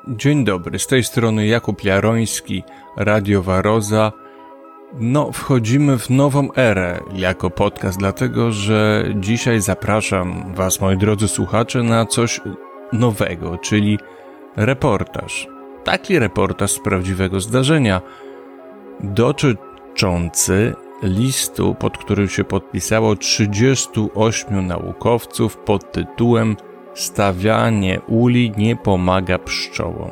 Dzień dobry, z tej strony Jakub Jaroński, Radio Waroza. Wchodzimy w nową erę jako podcast, dlatego że dzisiaj zapraszam Was, moi drodzy słuchacze, na coś nowego, czyli reportaż. Taki reportaż z prawdziwego zdarzenia, dotyczący listu, pod którym się podpisało 38 naukowców pod tytułem Stawianie uli nie pomaga pszczołom.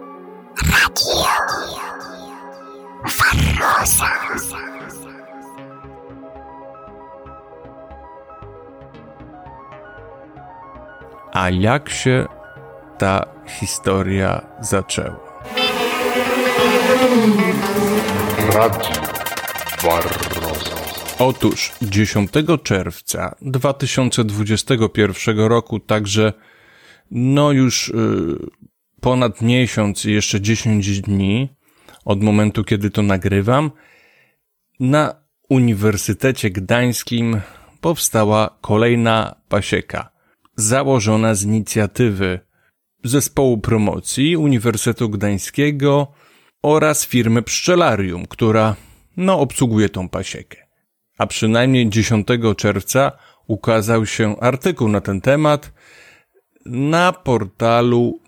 A jak się ta historia zaczęła? Radio Waroza. Otóż 10 czerwca 2021 roku, także już ponad miesiąc i jeszcze 10 dni od momentu, kiedy to nagrywam, na Uniwersytecie Gdańskim powstała kolejna pasieka, założona z inicjatywy Zespołu Promocji Uniwersytetu Gdańskiego oraz firmy Pszczelarium, która obsługuje tą pasiekę. A przynajmniej 10 czerwca ukazał się artykuł na ten temat na portalu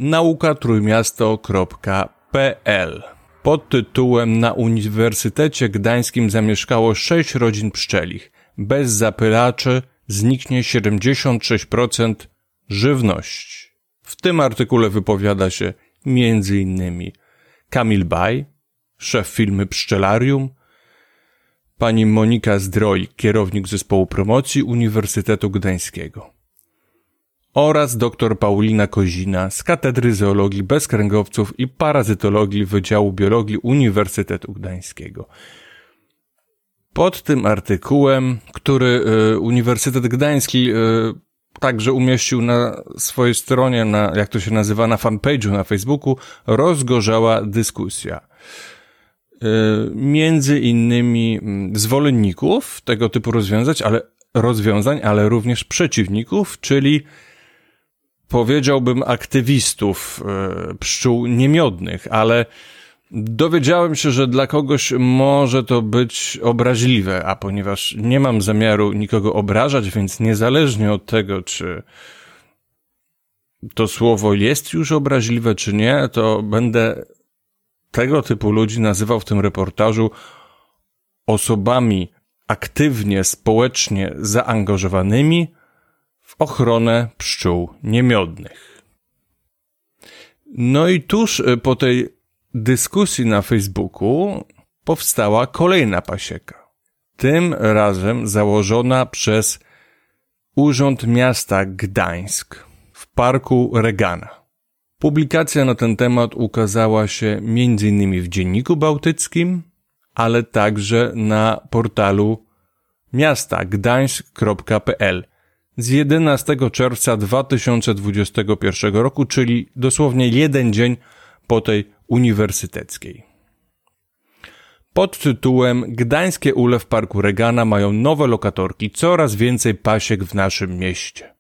naukatrójmiasto.pl pod tytułem Na Uniwersytecie Gdańskim zamieszkało 6 rodzin pszczelich. Bez zapylaczy zniknie 76% żywności. W tym artykule wypowiada się m.in. Kamil Baj, szef firmy Pszczelarium, pani Monika Zdroj, kierownik Zespołu Promocji Uniwersytetu Gdańskiego oraz dr Paulina Kozina z Katedry Zoologii Bezkręgowców i Parazytologii Wydziału Biologii Uniwersytetu Gdańskiego. Pod tym artykułem, który Uniwersytet Gdański także umieścił na swojej stronie, jak to się nazywa, na fanpage'u na Facebooku, rozgorzała dyskusja. Między innymi zwolenników tego typu rozwiązań, ale również przeciwników, czyli powiedziałbym aktywistów pszczół niemiodnych, ale dowiedziałem się, że dla kogoś może to być obraźliwe, a ponieważ nie mam zamiaru nikogo obrażać, więc niezależnie od tego, czy to słowo jest już obraźliwe, czy nie, to będę tego typu ludzi nazywał w tym reportażu osobami aktywnie, społecznie zaangażowanymi w ochronę pszczół niemiodnych. I tuż po tej dyskusji na Facebooku powstała kolejna pasieka. Tym razem założona przez Urząd Miasta Gdańsk w Parku Regana. Publikacja na ten temat ukazała się m.in. w Dzienniku Bałtyckim, ale także na portalu miasta gdańsk.pl z 11 czerwca 2021 roku, czyli dosłownie jeden dzień po tej uniwersyteckiej. Pod tytułem Gdańskie ule w Parku Regana mają nowe lokatorki, coraz więcej pasiek w naszym mieście.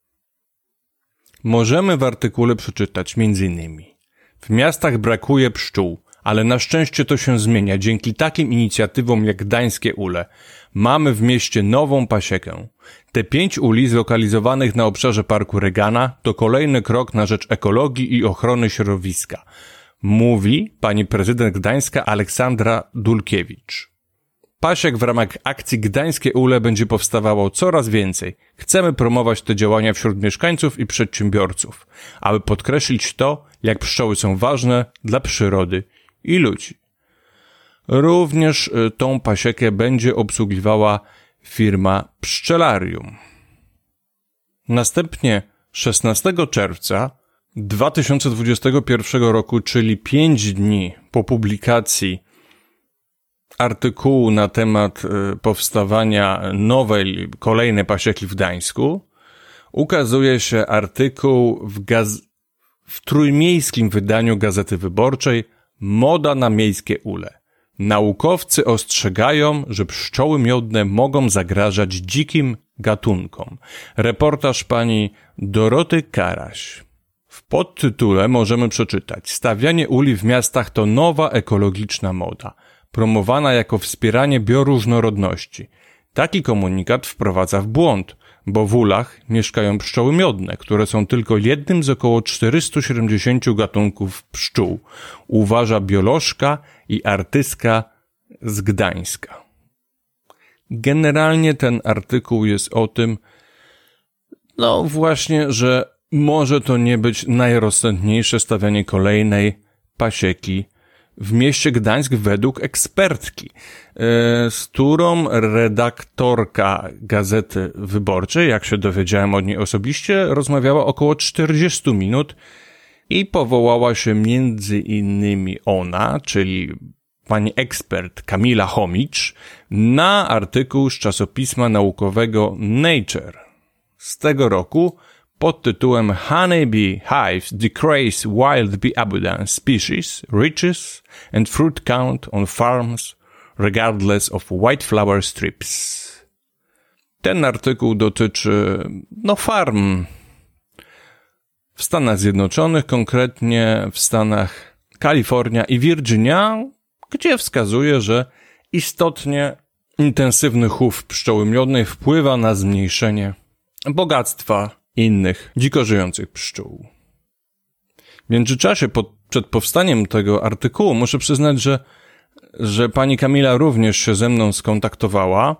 Możemy w artykule przeczytać m.in. W miastach brakuje pszczół, ale na szczęście to się zmienia dzięki takim inicjatywom jak Gdańskie ule. Mamy w mieście nową pasiekę. Te 5 uli zlokalizowanych na obszarze Parku Regana to kolejny krok na rzecz ekologii i ochrony środowiska, mówi pani prezydent Gdańska Aleksandra Dulkiewicz. Pasiek w ramach akcji Gdańskie ule będzie powstawało coraz więcej. Chcemy promować te działania wśród mieszkańców i przedsiębiorców, aby podkreślić to, jak pszczoły są ważne dla przyrody i ludzi. Również tą pasiekę będzie obsługiwała firma Pszczelarium. Następnie 16 czerwca 2021 roku, czyli 5 dni po publikacji artykułu na temat powstawania nowej, kolejnej pasieki w Gdańsku, ukazuje się artykuł w trójmiejskim wydaniu Gazety Wyborczej Moda na miejskie ule. Naukowcy ostrzegają, że pszczoły miodne mogą zagrażać dzikim gatunkom. Reportaż pani Doroty Karaś. W podtytule możemy przeczytać: stawianie uli w miastach to nowa ekologiczna moda, promowana jako wspieranie bioróżnorodności. Taki komunikat wprowadza w błąd, bo w ulach mieszkają pszczoły miodne, które są tylko jednym z około 470 gatunków pszczół, uważa biolożka i artystka z Gdańska. Generalnie ten artykuł jest o tym, no właśnie, że może to nie być najrozsądniejsze stawianie kolejnej pasieki w mieście Gdańsk według ekspertki, z którą redaktorka Gazety Wyborczej, jak się dowiedziałem od niej osobiście, rozmawiała około 40 minut i powołała się między innymi ona, czyli pani ekspert Kamila Chomicz, na artykuł z czasopisma naukowego Nature z tego roku pod tytułem Honeybee Hives Decrease Wild Bee Abundance Species, Riches and Fruit Count on Farms Regardless of White Flower Strips. Ten artykuł dotyczy, farm w Stanach Zjednoczonych, konkretnie w Stanach Kalifornia i Virginia, gdzie wskazuje, że istotnie intensywny chów pszczoły miodnej wpływa na zmniejszenie bogactwa innych dziko żyjących pszczół. W międzyczasie, przed powstaniem tego artykułu, muszę przyznać, że pani Kamila również się ze mną skontaktowała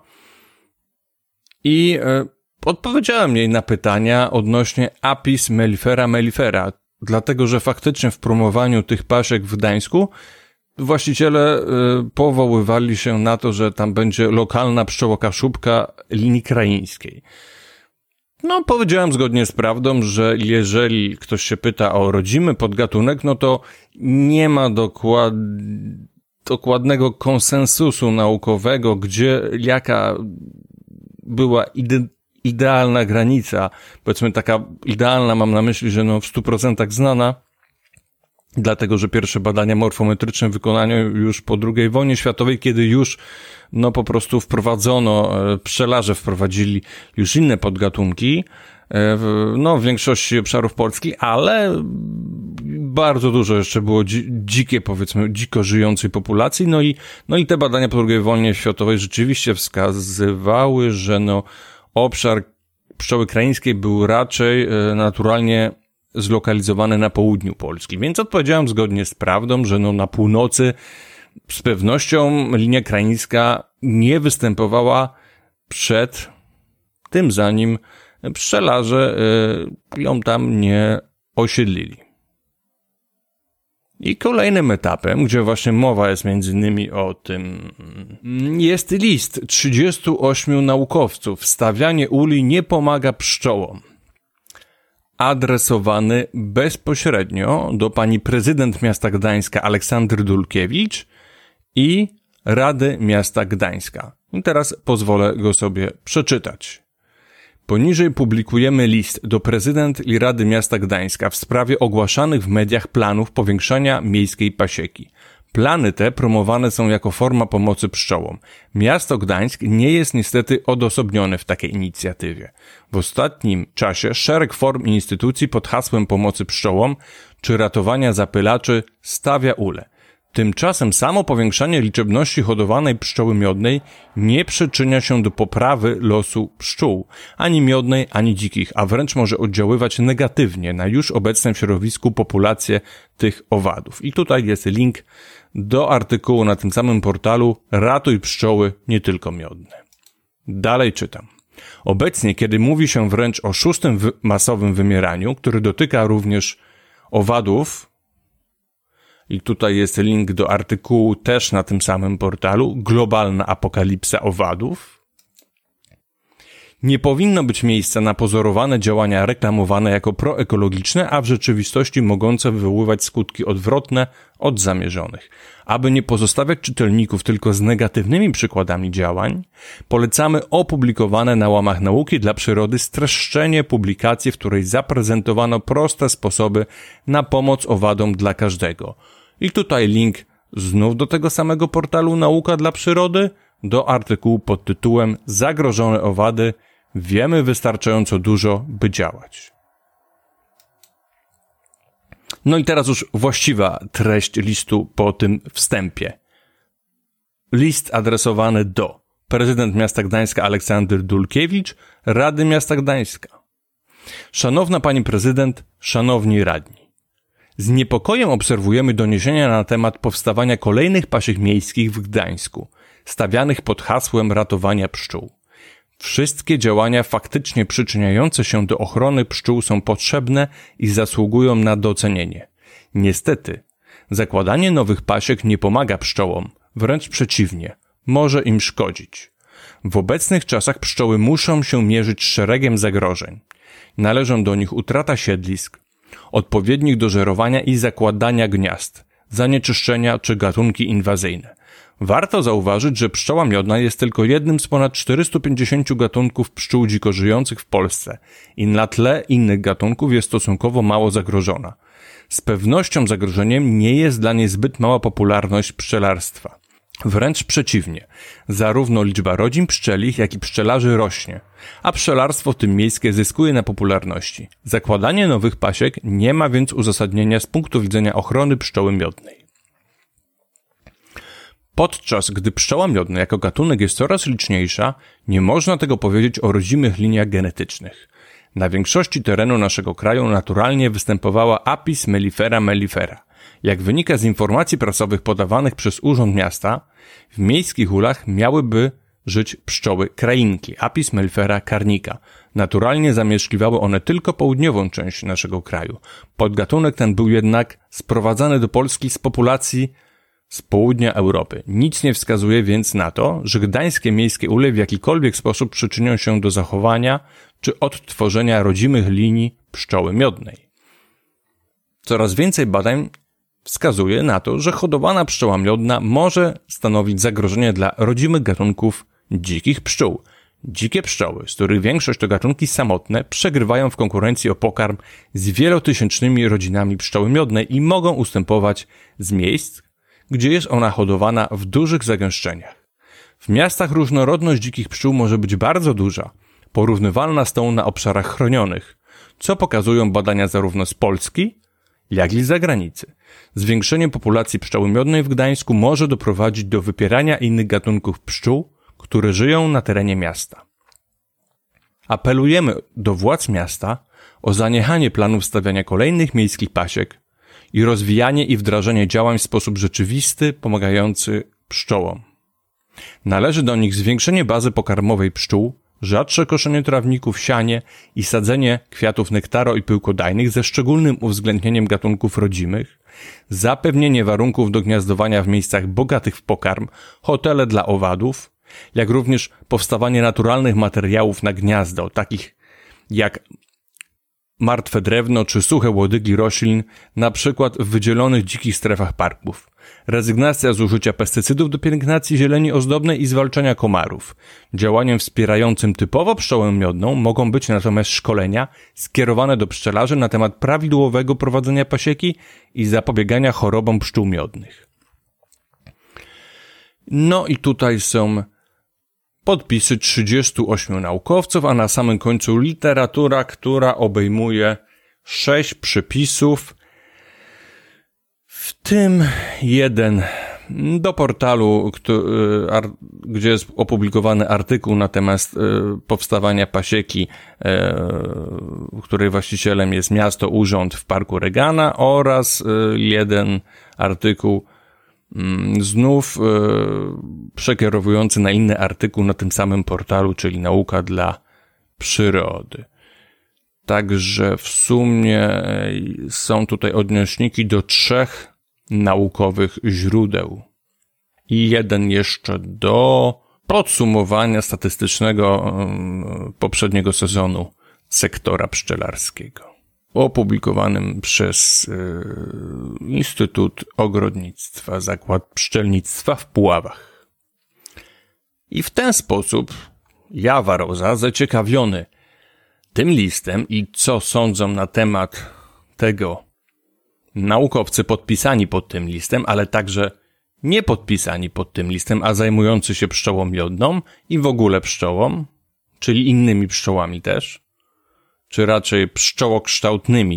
i odpowiedziałem jej na pytania odnośnie Apis mellifera, dlatego że faktycznie w promowaniu tych pasiek w Gdańsku właściciele powoływali się na to, że tam będzie lokalna pszczołokaszubka linii kraińskiej. Powiedziałem zgodnie z prawdą, że jeżeli ktoś się pyta o rodzimy podgatunek, to nie ma dokładnego konsensusu naukowego, jaka była idealna granica, powiedzmy taka idealna, mam na myśli, że w 100% znana, dlatego że pierwsze badania morfometryczne wykonano już po II wojnie światowej, kiedy już po prostu pszczelarze wprowadzili już inne podgatunki, w większości obszarów Polski, ale bardzo dużo jeszcze było dziko żyjącej populacji, i te badania po II wojnie światowej rzeczywiście wskazywały, że obszar pszczoły kraińskiej był raczej naturalnie zlokalizowany na południu Polski, więc odpowiedziałem zgodnie z prawdą, że na północy z pewnością linia kraińska nie występowała przed tym, zanim pszczelarze ją tam nie osiedlili. I kolejnym etapem, gdzie właśnie mowa jest między innymi o tym, jest list 38 naukowców. Stawianie uli nie pomaga pszczołom. Adresowany bezpośrednio do pani prezydent miasta Gdańska Aleksandry Dulkiewicz i Rady Miasta Gdańska. I teraz pozwolę go sobie przeczytać. Poniżej publikujemy list do prezydent i Rady Miasta Gdańska w sprawie ogłaszanych w mediach planów powiększania miejskiej pasieki. Plany te promowane są jako forma pomocy pszczołom. Miasto Gdańsk nie jest niestety odosobnione w takiej inicjatywie. W ostatnim czasie szereg form i instytucji pod hasłem pomocy pszczołom czy ratowania zapylaczy stawia ule. Tymczasem samo powiększanie liczebności hodowanej pszczoły miodnej nie przyczynia się do poprawy losu pszczół, ani miodnej, ani dzikich, a wręcz może oddziaływać negatywnie na już obecne w środowisku populację tych owadów. I tutaj jest link do artykułu na tym samym portalu Ratuj pszczoły, nie tylko miodne. Dalej czytam. Obecnie, kiedy mówi się wręcz o 6. masowym wymieraniu, który dotyka również owadów, i tutaj jest link do artykułu też na tym samym portalu, Globalna apokalipsa owadów, nie powinno być miejsca na pozorowane działania reklamowane jako proekologiczne, a w rzeczywistości mogące wywoływać skutki odwrotne od zamierzonych. Aby nie pozostawiać czytelników tylko z negatywnymi przykładami działań, polecamy opublikowane na łamach Nauki dla Przyrody streszczenie publikacji, w której zaprezentowano proste sposoby na pomoc owadom dla każdego. I tutaj link znów do tego samego portalu Nauka dla Przyrody, do artykułu pod tytułem Zagrożone owady. Wiemy wystarczająco dużo, by działać. No i teraz już właściwa treść listu po tym wstępie. List adresowany do prezydent miasta Gdańska Aleksander Dulkiewicz, Rady Miasta Gdańska. Szanowna Pani Prezydent, szanowni radni. Z niepokojem obserwujemy doniesienia na temat powstawania kolejnych pasiek miejskich w Gdańsku, stawianych pod hasłem ratowania pszczół. Wszystkie działania faktycznie przyczyniające się do ochrony pszczół są potrzebne i zasługują na docenienie. Niestety, zakładanie nowych pasiek nie pomaga pszczołom, wręcz przeciwnie, może im szkodzić. W obecnych czasach pszczoły muszą się mierzyć z szeregiem zagrożeń. Należą do nich utrata siedlisk, odpowiednich do żerowania i zakładania gniazd, zanieczyszczenia czy gatunki inwazyjne. Warto zauważyć, że pszczoła miodna jest tylko jednym z ponad 450 gatunków pszczół dziko żyjących w Polsce i na tle innych gatunków jest stosunkowo mało zagrożona. Z pewnością zagrożeniem nie jest dla niej zbyt mała popularność pszczelarstwa. Wręcz przeciwnie, zarówno liczba rodzin pszczelich, jak i pszczelarzy rośnie, a pszczelarstwo, w tym miejskie, zyskuje na popularności. Zakładanie nowych pasiek nie ma więc uzasadnienia z punktu widzenia ochrony pszczoły miodnej. Podczas gdy pszczoła miodna jako gatunek jest coraz liczniejsza, nie można tego powiedzieć o rodzimych liniach genetycznych. Na większości terenu naszego kraju naturalnie występowała Apis mellifera mellifera. Jak wynika z informacji prasowych podawanych przez Urząd Miasta, w miejskich ulach miałyby żyć pszczoły krainki, Apis mellifera carnica. Naturalnie zamieszkiwały one tylko południową część naszego kraju. Podgatunek ten był jednak sprowadzany do Polski z populacji z południa Europy. Nic nie wskazuje więc na to, że gdańskie miejskie ule w jakikolwiek sposób przyczynią się do zachowania czy odtworzenia rodzimych linii pszczoły miodnej. Coraz więcej badań wskazuje na to, że hodowana pszczoła miodna może stanowić zagrożenie dla rodzimych gatunków dzikich pszczół. Dzikie pszczoły, z których większość to gatunki samotne, przegrywają w konkurencji o pokarm z wielotysięcznymi rodzinami pszczoły miodnej i mogą ustępować z miejsc, gdzie jest ona hodowana w dużych zagęszczeniach. W miastach różnorodność dzikich pszczół może być bardzo duża, porównywalna z tą na obszarach chronionych, co pokazują badania zarówno z Polski, jak i z zagranicy. Zwiększenie populacji pszczoły miodnej w Gdańsku może doprowadzić do wypierania innych gatunków pszczół, które żyją na terenie miasta. Apelujemy do władz miasta o zaniechanie planów stawiania kolejnych miejskich pasiek i rozwijanie i wdrażanie działań w sposób rzeczywisty, pomagający pszczołom. Należy do nich zwiększenie bazy pokarmowej pszczół, rzadsze koszenie trawników, sianie i sadzenie kwiatów nektaro i pyłkodajnych ze szczególnym uwzględnieniem gatunków rodzimych, zapewnienie warunków do gniazdowania w miejscach bogatych w pokarm, hotele dla owadów, jak również powstawanie naturalnych materiałów na gniazdo, takich jak martwe drewno czy suche łodygi roślin, na przykład w wydzielonych dzikich strefach parków. Rezygnacja z użycia pestycydów do pielęgnacji zieleni ozdobnej i zwalczania komarów. Działaniem wspierającym typowo pszczołę miodną mogą być natomiast szkolenia skierowane do pszczelarzy na temat prawidłowego prowadzenia pasieki i zapobiegania chorobom pszczół miodnych. No i tutaj są podpisy 38 naukowców, a na samym końcu literatura, która obejmuje 6 przypisów, w tym jeden do portalu, gdzie jest opublikowany artykuł na temat powstawania pasieki, której właścicielem jest miasto, urząd w Parku Reagana, oraz jeden artykuł znów przekierowujący na inny artykuł na tym samym portalu, czyli Nauka dla przyrody. Także w sumie są tutaj odnośniki do 3 naukowych źródeł. I jeden jeszcze do podsumowania statystycznego poprzedniego sezonu sektora pszczelarskiego, opublikowanym przez Instytut Ogrodnictwa, Zakład Pszczelnictwa w Puławach. I w ten sposób ja, Waroza, zaciekawiony tym listem i co sądzą na temat tego naukowcy podpisani pod tym listem, ale także nie podpisani pod tym listem, a zajmujący się pszczołą miodną i w ogóle pszczołą, czyli innymi pszczołami też, czy raczej pszczołokształtnymi,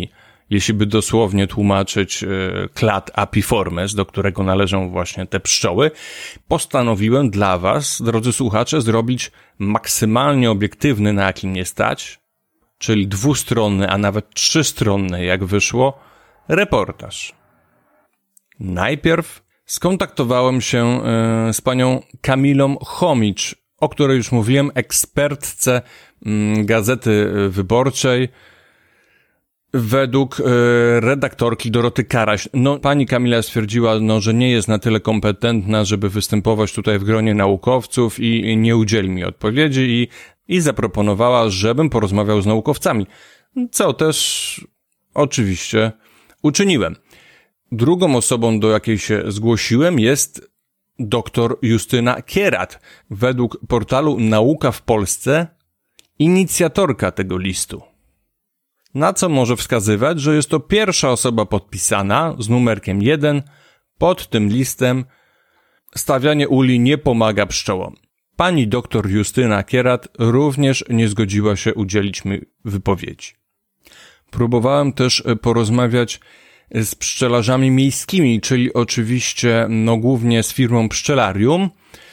jeśli by dosłownie tłumaczyć clade apiformes, do którego należą właśnie te pszczoły, postanowiłem dla was, drodzy słuchacze, zrobić maksymalnie obiektywny, na jaki mnie stać, czyli 2-stronny, a nawet 3-stronny, jak wyszło, reportaż. Najpierw skontaktowałem się z panią Kamilą Chomicz, o której już mówiłem, ekspertce Gazety Wyborczej, według redaktorki Doroty Karaś. Pani Kamila stwierdziła, że nie jest na tyle kompetentna, żeby występować tutaj w gronie naukowców i nie udzieli mi odpowiedzi i zaproponowała, żebym porozmawiał z naukowcami, co też oczywiście uczyniłem. Drugą osobą, do jakiej się zgłosiłem, jest dr Justyna Kierat. Według portalu Nauka w Polsce inicjatorka tego listu. Na co może wskazywać, że jest to pierwsza osoba podpisana z numerkiem 1 pod tym listem Stawianie uli nie pomaga pszczołom. Pani dr Justyna Kierat również nie zgodziła się udzielić mi wypowiedzi. Próbowałem też porozmawiać z pszczelarzami miejskimi, czyli oczywiście głównie z firmą Pszczelarium,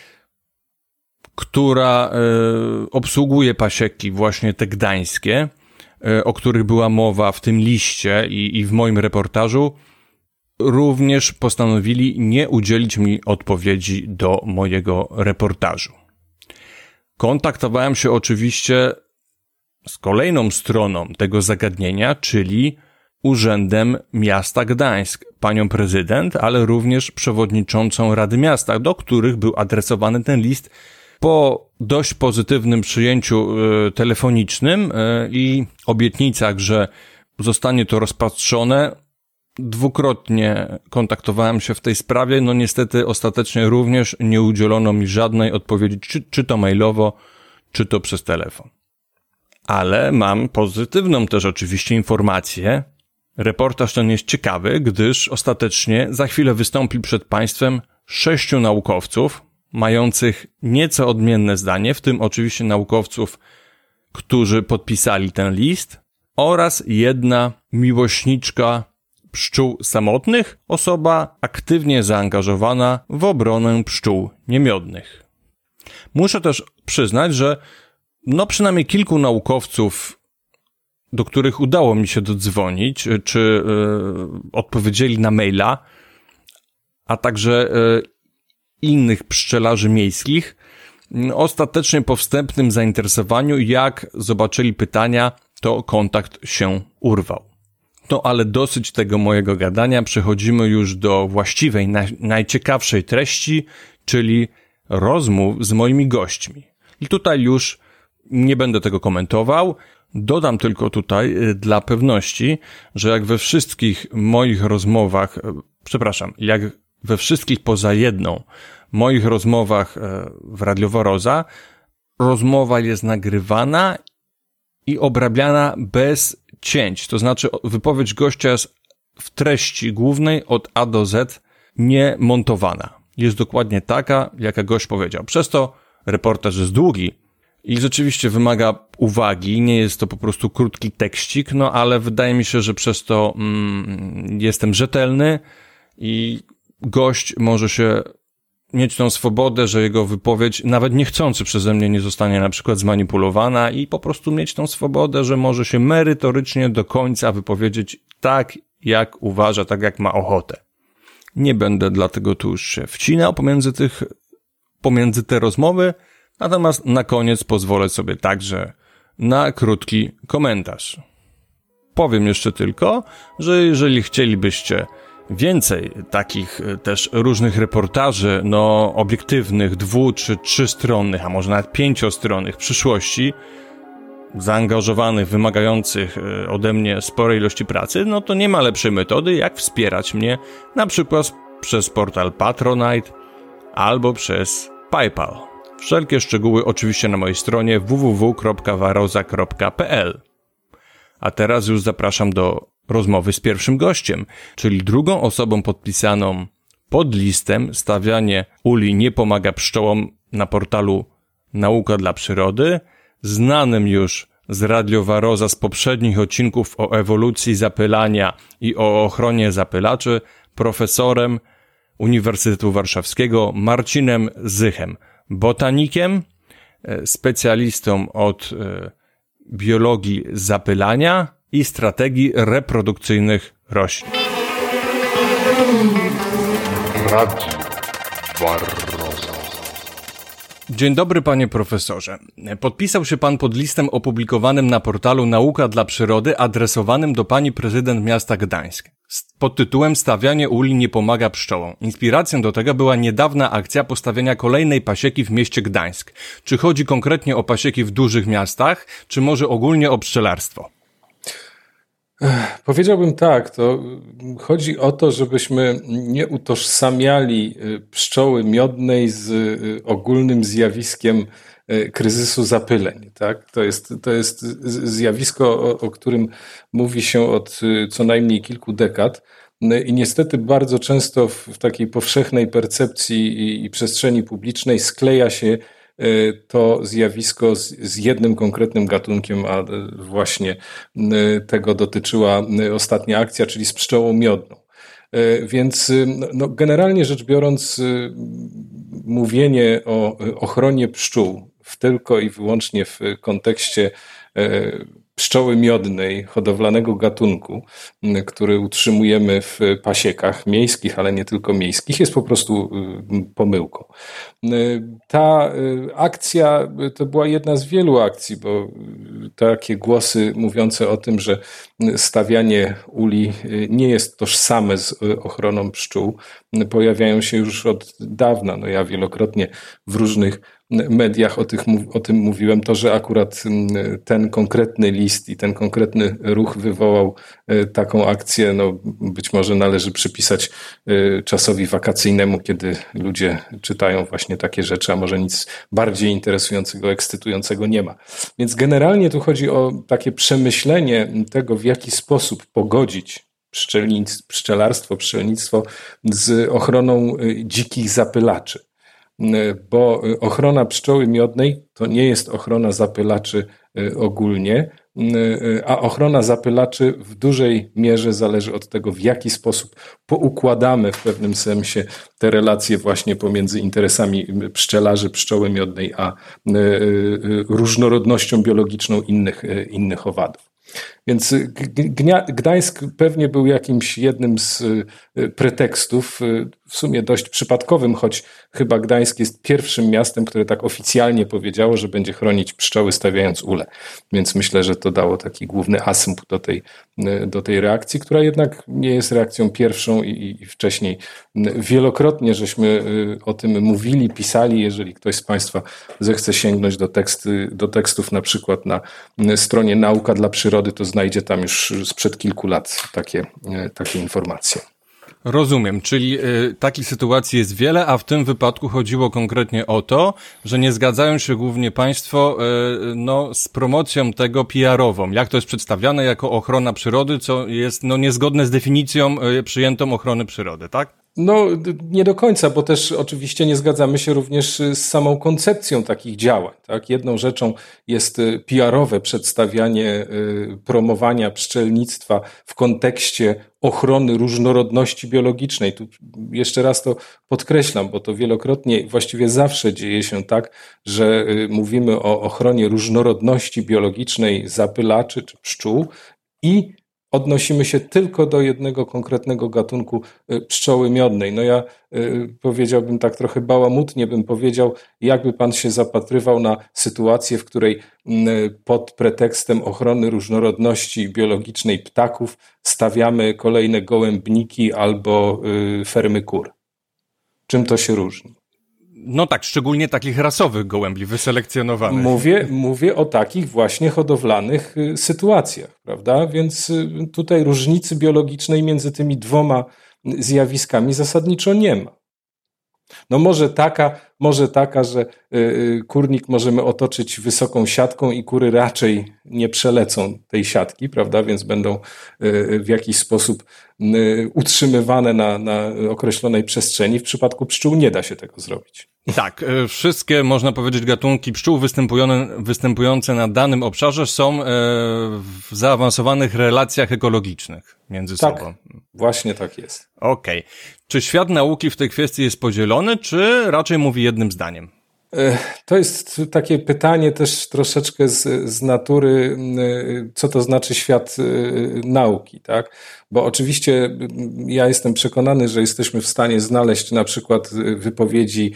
która obsługuje pasieki właśnie te gdańskie, o których była mowa w tym liście i w moim reportażu. Również postanowili nie udzielić mi odpowiedzi do mojego reportażu. Kontaktowałem się oczywiście z kolejną stroną tego zagadnienia, czyli Urzędem Miasta Gdańsk, panią prezydent, ale również przewodniczącą Rady Miasta, do których był adresowany ten list po dość pozytywnym przyjęciu telefonicznym i obietnicach, że zostanie to rozpatrzone. Dwukrotnie kontaktowałem się w tej sprawie, niestety ostatecznie również nie udzielono mi żadnej odpowiedzi, czy to mailowo, czy to przez telefon. Ale mam pozytywną też oczywiście informację. Reportaż ten jest ciekawy, gdyż ostatecznie za chwilę wystąpi przed państwem 6 naukowców, mających nieco odmienne zdanie, w tym oczywiście naukowców, którzy podpisali ten list, oraz jedna miłośniczka pszczół samotnych, osoba aktywnie zaangażowana w obronę pszczół niemiodnych. Muszę też przyznać, że przynajmniej kilku naukowców, do których udało mi się dodzwonić, czy odpowiedzieli na maila, a także innych pszczelarzy miejskich, ostatecznie po wstępnym zainteresowaniu, jak zobaczyli pytania, to kontakt się urwał. Ale dosyć tego mojego gadania, przechodzimy już do właściwej, najciekawszej treści, czyli rozmów z moimi gośćmi. I tutaj już nie będę tego komentował, dodam tylko tutaj dla pewności, że jak we wszystkich moich rozmowach, jak we wszystkich poza jedną moich rozmowach w Radio Waroza, rozmowa jest nagrywana i obrabiana bez cięć. To znaczy wypowiedź gościa jest w treści głównej od A do Z nie montowana. Jest dokładnie taka, jaka gość powiedział. Przez to reportaż jest długi i rzeczywiście wymaga uwagi. Nie jest to po prostu krótki tekścik, ale wydaje mi się, że przez to jestem rzetelny i gość może się mieć tą swobodę, że jego wypowiedź nawet niechcący przeze mnie nie zostanie na przykład zmanipulowana i po prostu mieć tą swobodę, że może się merytorycznie do końca wypowiedzieć tak, jak uważa, tak jak ma ochotę. Nie będę dlatego tu już się wcinał pomiędzy te rozmowy, natomiast na koniec pozwolę sobie także na krótki komentarz. Powiem jeszcze tylko, że jeżeli chcielibyście więcej takich też różnych reportaży, obiektywnych, 2- czy 3-stronnych, a może nawet 5-stronnych w przyszłości, zaangażowanych, wymagających ode mnie sporej ilości pracy, to nie ma lepszej metody, jak wspierać mnie, na przykład przez portal Patronite albo przez PayPal. Wszelkie szczegóły oczywiście na mojej stronie www.waroza.pl. A teraz już zapraszam do rozmowy z pierwszym gościem, czyli drugą osobą podpisaną pod listem Stawianie uli nie pomaga pszczołom na portalu Nauka dla Przyrody, znanym już z Radio Waroza z poprzednich odcinków o ewolucji zapylania i o ochronie zapylaczy, profesorem Uniwersytetu Warszawskiego Marcinem Zychem, botanikiem, specjalistą od biologii zapylania i strategii reprodukcyjnych roślin. Radio Waroza. Dzień dobry, panie profesorze. Podpisał się pan pod listem opublikowanym na portalu Nauka dla Przyrody adresowanym do pani prezydent miasta Gdańsk pod tytułem Stawianie uli nie pomaga pszczołom. Inspiracją do tego była niedawna akcja postawienia kolejnej pasieki w mieście Gdańsk. Czy chodzi konkretnie o pasieki w dużych miastach, czy może ogólnie o pszczelarstwo? Powiedziałbym tak, to chodzi o to, żebyśmy nie utożsamiali pszczoły miodnej z ogólnym zjawiskiem kryzysu zapyleń. Tak? To jest zjawisko, o którym mówi się od co najmniej kilku dekad. I niestety bardzo często w takiej powszechnej percepcji i przestrzeni publicznej skleja się to zjawisko z jednym konkretnym gatunkiem, a właśnie tego dotyczyła ostatnia akcja, czyli z pszczołą miodną. Więc generalnie rzecz biorąc, mówienie o ochronie pszczół tylko i wyłącznie w kontekście pszczoły miodnej, hodowlanego gatunku, który utrzymujemy w pasiekach miejskich, ale nie tylko miejskich, jest po prostu pomyłką. Ta akcja to była jedna z wielu akcji, bo takie głosy mówiące o tym, że stawianie uli nie jest tożsame z ochroną pszczół, pojawiają się już od dawna. No ja wielokrotnie w różnych mediach o tym mówiłem. To, że akurat ten konkretny list i ten konkretny ruch wywołał taką akcję, no być może należy przypisać czasowi wakacyjnemu, kiedy ludzie czytają właśnie takie rzeczy, a może nic bardziej interesującego, ekscytującego nie ma. Więc generalnie tu chodzi o takie przemyślenie tego, w jaki sposób pogodzić pszczelarstwo z ochroną dzikich zapylaczy. Bo ochrona pszczoły miodnej to nie jest ochrona zapylaczy ogólnie, a ochrona zapylaczy w dużej mierze zależy od tego, w jaki sposób poukładamy w pewnym sensie te relacje właśnie pomiędzy interesami pszczelarzy, pszczoły miodnej, a różnorodnością biologiczną innych owadów. Więc Gdańsk pewnie był jakimś jednym z pretekstów, w sumie dość przypadkowym, choć chyba Gdańsk jest pierwszym miastem, które tak oficjalnie powiedziało, że będzie chronić pszczoły stawiając ule. Więc myślę, że to dało taki główny asymp do tej reakcji, która jednak nie jest reakcją pierwszą i wcześniej wielokrotnie żeśmy o tym mówili, pisali. Jeżeli ktoś z Państwa zechce sięgnąć do tekstów na przykład na stronie Nauka dla Przyrody, to znajdzie tam już sprzed kilku lat takie informacje. Rozumiem, czyli takich sytuacji jest wiele, a w tym wypadku chodziło konkretnie o to, że nie zgadzają się głównie państwo z promocją tego PR-ową. Jak to jest przedstawiane jako ochrona przyrody, co jest niezgodne z definicją przyjętą ochrony przyrody, tak? No, nie do końca, bo też oczywiście nie zgadzamy się również z samą koncepcją takich działań. Tak? Jedną rzeczą jest PR-owe przedstawianie, promowania pszczelnictwa w kontekście ochrony różnorodności biologicznej. Tu jeszcze raz to podkreślam, bo to wielokrotnie, właściwie zawsze dzieje się tak, że mówimy o ochronie różnorodności biologicznej zapylaczy czy pszczół i odnosimy się tylko do jednego konkretnego gatunku pszczoły miodnej. No ja powiedziałbym tak trochę bałamutnie, bym powiedział, jakby pan się zapatrywał na sytuację, w której pod pretekstem ochrony różnorodności biologicznej ptaków stawiamy kolejne gołębniki albo fermy kur. Czym to się różni? No tak, szczególnie takich rasowych gołębli, wyselekcjonowanych. Mówię o takich właśnie hodowlanych sytuacjach, prawda? Więc tutaj różnicy biologicznej między tymi dwoma zjawiskami zasadniczo nie ma. No może taka, że kurnik możemy otoczyć wysoką siatką i kury raczej nie przelecą tej siatki, prawda, więc będą w jakiś sposób utrzymywane na określonej przestrzeni. W przypadku pszczół nie da się tego zrobić. Tak, wszystkie, można powiedzieć, gatunki pszczół występujące na danym obszarze są w zaawansowanych relacjach ekologicznych między sobą. Tak, właśnie tak jest. Okej. Czy świat nauki w tej kwestii jest podzielony, czy raczej mówi jednym zdaniem? To jest takie pytanie też troszeczkę z natury, co to znaczy świat nauki, tak? Bo oczywiście ja jestem przekonany, że jesteśmy w stanie znaleźć na przykład wypowiedzi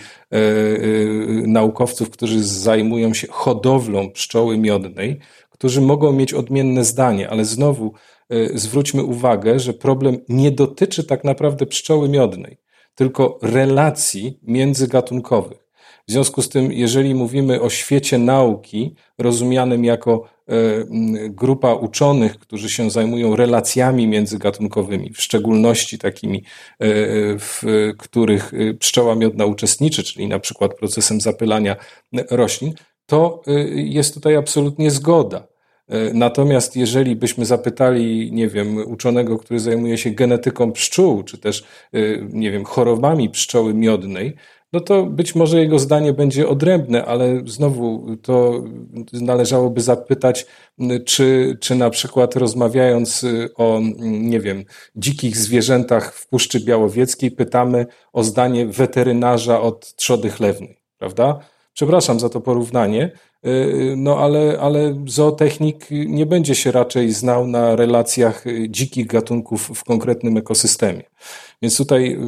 naukowców, którzy zajmują się hodowlą pszczoły miodnej, którzy mogą mieć odmienne zdanie, ale znowu zwróćmy uwagę, że problem nie dotyczy tak naprawdę pszczoły miodnej, tylko relacji międzygatunkowych. W związku z tym, jeżeli mówimy o świecie nauki, rozumianym jako grupa uczonych, którzy się zajmują relacjami międzygatunkowymi, w szczególności takimi, w których pszczoła miodna uczestniczy, czyli na przykład procesem zapylania roślin, to jest tutaj absolutnie zgoda. Natomiast jeżeli byśmy zapytali, nie wiem, uczonego, który zajmuje się genetyką pszczół, czy też, nie wiem, chorobami pszczoły miodnej, no to być może jego zdanie będzie odrębne, ale znowu to należałoby zapytać, czy na przykład rozmawiając o, nie wiem, dzikich zwierzętach w Puszczy Białowieckiej pytamy o zdanie weterynarza od trzody chlewnej, prawda? Przepraszam za to porównanie, no ale zootechnik nie będzie się raczej znał na relacjach dzikich gatunków w konkretnym ekosystemie. Więc tutaj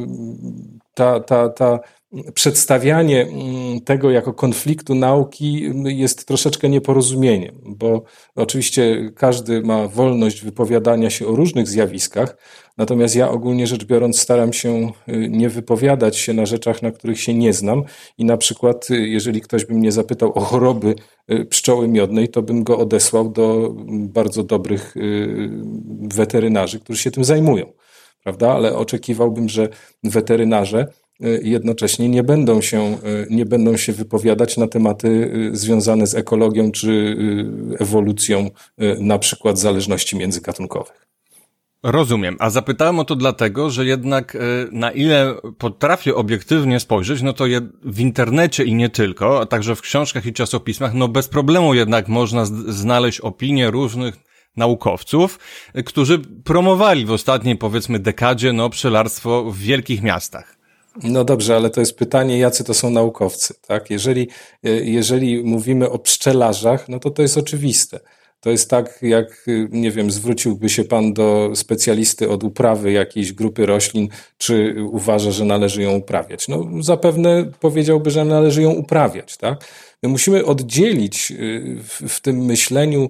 ta przedstawianie tego jako konfliktu nauki jest troszeczkę nieporozumieniem, bo oczywiście każdy ma wolność wypowiadania się o różnych zjawiskach, natomiast ja ogólnie rzecz biorąc staram się nie wypowiadać się na rzeczach, na których się nie znam i na przykład jeżeli ktoś by mnie zapytał o choroby pszczoły miodnej, to bym go odesłał do bardzo dobrych weterynarzy, którzy się tym zajmują, prawda? Ale oczekiwałbym, że weterynarze jednocześnie nie będą się wypowiadać na tematy związane z ekologią czy ewolucją na przykład zależności międzygatunkowych. Rozumiem, a zapytałem o to dlatego, że jednak na ile potrafię obiektywnie spojrzeć, no to w internecie i nie tylko, a także w książkach i czasopismach, no bez problemu jednak można znaleźć opinie różnych naukowców, którzy promowali w ostatniej, powiedzmy, dekadzie, pszczelarstwo w wielkich miastach. No dobrze, ale to jest pytanie, jacy to są naukowcy, tak? Jeżeli mówimy o pszczelarzach, no to jest oczywiste. To jest tak, jak, nie wiem, zwróciłby się pan do specjalisty od uprawy jakiejś grupy roślin, czy uważa, że należy ją uprawiać. No zapewne powiedziałby, że należy ją uprawiać, tak? My musimy oddzielić w tym myśleniu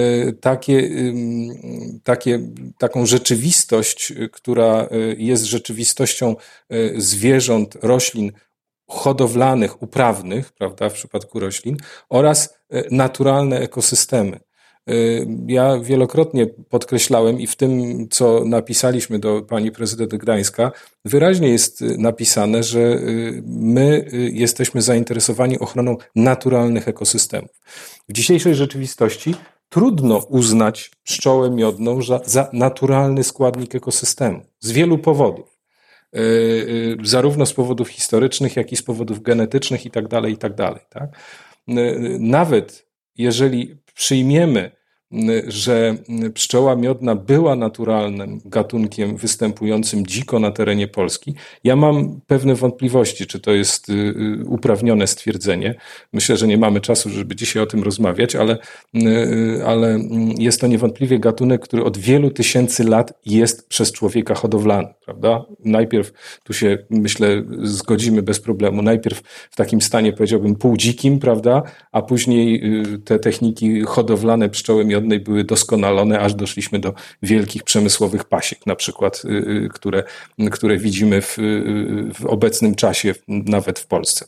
taką rzeczywistość, która jest rzeczywistością zwierząt, roślin hodowlanych, uprawnych, prawda, w przypadku roślin, oraz naturalne ekosystemy. Ja wielokrotnie podkreślałem i w tym, co napisaliśmy do pani prezydent Gdańska, wyraźnie jest napisane, że my jesteśmy zainteresowani ochroną naturalnych ekosystemów. W dzisiejszej rzeczywistości trudno uznać pszczołę miodną za naturalny składnik ekosystemu z wielu powodów. Zarówno z powodów historycznych, jak i z powodów genetycznych i tak dalej, tak? Nawet jeżeli przyjmiemy, że pszczoła miodna była naturalnym gatunkiem występującym dziko na terenie Polski, ja mam pewne wątpliwości, czy to jest uprawnione stwierdzenie. Myślę, że nie mamy czasu, żeby dzisiaj o tym rozmawiać, ale jest to niewątpliwie gatunek, który od wielu tysięcy lat jest przez człowieka hodowlany, prawda? Najpierw, tu się myślę zgodzimy bez problemu, najpierw w takim stanie powiedziałbym półdzikim, prawda? A później te techniki hodowlane pszczoły miodnej były doskonalone, aż doszliśmy do wielkich przemysłowych pasiek, na przykład, które widzimy w obecnym czasie, nawet w Polsce.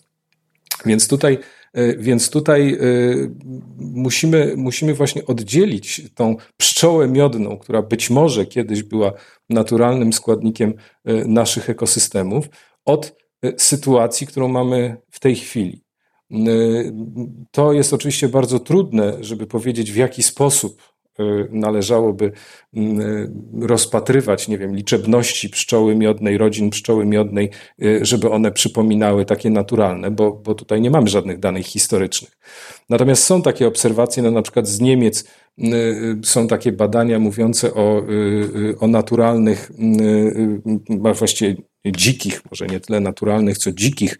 Więc tutaj musimy właśnie oddzielić tą pszczołę miodną, która być może kiedyś była naturalnym składnikiem naszych ekosystemów, od sytuacji, którą mamy w tej chwili. To jest oczywiście bardzo trudne, żeby powiedzieć, w jaki sposób należałoby rozpatrywać, nie wiem, liczebności pszczoły miodnej, rodzin pszczoły miodnej, żeby one przypominały takie naturalne, bo tutaj nie mamy żadnych danych historycznych. Natomiast są takie obserwacje, no na przykład z Niemiec są takie badania mówiące o naturalnych, właściwie dzikich, może nie tyle naturalnych, co dzikich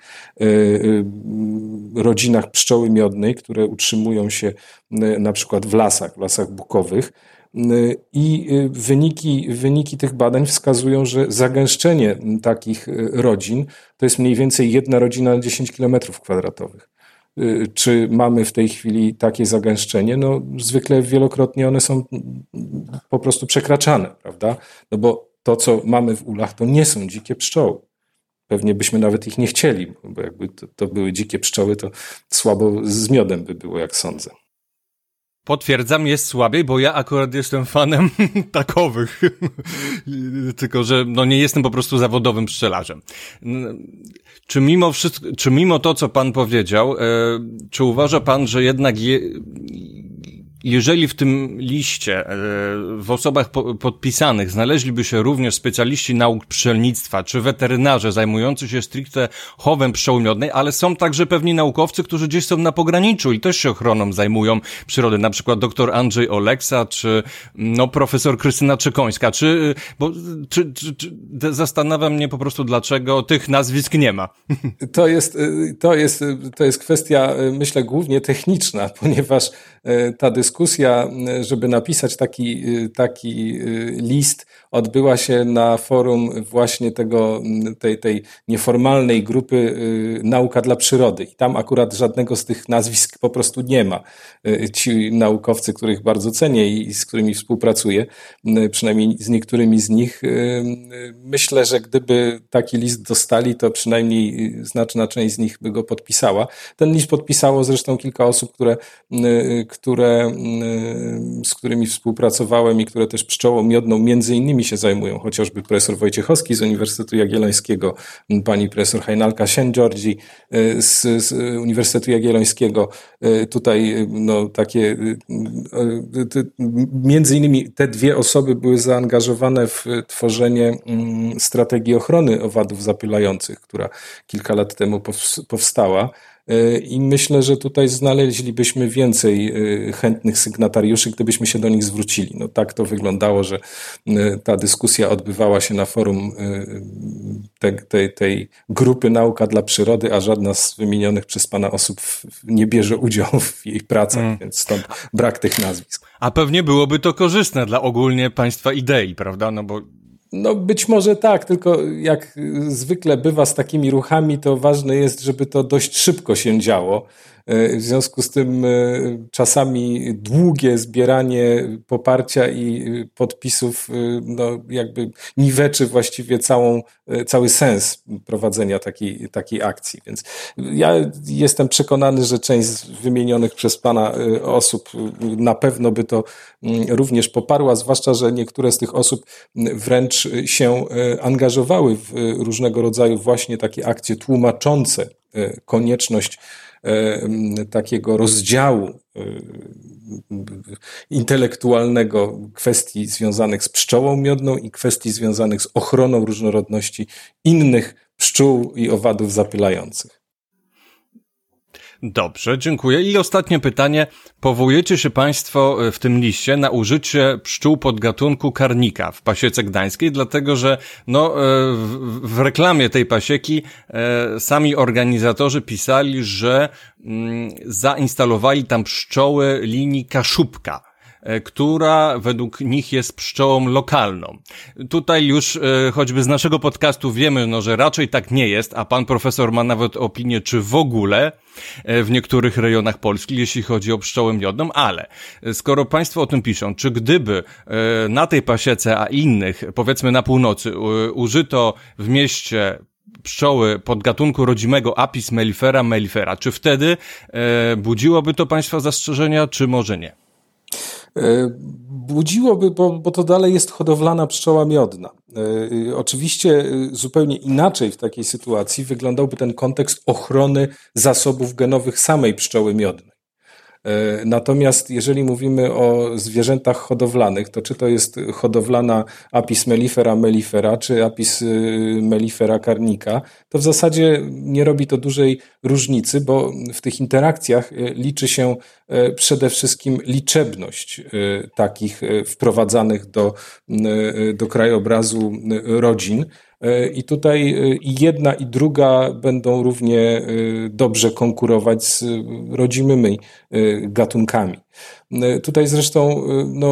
rodzinach pszczoły miodnej, które utrzymują się na przykład w lasach bukowych. I wyniki tych badań wskazują, że zagęszczenie takich rodzin to jest mniej więcej 1 rodzina na 10 km². Czy mamy w tej chwili takie zagęszczenie? No zwykle wielokrotnie one są po prostu przekraczane, prawda? No bo to, co mamy w ulach, to nie są dzikie pszczoły. Pewnie byśmy nawet ich nie chcieli, bo jakby to były dzikie pszczoły, to słabo z miodem by było, jak sądzę. Potwierdzam, jest słabiej, bo ja akurat jestem fanem takowych. Tylko że no nie jestem po prostu zawodowym pszczelarzem. Czy mimo to, co pan powiedział, czy uważa pan, że jednak jeżeli w tym liście w osobach podpisanych znaleźliby się również specjaliści nauk pszczelnictwa, czy weterynarze zajmujący się stricte chowem pszczoły miodnej, ale są także pewni naukowcy, którzy gdzieś są na pograniczu i też się ochroną zajmują przyrody, na przykład dr Andrzej Oleksa, czy profesor Krystyna Czekońska, zastanawia mnie po prostu, dlaczego tych nazwisk nie ma. To jest kwestia, myślę, głównie techniczna, ponieważ ta dyskusja, żeby napisać taki list, odbyła się na forum właśnie tej nieformalnej grupy Nauka dla Przyrody. I tam akurat żadnego z tych nazwisk po prostu nie ma. Ci naukowcy, których bardzo cenię i z którymi współpracuję, przynajmniej z niektórymi z nich, myślę, że gdyby taki list dostali, to przynajmniej znaczna część z nich by go podpisała. Ten list podpisało zresztą kilka osób, z którymi współpracowałem i które też pszczołą miodną między innymi się zajmują, chociażby profesor Wojciechowski z Uniwersytetu Jagiellońskiego, pani profesor Hajnalka Sień-Giorgi z Uniwersytetu Jagiellońskiego. Tutaj między innymi te dwie osoby były zaangażowane w tworzenie strategii ochrony owadów zapylających, która kilka lat temu powstała. I myślę, że tutaj znaleźlibyśmy więcej chętnych sygnatariuszy, gdybyśmy się do nich zwrócili. No tak to wyglądało, że ta dyskusja odbywała się na forum tej grupy Nauka dla Przyrody, a żadna z wymienionych przez pana osób nie bierze udziału w jej pracach, więc stąd brak tych nazwisk. A pewnie byłoby to korzystne dla ogólnie państwa idei, prawda? No być może tak, tylko jak zwykle bywa z takimi ruchami, to ważne jest, żeby to dość szybko się działo. W związku z tym czasami długie zbieranie poparcia i podpisów jakby niweczy właściwie cały sens prowadzenia takiej akcji. Więc ja jestem przekonany, że część z wymienionych przez pana osób na pewno by to również poparła, zwłaszcza, że niektóre z tych osób wręcz się angażowały w różnego rodzaju właśnie takie akcje tłumaczące konieczność takiego rozdziału intelektualnego kwestii związanych z pszczołą miodną i kwestii związanych z ochroną różnorodności innych pszczół i owadów zapylających. Dobrze, dziękuję. I ostatnie pytanie. Powołujecie się państwo w tym liście na użycie pszczół podgatunku karnika w pasiece gdańskiej, dlatego że w reklamie tej pasieki sami organizatorzy pisali, że zainstalowali tam pszczoły linii Kaszubka, która według nich jest pszczołą lokalną. Tutaj już choćby z naszego podcastu wiemy, że raczej tak nie jest, a pan profesor ma nawet opinię, czy w ogóle w niektórych rejonach Polski, jeśli chodzi o pszczołę miodną, ale skoro państwo o tym piszą, czy gdyby na tej pasiece, a innych, powiedzmy na północy, użyto w mieście pszczoły podgatunku rodzimego Apis mellifera, czy wtedy budziłoby to państwa zastrzeżenia, czy może nie? Budziłoby, bo to dalej jest hodowlana pszczoła miodna. Oczywiście zupełnie inaczej w takiej sytuacji wyglądałby ten kontekst ochrony zasobów genowych samej pszczoły miodnej. Natomiast jeżeli mówimy o zwierzętach hodowlanych, to czy to jest hodowlana Apis mellifera mellifera, czy Apis mellifera carnica, to w zasadzie nie robi to dużej różnicy, bo w tych interakcjach liczy się przede wszystkim liczebność takich wprowadzanych do krajobrazu rodzin. I tutaj i jedna, i druga będą równie dobrze konkurować z rodzimymi gatunkami. Tutaj zresztą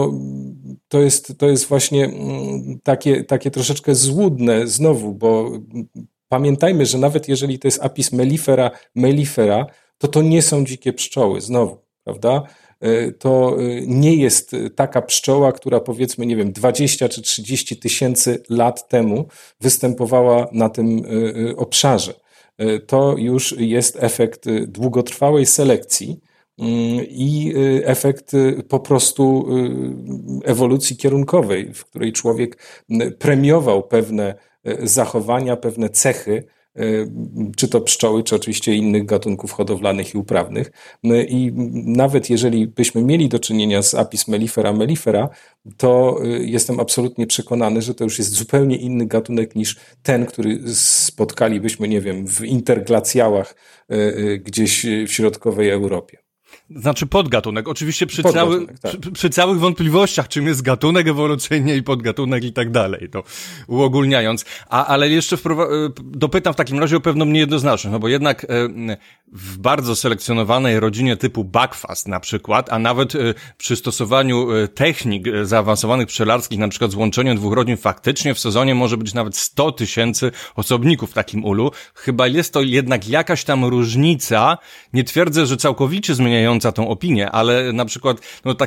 to jest właśnie takie troszeczkę złudne znowu, bo pamiętajmy, że nawet jeżeli to jest Apis mellifera mellifera, to nie są dzikie pszczoły znowu, prawda? To nie jest taka pszczoła, która powiedzmy, nie wiem, 20 czy 30 tysięcy lat temu występowała na tym obszarze. To już jest efekt długotrwałej selekcji i efekt po prostu ewolucji kierunkowej, w której człowiek premiował pewne zachowania, pewne cechy, czy to pszczoły, czy oczywiście innych gatunków hodowlanych i uprawnych. I nawet jeżeli byśmy mieli do czynienia z Apis mellifera mellifera, to jestem absolutnie przekonany, że to już jest zupełnie inny gatunek niż ten, który spotkalibyśmy, nie wiem, w interglacjałach gdzieś w środkowej Europie. Znaczy podgatunek. Oczywiście przy całych wątpliwościach, czym jest gatunek ewolucyjnie i podgatunek i tak dalej, to uogólniając. Ale jeszcze dopytam w takim razie o pewną niejednoznaczność, no bo jednak w bardzo selekcjonowanej rodzinie typu Buckfast na przykład, a nawet przy stosowaniu technik zaawansowanych pszczelarskich, na przykład złączeniu dwóch rodzin, faktycznie w sezonie może być nawet 100 000 osobników w takim ulu. Chyba jest to jednak jakaś tam różnica. Nie twierdzę, że całkowicie zmieniająca tą opinię, ale na przykład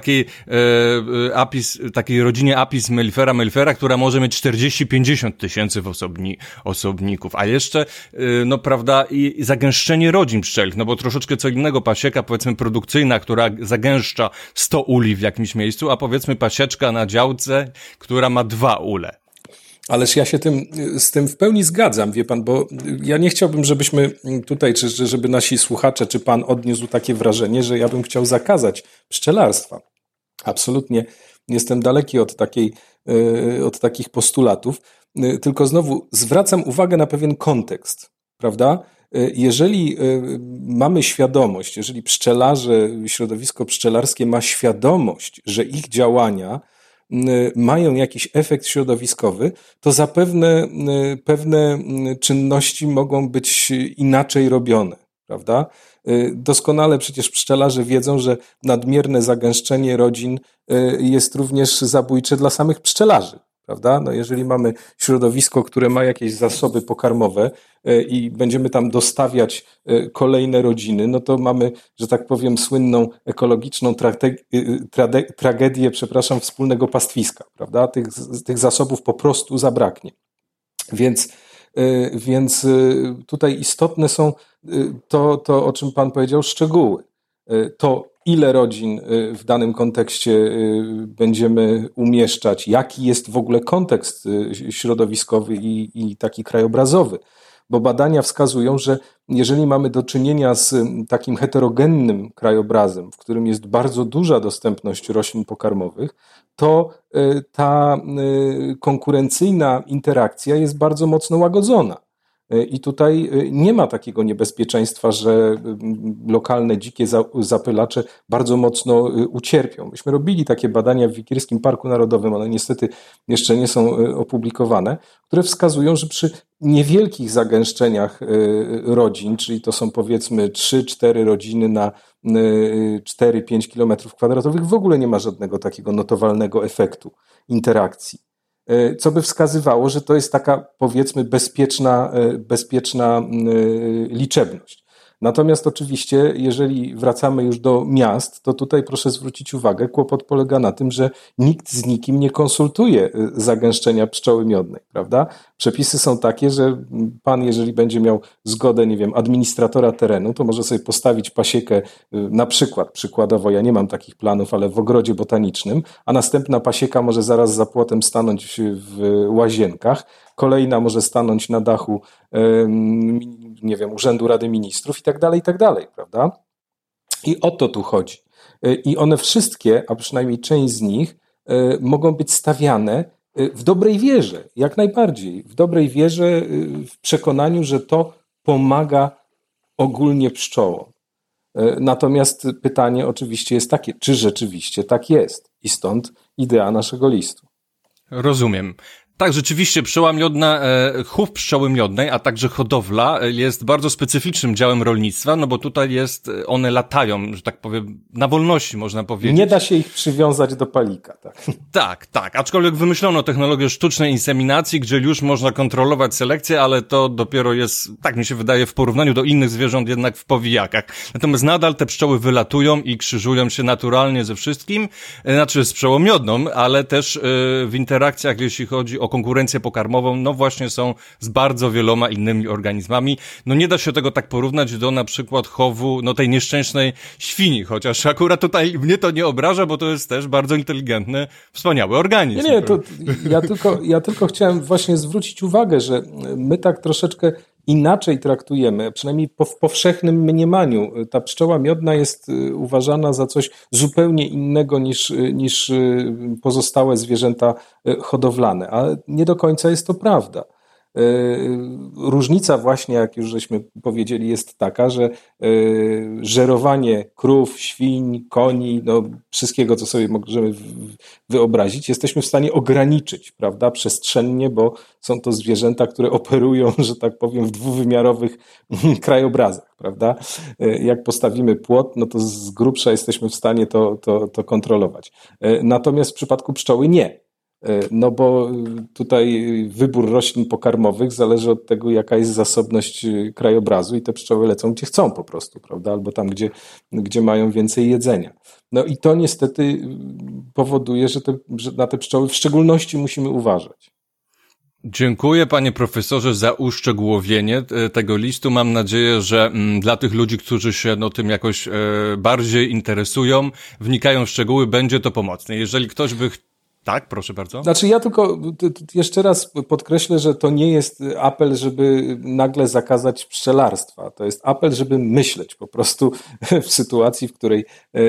takiej rodzinie Apis mellifera mellifera, która może mieć 40-50 tysięcy osobników, a jeszcze prawda i zagęszczenie rodzin pszczelich, no bo troszeczkę co innego pasieka, powiedzmy produkcyjna, która zagęszcza 100 uli w jakimś miejscu, a powiedzmy pasieczka na działce, która ma 2 ule. Ależ ja się z tym w pełni zgadzam, wie pan, bo ja nie chciałbym, żebyśmy tutaj, czy żeby nasi słuchacze, czy pan odniósł takie wrażenie, że ja bym chciał zakazać pszczelarstwa. Absolutnie jestem daleki od takich postulatów, tylko znowu zwracam uwagę na pewien kontekst, prawda? Jeżeli mamy świadomość, jeżeli pszczelarze, środowisko pszczelarskie ma świadomość, że ich działania mają jakiś efekt środowiskowy, to zapewne pewne czynności mogą być inaczej robione, prawda? Doskonale przecież pszczelarze wiedzą, że nadmierne zagęszczenie rodzin jest również zabójcze dla samych pszczelarzy. Prawda? No jeżeli mamy środowisko, które ma jakieś zasoby pokarmowe i będziemy tam dostawiać kolejne rodziny, no to mamy, że tak powiem, słynną ekologiczną tragedię, wspólnego pastwiska. Prawda? Tych zasobów po prostu zabraknie. Więc tutaj istotne są to, o czym pan powiedział, szczegóły. To ile rodzin w danym kontekście będziemy umieszczać, jaki jest w ogóle kontekst środowiskowy i taki krajobrazowy. Bo badania wskazują, że jeżeli mamy do czynienia z takim heterogennym krajobrazem, w którym jest bardzo duża dostępność roślin pokarmowych, to ta konkurencyjna interakcja jest bardzo mocno łagodzona. I tutaj nie ma takiego niebezpieczeństwa, że lokalne dzikie zapylacze bardzo mocno ucierpią. Myśmy robili takie badania w Wikirskim Parku Narodowym, one niestety jeszcze nie są opublikowane, które wskazują, że przy niewielkich zagęszczeniach rodzin, czyli to są powiedzmy 3-4 rodziny na 4-5 km2, w ogóle nie ma żadnego takiego notowalnego efektu interakcji. Co by wskazywało, że to jest taka, powiedzmy, bezpieczna liczebność. Natomiast oczywiście, jeżeli wracamy już do miast, to tutaj proszę zwrócić uwagę, kłopot polega na tym, że nikt z nikim nie konsultuje zagęszczenia pszczoły miodnej, prawda? Przepisy są takie, że pan, jeżeli będzie miał zgodę, nie wiem, administratora terenu, to może sobie postawić pasiekę, przykładowo, ja nie mam takich planów, ale w ogrodzie botanicznym, a następna pasieka może zaraz za płotem stanąć w łazienkach, kolejna może stanąć na dachu, nie wiem, Urzędu Rady Ministrów i tak dalej, prawda? I o to tu chodzi. I one wszystkie, a przynajmniej część z nich, mogą być stawiane w dobrej wierze, jak najbardziej. W dobrej wierze, w przekonaniu, że to pomaga ogólnie pszczołom. Natomiast pytanie oczywiście jest takie, czy rzeczywiście tak jest? I stąd idea naszego listu. Rozumiem. Tak, rzeczywiście pszczoła miodna, chów pszczoły miodnej, a także hodowla jest bardzo specyficznym działem rolnictwa, no bo tutaj one latają, że tak powiem, na wolności, można powiedzieć. Nie da się ich przywiązać do palika, tak. Tak, aczkolwiek wymyślono technologię sztucznej inseminacji, gdzie już można kontrolować selekcję, ale to dopiero jest, tak mi się wydaje, w porównaniu do innych zwierząt jednak w powijakach. Natomiast nadal te pszczoły wylatują i krzyżują się naturalnie ze wszystkim, znaczy z pszczołą miodną, ale też w interakcjach, jeśli chodzi o konkurencję pokarmową, no właśnie są z bardzo wieloma innymi organizmami. No nie da się tego tak porównać do na przykład chowu, no tej nieszczęsnej świni, chociaż akurat tutaj mnie to nie obraża, bo to jest też bardzo inteligentny, wspaniały organizm. Nie, to ja tylko chciałem właśnie zwrócić uwagę, że my tak troszeczkę inaczej traktujemy, przynajmniej w powszechnym mniemaniu. Ta pszczoła miodna jest uważana za coś zupełnie innego niż pozostałe zwierzęta hodowlane, a nie do końca jest to prawda. Różnica właśnie, jak już żeśmy powiedzieli, jest taka, że żerowanie krów, świń, koni, no wszystkiego, co sobie możemy wyobrazić, jesteśmy w stanie ograniczyć, prawda, przestrzennie, bo są to zwierzęta, które operują, że tak powiem, w dwuwymiarowych krajobrazach, prawda. Jak postawimy płot, no to z grubsza jesteśmy w stanie to kontrolować. Natomiast w przypadku pszczoły nie. No bo tutaj wybór roślin pokarmowych zależy od tego, jaka jest zasobność krajobrazu i te pszczoły lecą gdzie chcą po prostu, prawda? Albo tam, gdzie mają więcej jedzenia. No i to niestety powoduje, że na te pszczoły w szczególności musimy uważać. Dziękuję panie profesorze za uszczegółowienie tego listu. Mam nadzieję, że dla tych ludzi, którzy się tym jakoś bardziej interesują, wnikają w szczegóły, będzie to pomocne. Jeżeli ktoś by Tak, proszę bardzo. Znaczy ja tylko jeszcze raz podkreślę, że to nie jest apel, żeby nagle zakazać pszczelarstwa. To jest apel, żeby myśleć po prostu w sytuacji, w której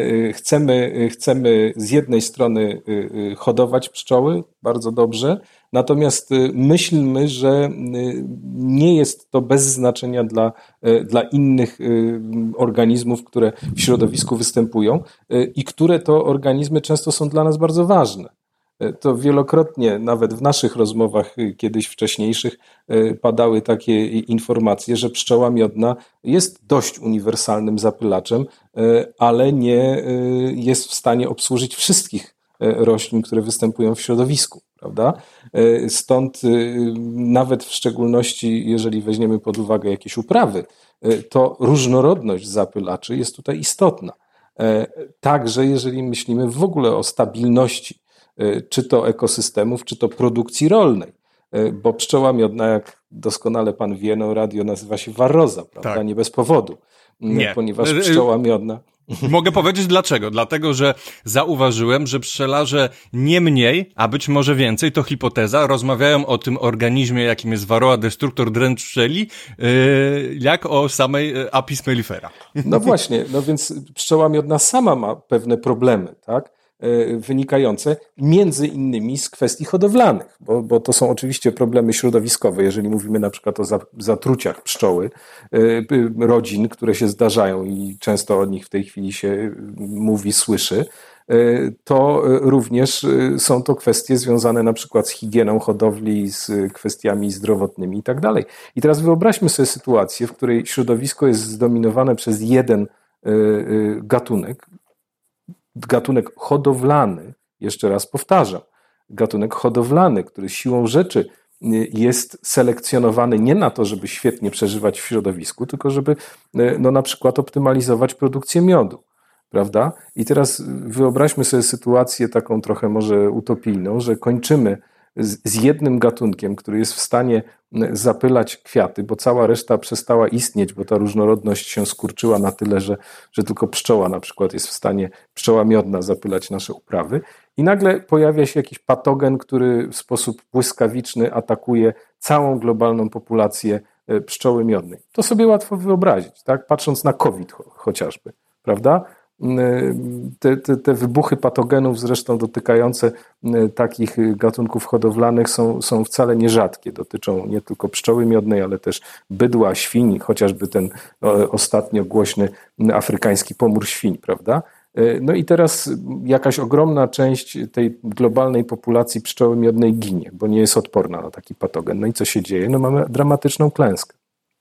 chcemy z jednej strony hodować pszczoły, bardzo dobrze, natomiast myślmy, że nie jest to bez znaczenia dla innych organizmów, które w środowisku występują i które to organizmy często są dla nas bardzo ważne. To wielokrotnie, nawet w naszych rozmowach kiedyś wcześniejszych, padały takie informacje, że pszczoła miodna jest dość uniwersalnym zapylaczem, ale nie jest w stanie obsłużyć wszystkich roślin, które występują w środowisku, prawda? Stąd nawet w szczególności, jeżeli weźmiemy pod uwagę jakieś uprawy, to różnorodność zapylaczy jest tutaj istotna. Także jeżeli myślimy w ogóle o stabilności czy to ekosystemów, czy to produkcji rolnej, bo pszczoła miodna, jak doskonale pan wie, no radio nazywa się Varroza, prawda? Tak. Nie bez powodu, nie. Ponieważ pszczoła miodna... Mogę powiedzieć dlaczego. Dlatego, że zauważyłem, że pszczelarze nie mniej, a być może więcej, to hipoteza, rozmawiają o tym organizmie, jakim jest Varroa destructor dręcz pszczeli, jak o samej Apis mellifera. No właśnie, no więc pszczoła miodna sama ma pewne problemy, tak? Wynikające między innymi z kwestii hodowlanych, bo to są oczywiście problemy środowiskowe, jeżeli mówimy na przykład o zatruciach pszczoły, rodzin, które się zdarzają i często o nich w tej chwili się mówi, słyszy, to również są to kwestie związane na przykład z higieną hodowli, z kwestiami zdrowotnymi i tak dalej. I teraz wyobraźmy sobie sytuację, w której środowisko jest zdominowane przez jeden gatunek hodowlany, jeszcze raz powtarzam, gatunek hodowlany, który siłą rzeczy jest selekcjonowany nie na to, żeby świetnie przeżywać w środowisku, tylko żeby no, na przykład optymalizować produkcję miodu. Prawda? I teraz wyobraźmy sobie sytuację taką trochę może utopijną, że kończymy z jednym gatunkiem, który jest w stanie zapylać kwiaty, bo cała reszta przestała istnieć, bo ta różnorodność się skurczyła na tyle, że tylko pszczoła na przykład jest w stanie, pszczoła miodna, zapylać nasze uprawy. I nagle pojawia się jakiś patogen, który w sposób błyskawiczny atakuje całą globalną populację pszczoły miodnej. To sobie łatwo wyobrazić, tak? Patrząc na COVID chociażby, prawda? Te wybuchy patogenów zresztą dotykające takich gatunków hodowlanych są wcale nierzadkie. Dotyczą nie tylko pszczoły miodnej, ale też bydła, świń, chociażby ten ostatnio głośny afrykański pomór świń, prawda? No i teraz jakaś ogromna część tej globalnej populacji pszczoły miodnej ginie, bo nie jest odporna na taki patogen. No i co się dzieje? No mamy dramatyczną klęskę.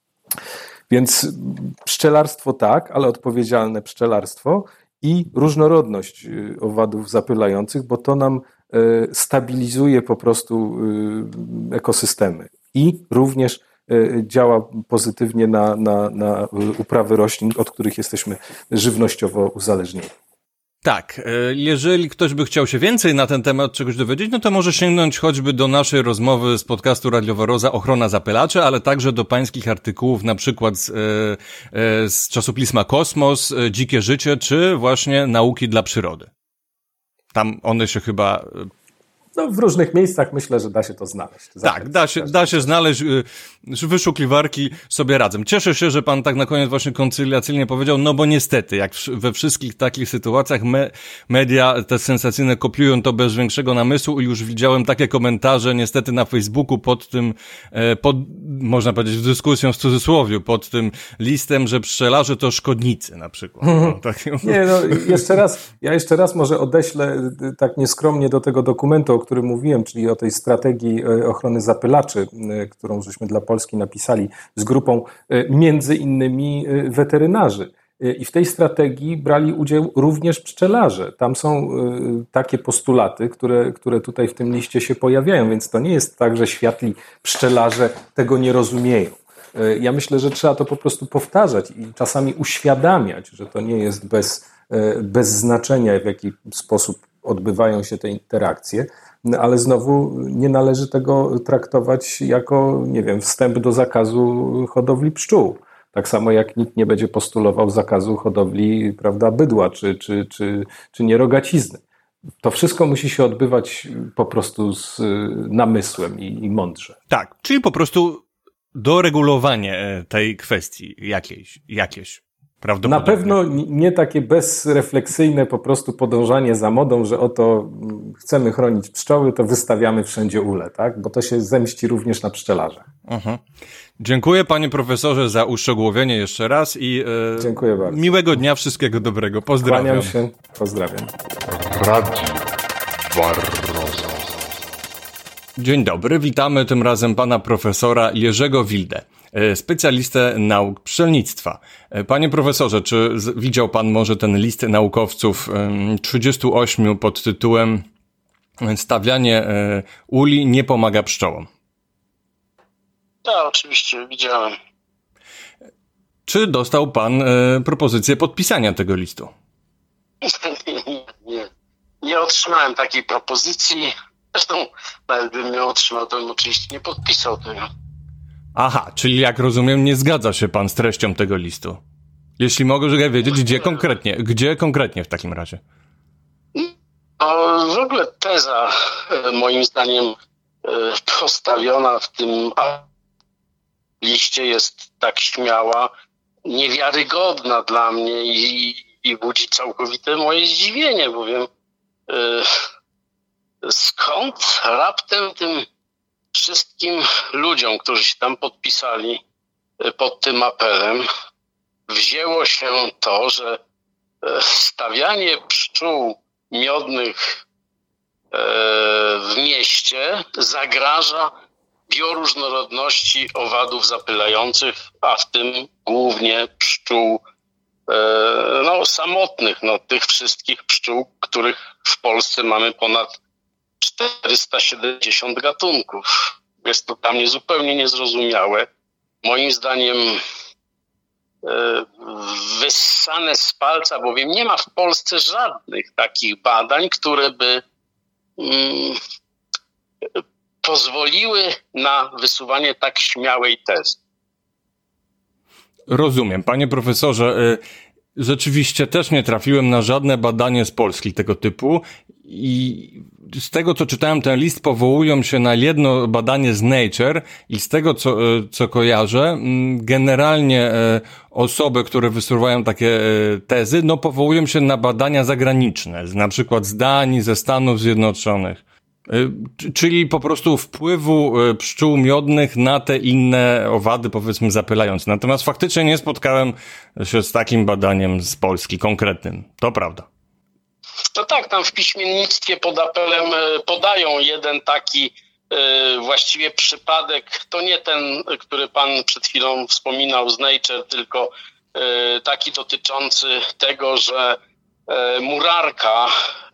Więc pszczelarstwo tak, ale odpowiedzialne pszczelarstwo i różnorodność owadów zapylających, bo to nam stabilizuje po prostu ekosystemy i również działa pozytywnie na uprawy roślin, od których jesteśmy żywnościowo uzależnieni. Tak, jeżeli ktoś by chciał się więcej na ten temat czegoś dowiedzieć, no to może sięgnąć choćby do naszej rozmowy z podcastu Radiowa Roza Ochrona zapylaczy, ale także do pańskich artykułów, na przykład z czasopisma Kosmos, Dzikie Życie, czy właśnie Nauki dla przyrody. Tam one się chyba... No, w różnych miejscach myślę, że da się to znaleźć. Tak, da się znaleźć, wyszukiwarki sobie radzą. Cieszę się, że pan tak na koniec właśnie koncyliacyjnie powiedział, no bo niestety, jak we wszystkich takich sytuacjach media te sensacyjne kopiują to bez większego namysłu i już widziałem takie komentarze niestety na Facebooku pod tym, można powiedzieć w dyskusją w cudzysłowiu, pod tym listem, że pszczelarze to szkodnicy na przykład. No, tak. Nie, no jeszcze raz może odeślę tak nieskromnie do tego dokumentu, o którym mówiłem, czyli o tej strategii ochrony zapylaczy, którą żeśmy dla Polski napisali z grupą między innymi weterynarzy. I w tej strategii brali udział również pszczelarze. Tam są takie postulaty, które tutaj w tym liście się pojawiają, więc to nie jest tak, że światli pszczelarze tego nie rozumieją. Ja myślę, że trzeba to po prostu powtarzać i czasami uświadamiać, że to nie jest bez znaczenia, w jaki sposób odbywają się te interakcje, ale znowu nie należy tego traktować jako, nie wiem, wstęp do zakazu hodowli pszczół. Tak samo jak nikt nie będzie postulował zakazu hodowli, prawda, bydła czy nierogacizny. To wszystko musi się odbywać po prostu z namysłem i mądrze. Tak, czyli po prostu doregulowanie tej kwestii jakieś. Na pewno nie takie bezrefleksyjne po prostu podążanie za modą, że oto chcemy chronić pszczoły, to wystawiamy wszędzie ule, tak? Bo to się zemści również na pszczelarzach. Dziękuję panie profesorze za uszczegółowienie jeszcze raz i dziękuję bardzo. Miłego dnia, wszystkiego dobrego. Pozdrawiam. Kłaniam się, pozdrawiam. Radio Barroso. Dzień dobry, witamy tym razem pana profesora Jerzego Wildę, specjalistę nauk pszczelnictwa. Panie profesorze, czy widział pan może ten list naukowców 38 pod tytułem Stawianie uli nie pomaga pszczołom? Tak, oczywiście, widziałem. Czy dostał pan propozycję podpisania tego listu? Nie otrzymałem takiej propozycji. Zresztą nawet bym ją otrzymał, to bym oczywiście nie podpisał tego. Aha, czyli jak rozumiem, nie zgadza się pan z treścią tego listu. Jeśli mogę wiedzieć, gdzie konkretnie w takim razie? W ogóle teza, moim zdaniem, postawiona w tym liście jest tak śmiała, niewiarygodna dla mnie i budzi całkowite moje zdziwienie, bowiem skąd raptem tym wszystkim ludziom, którzy się tam podpisali pod tym apelem, wzięło się to, że stawianie pszczół miodnych w mieście zagraża bioróżnorodności owadów zapylających, a w tym głównie pszczół samotnych, tych wszystkich pszczół, których w Polsce mamy ponad 470 gatunków. Jest to dla mnie zupełnie niezrozumiałe. Moim zdaniem wyssane z palca, bowiem nie ma w Polsce żadnych takich badań, które by pozwoliły na wysuwanie tak śmiałej tezy. Rozumiem. Panie profesorze, rzeczywiście też nie trafiłem na żadne badanie z Polski tego typu i z tego, co czytałem, ten list powołują się na jedno badanie z Nature i z tego, co kojarzę, generalnie osoby, które wysuwają takie tezy, no powołują się na badania zagraniczne, na przykład z Danii, ze Stanów Zjednoczonych. Czyli po prostu wpływu pszczół miodnych na te inne owady, powiedzmy, zapylające. Natomiast faktycznie nie spotkałem się z takim badaniem z Polski konkretnym. To prawda. No tak, tam w piśmiennictwie pod apelem podają jeden taki właściwie przypadek. To nie ten, który pan przed chwilą wspominał z Nature, tylko taki dotyczący tego, że murarka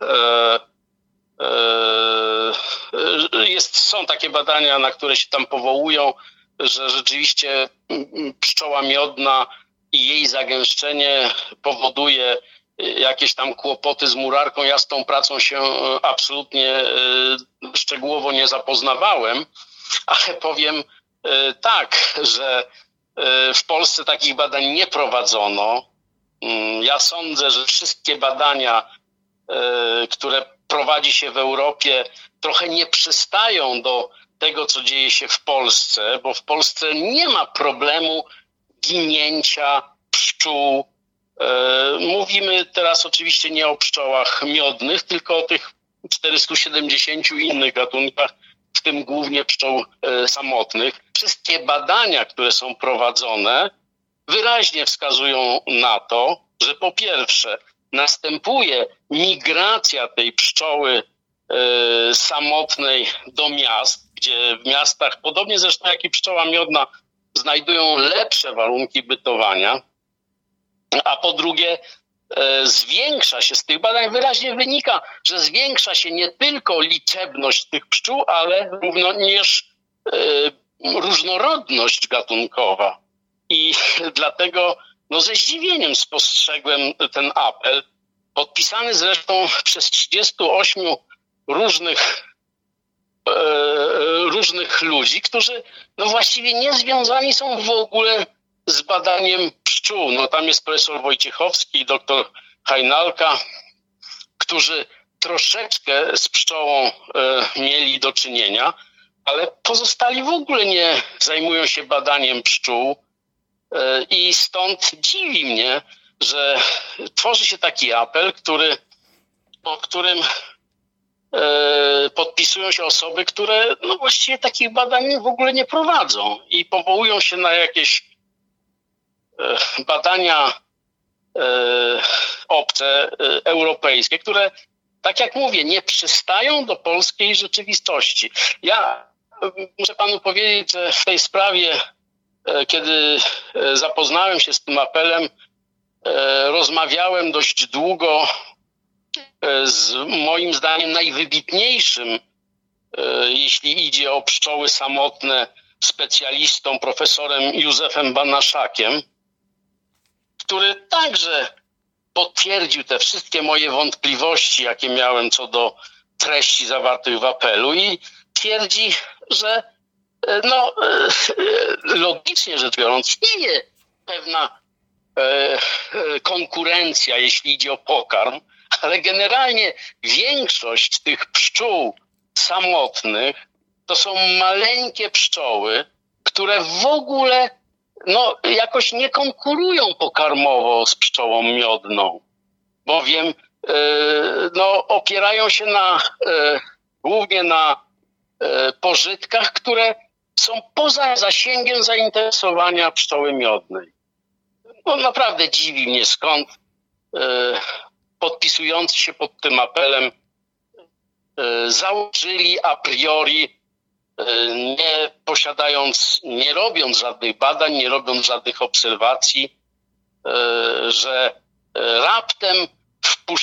są takie badania, na które się tam powołują, że rzeczywiście pszczoła miodna i jej zagęszczenie powoduje jakieś tam kłopoty z murarką. Ja z tą pracą się absolutnie szczegółowo nie zapoznawałem, ale powiem tak, że w Polsce takich badań nie prowadzono. Ja sądzę, że wszystkie badania, które prowadzi się w Europie, trochę nie przystają do tego, co dzieje się w Polsce, bo w Polsce nie ma problemu ginięcia pszczół. Mówimy teraz oczywiście nie o pszczołach miodnych, tylko o tych 470 innych gatunkach, w tym głównie pszczół samotnych. Wszystkie badania, które są prowadzone, wyraźnie wskazują na to, że po pierwsze następuje migracja tej pszczoły samotnej do miast, gdzie w miastach, podobnie zresztą jak i pszczoła miodna, znajdują lepsze warunki bytowania, a po drugie zwiększa się, z tych badań wyraźnie wynika, że zwiększa się nie tylko liczebność tych pszczół, ale również różnorodność gatunkowa. I dlatego ze zdziwieniem spostrzegłem ten apel, podpisany zresztą przez 38 różnych ludzi, którzy właściwie nie związani są w ogóle z badaniem pszczół. Tam jest profesor Wojciechowski i doktor Hajnalka, którzy troszeczkę z pszczołą mieli do czynienia, ale pozostali w ogóle nie zajmują się badaniem pszczół. I stąd dziwi mnie, że tworzy się taki apel, pod którym podpisują się osoby, które właściwie takich badań w ogóle nie prowadzą i powołują się na jakieś badania obce, europejskie, które, tak jak mówię, nie przystają do polskiej rzeczywistości. Ja muszę panu powiedzieć, że w tej sprawie, kiedy zapoznałem się z tym apelem, rozmawiałem dość długo z moim zdaniem najwybitniejszym, jeśli idzie o pszczoły samotne, specjalistą, profesorem Józefem Banaszakiem, który także potwierdził te wszystkie moje wątpliwości, jakie miałem co do treści zawartych w apelu i twierdzi, że logicznie rzecz biorąc istnieje pewna konkurencja, jeśli idzie o pokarm, ale generalnie większość tych pszczół samotnych to są maleńkie pszczoły, które w ogóle jakoś nie konkurują pokarmowo z pszczołą miodną, bowiem opierają się głównie na pożytkach, które są poza zasięgiem zainteresowania pszczoły miodnej. Naprawdę dziwi mnie, skąd podpisujący się pod tym apelem założyli a priori, nie robiąc żadnych badań, nie robiąc żadnych obserwacji, że raptem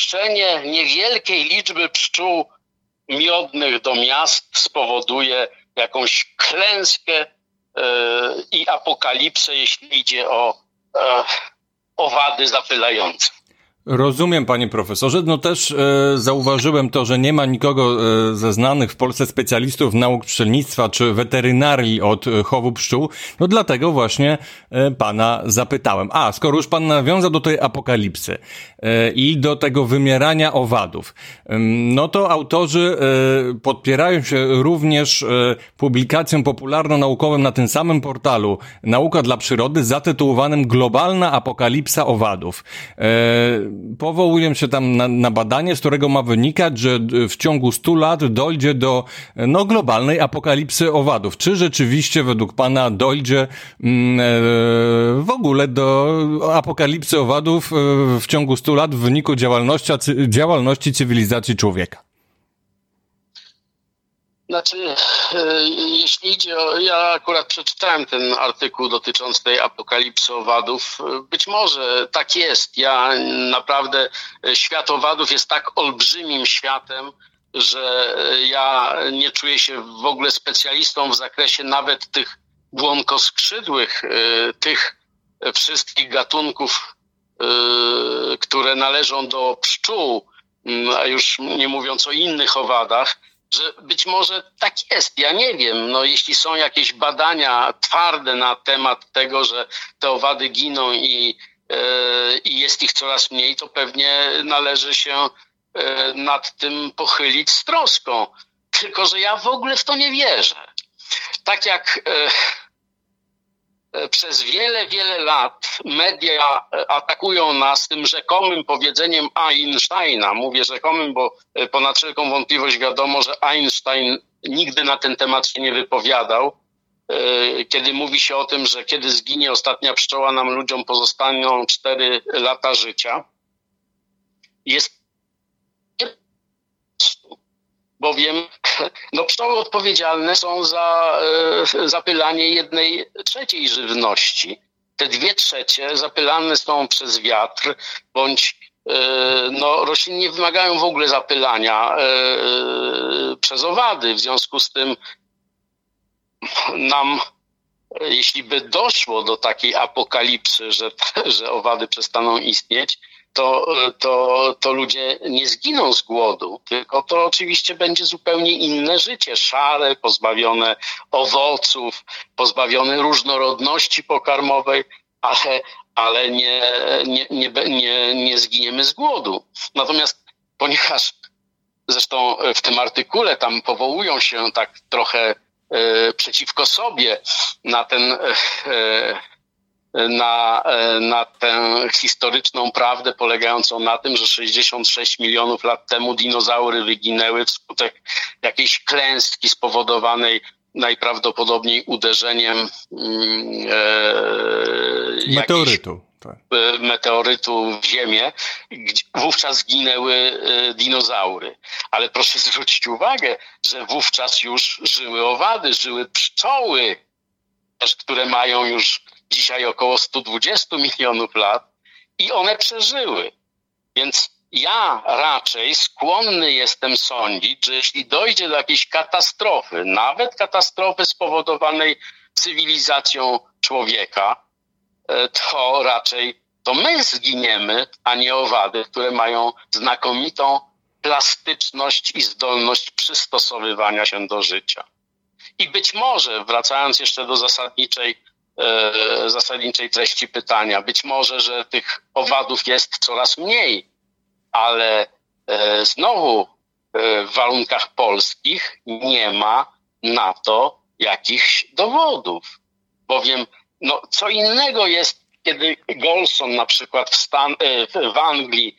wpuszczenie niewielkiej liczby pszczół miodnych do miast spowoduje jakąś klęskę i apokalipsę, jeśli idzie o owady zapylające. Rozumiem, panie profesorze. No też zauważyłem to, że nie ma nikogo ze znanych w Polsce specjalistów nauk pszczelnictwa czy weterynarii od chowu pszczół. No dlatego właśnie pana zapytałem. A, skoro już pan nawiązał do tej apokalipsy i do tego wymierania owadów, no to autorzy podpierają się również publikacją popularno-naukową na tym samym portalu Nauka dla Przyrody zatytułowanym Globalna apokalipsa owadów. Powołują się tam na badanie, z którego ma wynikać, że w ciągu 100 lat dojdzie do globalnej apokalipsy owadów. Czy rzeczywiście według pana dojdzie w ogóle do apokalipsy owadów w ciągu 100 lat w wyniku działalności cywilizacji człowieka? Znaczy, jeśli idzie o... Ja akurat przeczytałem ten artykuł dotyczący tej apokalipsy owadów. Być może tak jest. Naprawdę świat owadów jest tak olbrzymim światem, że ja nie czuję się w ogóle specjalistą w zakresie nawet tych błonkoskrzydłych, tych wszystkich gatunków, które należą do pszczół, a już nie mówiąc o innych owadach, że być może tak jest, ja nie wiem. No, jeśli są jakieś badania twarde na temat tego, że te owady giną i jest ich coraz mniej, to pewnie należy się nad tym pochylić z troską. Tylko że ja w ogóle w to nie wierzę. Tak jak przez wiele, wiele lat media atakują nas tym rzekomym powiedzeniem Einsteina. Mówię rzekomym, bo ponad wszelką wątpliwość wiadomo, że Einstein nigdy na ten temat się nie wypowiadał. Kiedy mówi się o tym, że kiedy zginie ostatnia pszczoła, nam ludziom pozostaną 4 lata życia. Jest bowiem pszczoły odpowiedzialne są za zapylanie 1/3 żywności. Te 2/3 zapylane są przez wiatr, bądź rośliny nie wymagają w ogóle zapylania przez owady. W związku z tym nam, jeśli by doszło do takiej apokalipsy, że owady przestaną istnieć, to ludzie nie zginą z głodu, tylko to oczywiście będzie zupełnie inne życie, szare, pozbawione owoców, pozbawione różnorodności pokarmowej, ale nie zginiemy z głodu. Natomiast ponieważ zresztą w tym artykule tam powołują się tak trochę przeciwko sobie na tę historyczną prawdę polegającą na tym, że 66 milionów lat temu dinozaury wyginęły wskutek jakiejś klęski spowodowanej najprawdopodobniej uderzeniem meteorytu w ziemię. Wówczas zginęły dinozaury. Ale proszę zwrócić uwagę, że wówczas już żyły owady, żyły pszczoły, które mają już dzisiaj około 120 milionów lat i one przeżyły. Więc ja raczej skłonny jestem sądzić, że jeśli dojdzie do jakiejś katastrofy, nawet katastrofy spowodowanej cywilizacją człowieka, to raczej to my zginiemy, a nie owady, które mają znakomitą plastyczność i zdolność przystosowywania się do życia. I być może, wracając jeszcze do zasadniczej treści pytania, być może, że tych owadów jest coraz mniej, ale znowu w warunkach polskich nie ma na to jakichś dowodów. Bowiem co innego jest, kiedy Golson na przykład w Anglii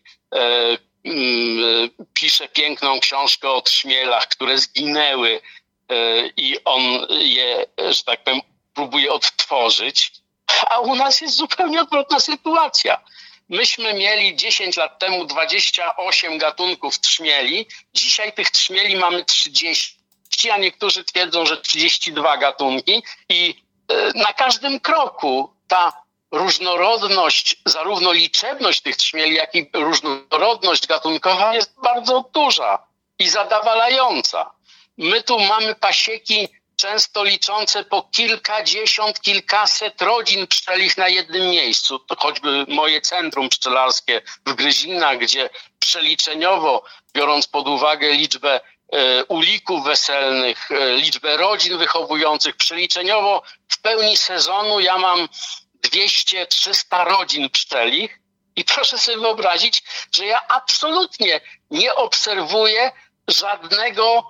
pisze piękną książkę o trzmielach, które zginęły i on je, że tak powiem, próbuje odtworzyć, a u nas jest zupełnie odwrotna sytuacja. Myśmy mieli 10 lat temu 28 gatunków trzmieli, dzisiaj tych trzmieli mamy 30, a niektórzy twierdzą, że 32 gatunki i na każdym kroku ta różnorodność, zarówno liczebność tych trzmieli, jak i różnorodność gatunkowa jest bardzo duża i zadowalająca. My tu mamy pasieki często liczące po kilkadziesiąt, kilkaset rodzin pszczelich na jednym miejscu. To choćby moje centrum pszczelarskie w Gryzinach, gdzie przeliczeniowo, biorąc pod uwagę liczbę ulików weselnych, liczbę rodzin wychowujących, przeliczeniowo w pełni sezonu ja mam 200-300 rodzin pszczelich i proszę sobie wyobrazić, że ja absolutnie nie obserwuję żadnego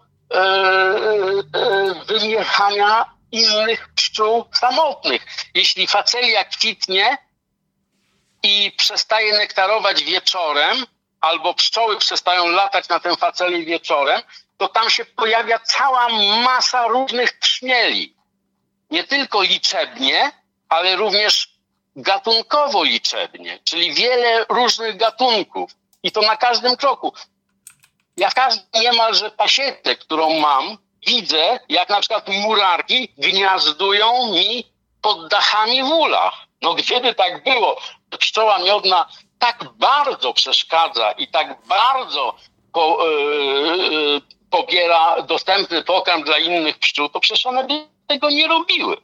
wyjechania innych pszczół samotnych. Jeśli facelia kwitnie i przestaje nektarować wieczorem, albo pszczoły przestają latać na tę facelię wieczorem, to tam się pojawia cała masa różnych trzmieli. Nie tylko liczebnie, ale również gatunkowo liczebnie, czyli wiele różnych gatunków. I to na każdym kroku. Ja w każdej niemalże pasiece, którą mam, widzę, jak na przykład murarki gniazdują mi pod dachami w ulach. No gdyby tak było, pszczoła miodna tak bardzo przeszkadza i tak bardzo pobiera dostępny pokarm dla innych pszczół, to przecież one by tego nie robiły.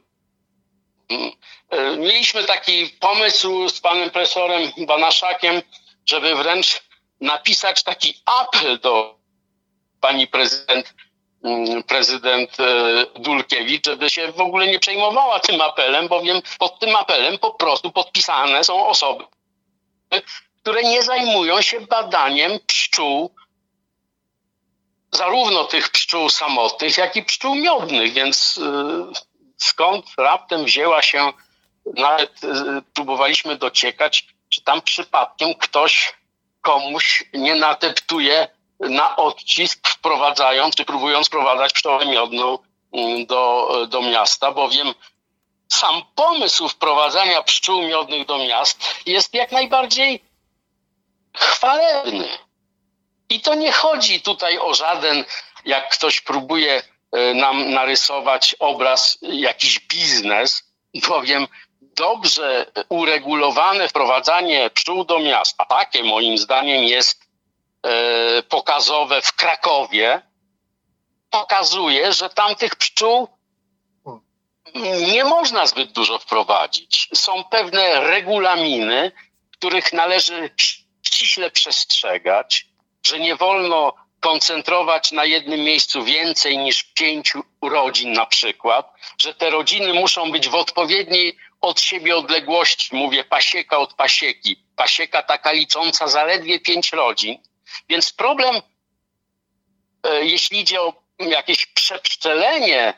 Mieliśmy taki pomysł z panem profesorem Banaszakiem, żeby wręcz napisać taki apel do pani prezydent Dulkiewicz, żeby się w ogóle nie przejmowała tym apelem, bowiem pod tym apelem po prostu podpisane są osoby, które nie zajmują się badaniem pszczół, zarówno tych pszczół samotnych, jak i pszczół miodnych, więc skąd raptem wzięła się, nawet próbowaliśmy dociekać, czy tam przypadkiem ktoś komuś nie nadeptuje na odcisk, wprowadzając, czy próbując wprowadzać pszczołę miodną do miasta, bowiem sam pomysł wprowadzania pszczół miodnych do miast jest jak najbardziej chwalebny. I to nie chodzi tutaj o żaden, jak ktoś próbuje nam narysować obraz, jakiś biznes, bowiem dobrze uregulowane wprowadzanie pszczół do miast, a takie moim zdaniem jest pokazowe w Krakowie, pokazuje, że tam tych pszczół nie można zbyt dużo wprowadzić. Są pewne regulaminy, których należy ściśle przestrzegać, że nie wolno koncentrować na jednym miejscu więcej niż 5 rodzin na przykład, że te rodziny muszą być w odpowiedniej od siebie odległości. Mówię pasieka od pasieki. Pasieka taka licząca zaledwie 5 rodzin. Więc problem, jeśli idzie o jakieś przepszczelenie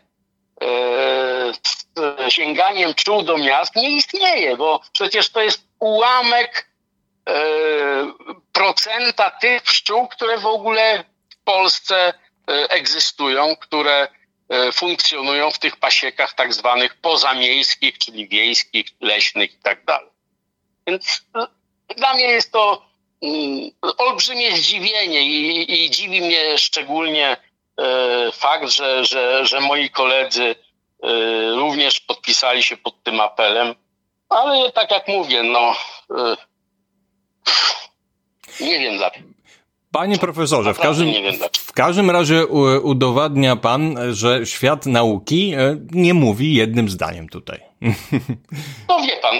z sięganiem pszczół do miast, nie istnieje, bo przecież to jest ułamek procenta tych pszczół, które w ogóle w Polsce egzystują, które funkcjonują w tych pasiekach tak zwanych pozamiejskich, czyli wiejskich, leśnych i tak dalej. Więc dla mnie jest to olbrzymie zdziwienie i dziwi mnie szczególnie fakt, że moi koledzy również podpisali się pod tym apelem, ale tak jak mówię, nie wiem dlaczego. Panie profesorze, w każdym razie udowadnia pan, że świat nauki nie mówi jednym zdaniem tutaj. No wie pan,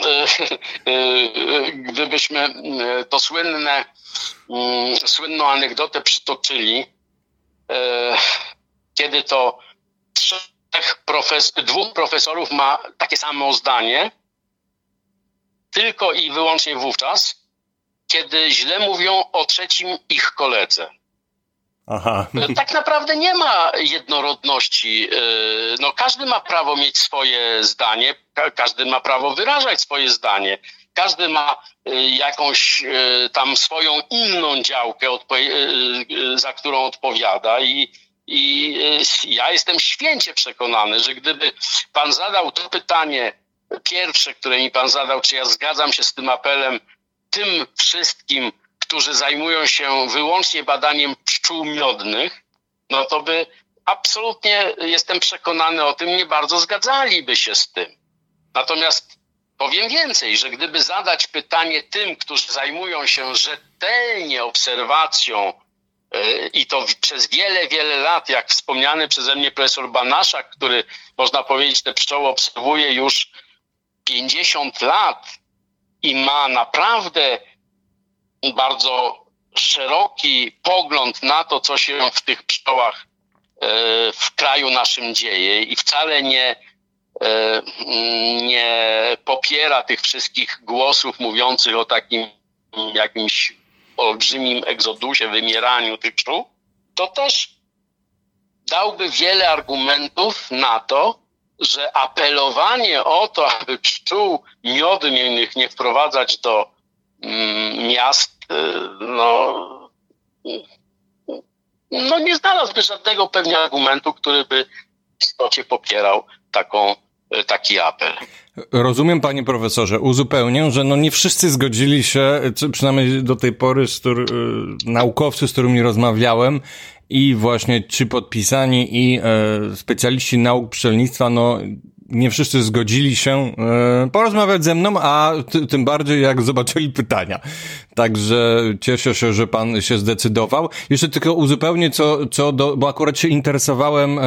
gdybyśmy to słynną anegdotę przytoczyli, kiedy to 2 profesorów ma takie samo zdanie, tylko i wyłącznie wówczas, kiedy źle mówią o trzecim ich koledze. Aha. Tak naprawdę nie ma jednorodności. Każdy ma prawo mieć swoje zdanie, każdy ma prawo wyrażać swoje zdanie. Każdy ma jakąś tam swoją inną działkę, za którą odpowiada i ja jestem święcie przekonany, że gdyby pan zadał to pytanie pierwsze, które mi pan zadał, czy ja zgadzam się z tym apelem tym wszystkim, którzy zajmują się wyłącznie badaniem pszczół miodnych, no to by absolutnie, jestem przekonany o tym, nie bardzo zgadzaliby się z tym. Natomiast powiem więcej, że gdyby zadać pytanie tym, którzy zajmują się rzetelnie obserwacją i to przez wiele, wiele lat, jak wspomniany przeze mnie profesor Banaszak, który, można powiedzieć, te pszczoły obserwuje już 50 lat i ma naprawdę bardzo szeroki pogląd na to, co się w tych pszczołach w kraju naszym dzieje i wcale nie popiera tych wszystkich głosów mówiących o takim jakimś olbrzymim egzodusie, wymieraniu tych pszczół, to też dałby wiele argumentów na to, że apelowanie o to, aby pszczół miodu miejnych nie wprowadzać do miast, no nie znalazłby żadnego pewnie argumentu, który by w istocie popierał taki apel. Rozumiem, panie profesorze, uzupełnię, że nie wszyscy zgodzili się, przynajmniej do tej pory, naukowcy, z którymi rozmawiałem, i właśnie ci podpisani i specjaliści nauk pszczelnictwa, nie wszyscy zgodzili się porozmawiać ze mną, a tym bardziej jak zobaczyli pytania. Także cieszę się, że pan się zdecydował. Jeszcze tylko uzupełnię bo akurat się interesowałem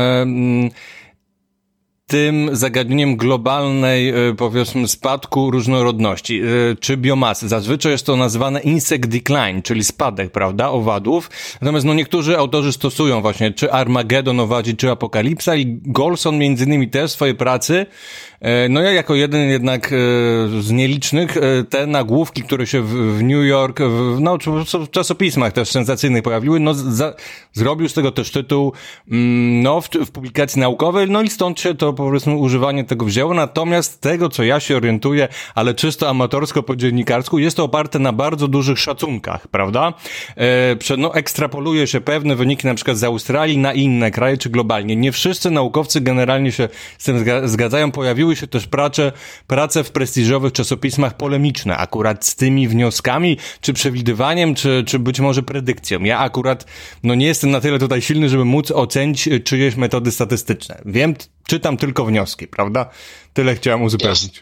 tym zagadnieniem globalnej, powiedzmy, spadku różnorodności, czy biomasy. Zazwyczaj jest to nazywane insect decline, czyli spadek, prawda, owadów. Natomiast niektórzy autorzy stosują właśnie czy Armagedon owadzi, czy Apokalipsa, i Golson między innymi też w swojej pracy, ja jako jeden jednak z nielicznych, te nagłówki, które się w New York, w czasopismach też sensacyjnych pojawiły, zrobił z tego też tytuł, w publikacji naukowej, i stąd się to, powiedzmy, używanie tego wzięło. Natomiast tego, co ja się orientuję, ale czysto amatorsko po dziennikarsku, jest to oparte na bardzo dużych szacunkach, prawda? Ekstrapoluje się pewne wyniki na przykład z Australii na inne kraje, czy globalnie. Nie wszyscy naukowcy generalnie się z tym zgadzają. Pojawiły się też prace w prestiżowych czasopismach polemiczne, akurat z tymi wnioskami, czy przewidywaniem, czy być może predykcją. Ja akurat, nie jestem na tyle tutaj silny, żeby móc ocenić czyjeś metody statystyczne. Wiem, czytam tylko wnioski, prawda? Tyle chciałem uzupełnić.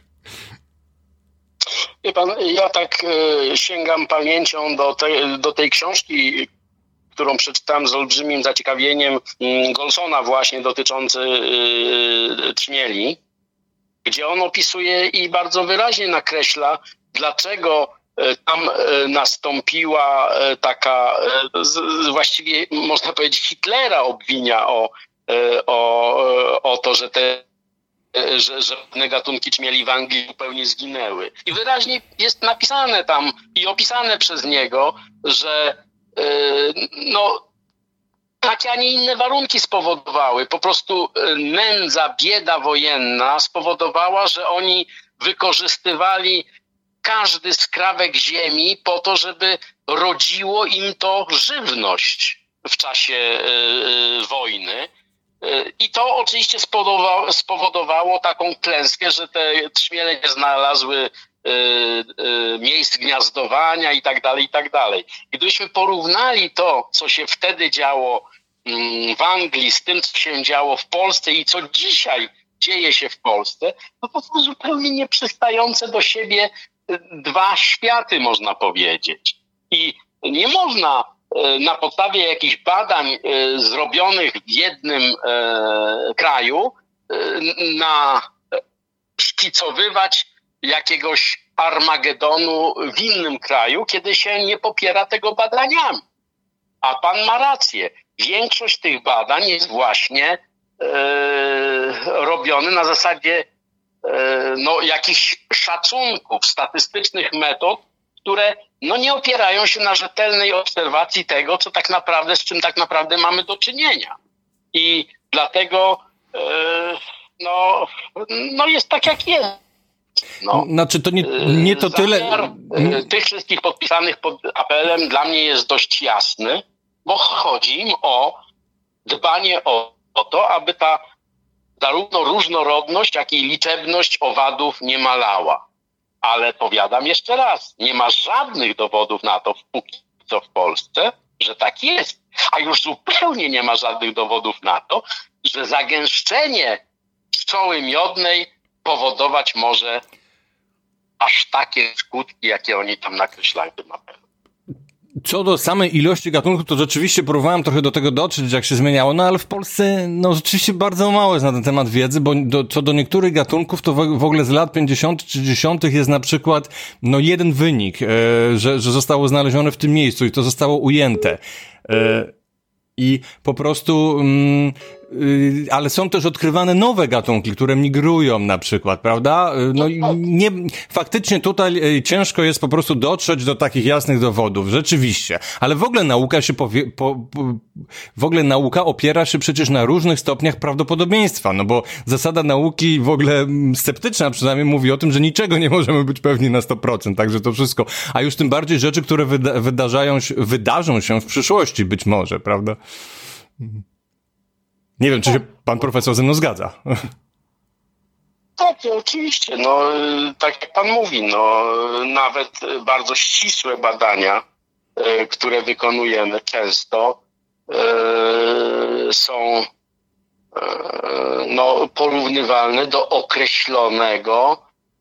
Wie pan, ja tak sięgam pamięcią do tej książki, którą przeczytałem z olbrzymim zaciekawieniem, Golsona właśnie, dotyczący trzmieli, gdzie on opisuje i bardzo wyraźnie nakreśla, dlaczego tam nastąpiła taka, właściwie można powiedzieć, Hitlera obwinia o to, że pewne gatunki trzmieli w Anglii zupełnie zginęły. I wyraźnie jest napisane tam i opisane przez niego, że takie, a nie inne warunki spowodowały. Po prostu nędza, bieda wojenna spowodowała, że oni wykorzystywali każdy skrawek ziemi po to, żeby rodziło im to żywność w czasie wojny. I to oczywiście spowodowało taką klęskę, że te trzmiele nie znalazły miejsc gniazdowania i tak dalej, i tak dalej. Gdybyśmy porównali to, co się wtedy działo w Anglii z tym, co się działo w Polsce i co dzisiaj dzieje się w Polsce, to są zupełnie nieprzystające do siebie dwa światy, można powiedzieć. I nie można na podstawie jakichś badań zrobionych w jednym kraju szkicowywać jakiegoś Armagedonu w innym kraju, kiedy się nie popiera tego badaniami. A pan ma rację. Większość tych badań jest właśnie robione na zasadzie jakichś szacunków, statystycznych metod, które nie opierają się na rzetelnej obserwacji tego, co tak naprawdę, z czym tak naprawdę mamy do czynienia. I dlatego jest tak, jak jest. Znaczy to nie to tyle. Tych wszystkich podpisanych pod apelem dla mnie jest dość jasny, bo chodzi im o dbanie o to, aby ta zarówno różnorodność, jak i liczebność owadów nie malała. Ale powiadam jeszcze raz, nie ma żadnych dowodów na to, póki co w Polsce, że tak jest. A już zupełnie nie ma żadnych dowodów na to, że zagęszczenie pszczoły miodnej powodować może aż takie skutki, jakie oni tam nakreślają w tym apelu. Co do samej ilości gatunków, to rzeczywiście próbowałem trochę do tego dotrzeć, jak się zmieniało, no ale w Polsce, no rzeczywiście bardzo mało jest na ten temat wiedzy, bo co do niektórych gatunków, to w ogóle z lat 50. czy 60. jest na przykład, no jeden wynik, że zostało znalezione w tym miejscu i to zostało ujęte. I po prostu, ale są też odkrywane nowe gatunki, które migrują na przykład, prawda? No nie, faktycznie tutaj ciężko jest po prostu dotrzeć do takich jasnych dowodów, rzeczywiście. Ale w ogóle nauka się w ogóle nauka opiera się przecież na różnych stopniach prawdopodobieństwa, no bo zasada nauki w ogóle sceptyczna przynajmniej mówi o tym, że niczego nie możemy być pewni na 100%, także to wszystko, a już tym bardziej rzeczy, które wydarzą się w przyszłości być może, prawda? Nie wiem, czy się pan profesor ze mną zgadza. Tak, oczywiście. No, tak jak pan mówi, no, nawet bardzo ścisłe badania, które wykonujemy często, są no, porównywalne do określonego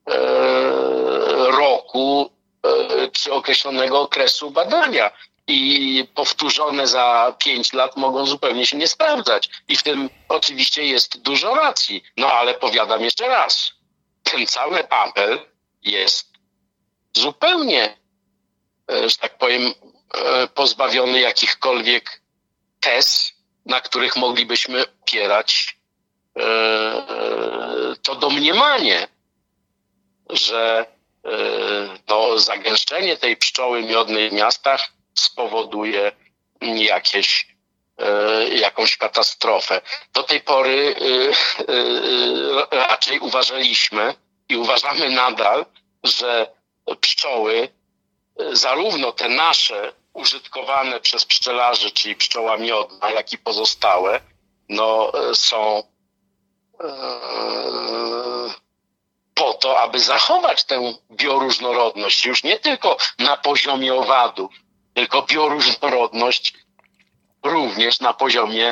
roku czy określonego okresu badania. I powtórzone za 5 lat mogą zupełnie się nie sprawdzać. I w tym oczywiście jest dużo racji. No ale powiadam jeszcze raz, ten cały apel jest zupełnie, że tak powiem, pozbawiony jakichkolwiek tez, na których moglibyśmy opierać to domniemanie, że no, zagęszczenie tej pszczoły miodnej w miastach spowoduje jakąś katastrofę. Do tej pory raczej uważaliśmy i uważamy nadal, że pszczoły, zarówno te nasze użytkowane przez pszczelarzy, czyli pszczoła miodna, jak i pozostałe, no, są po to, aby zachować tę bioróżnorodność, już nie tylko na poziomie owadów, tylko bioróżnorodność również na poziomie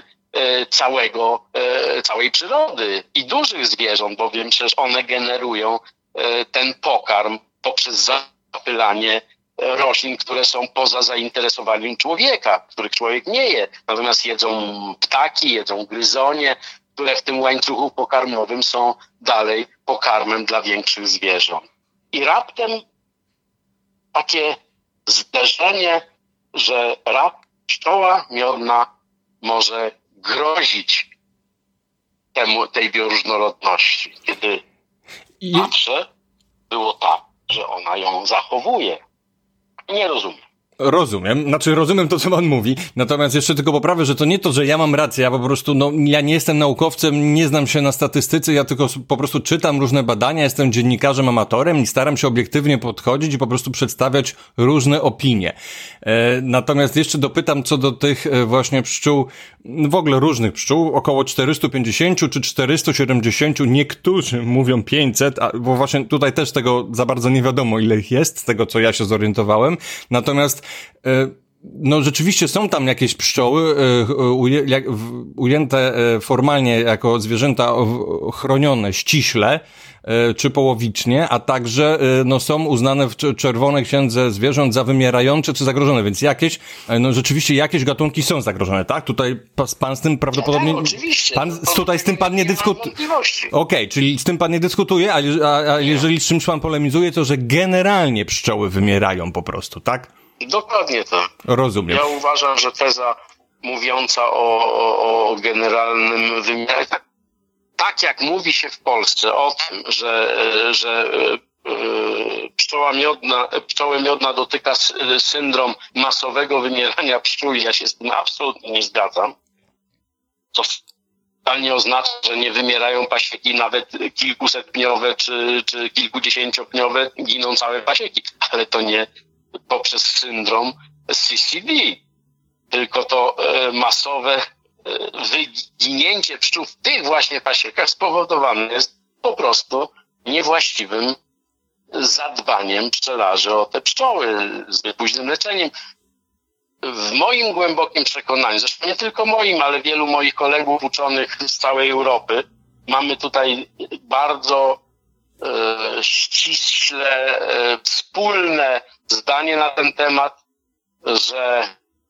całej przyrody i dużych zwierząt, bowiem przecież one generują ten pokarm poprzez zapylanie roślin, które są poza zainteresowaniem człowieka, których człowiek nie je. Natomiast jedzą ptaki, jedzą gryzonie, które w tym łańcuchu pokarmowym są dalej pokarmem dla większych zwierząt. I raptem takie zderzenie, że pszczoła miodna może grozić tej bioróżnorodności, kiedy zawsze było tak, że ona ją zachowuje. Nie rozumiem. Rozumiem to, co pan mówi, natomiast jeszcze tylko poprawię, że to nie to, że ja mam rację, ja po prostu, no, ja nie jestem naukowcem, nie znam się na statystyce, ja tylko po prostu czytam różne badania, jestem dziennikarzem amatorem i staram się obiektywnie podchodzić i po prostu przedstawiać różne opinie. Natomiast jeszcze dopytam co do tych właśnie pszczół, w ogóle różnych pszczół, około 450 czy 470, niektórzy mówią 500, bo właśnie tutaj też tego za bardzo nie wiadomo, ile ich jest, z tego co ja się zorientowałem, natomiast no rzeczywiście są tam jakieś pszczoły ujęte formalnie jako zwierzęta chronione ściśle czy połowicznie, a także no są uznane w Czerwonej Księdze Zwierząt za wymierające czy zagrożone, więc rzeczywiście jakieś gatunki są zagrożone, tak? Tutaj pan z tym prawdopodobnie... No, oczywiście. Tutaj z tym pan nie dyskutuje. Okej, czyli z tym pan nie dyskutuje, a jeżeli z czymś pan polemizuje, to że generalnie pszczoły wymierają po prostu, tak? Dokładnie tak. Rozumiem. Ja uważam, że teza mówiąca o generalnym wymiarze, tak jak mówi się w Polsce o tym, że pszczoły miodna dotyka syndrom masowego wymierania pszczół, ja się z tym absolutnie nie zgadzam. To wcale nie oznacza, że nie wymierają pasieki, nawet kilkusetpniowe czy kilkudziesięciopniowe, giną całe pasieki, ale to nie poprzez syndrom CCD, tylko to masowe wyginięcie pszczół w tych właśnie pasiekach spowodowane jest po prostu niewłaściwym zadbaniem pszczelarzy o te pszczoły, zbyt późnym leczeniem. W moim głębokim przekonaniu, zresztą nie tylko moim, ale wielu moich kolegów uczonych z całej Europy, mamy tutaj bardzo ściśle wspólne zdanie na ten temat, że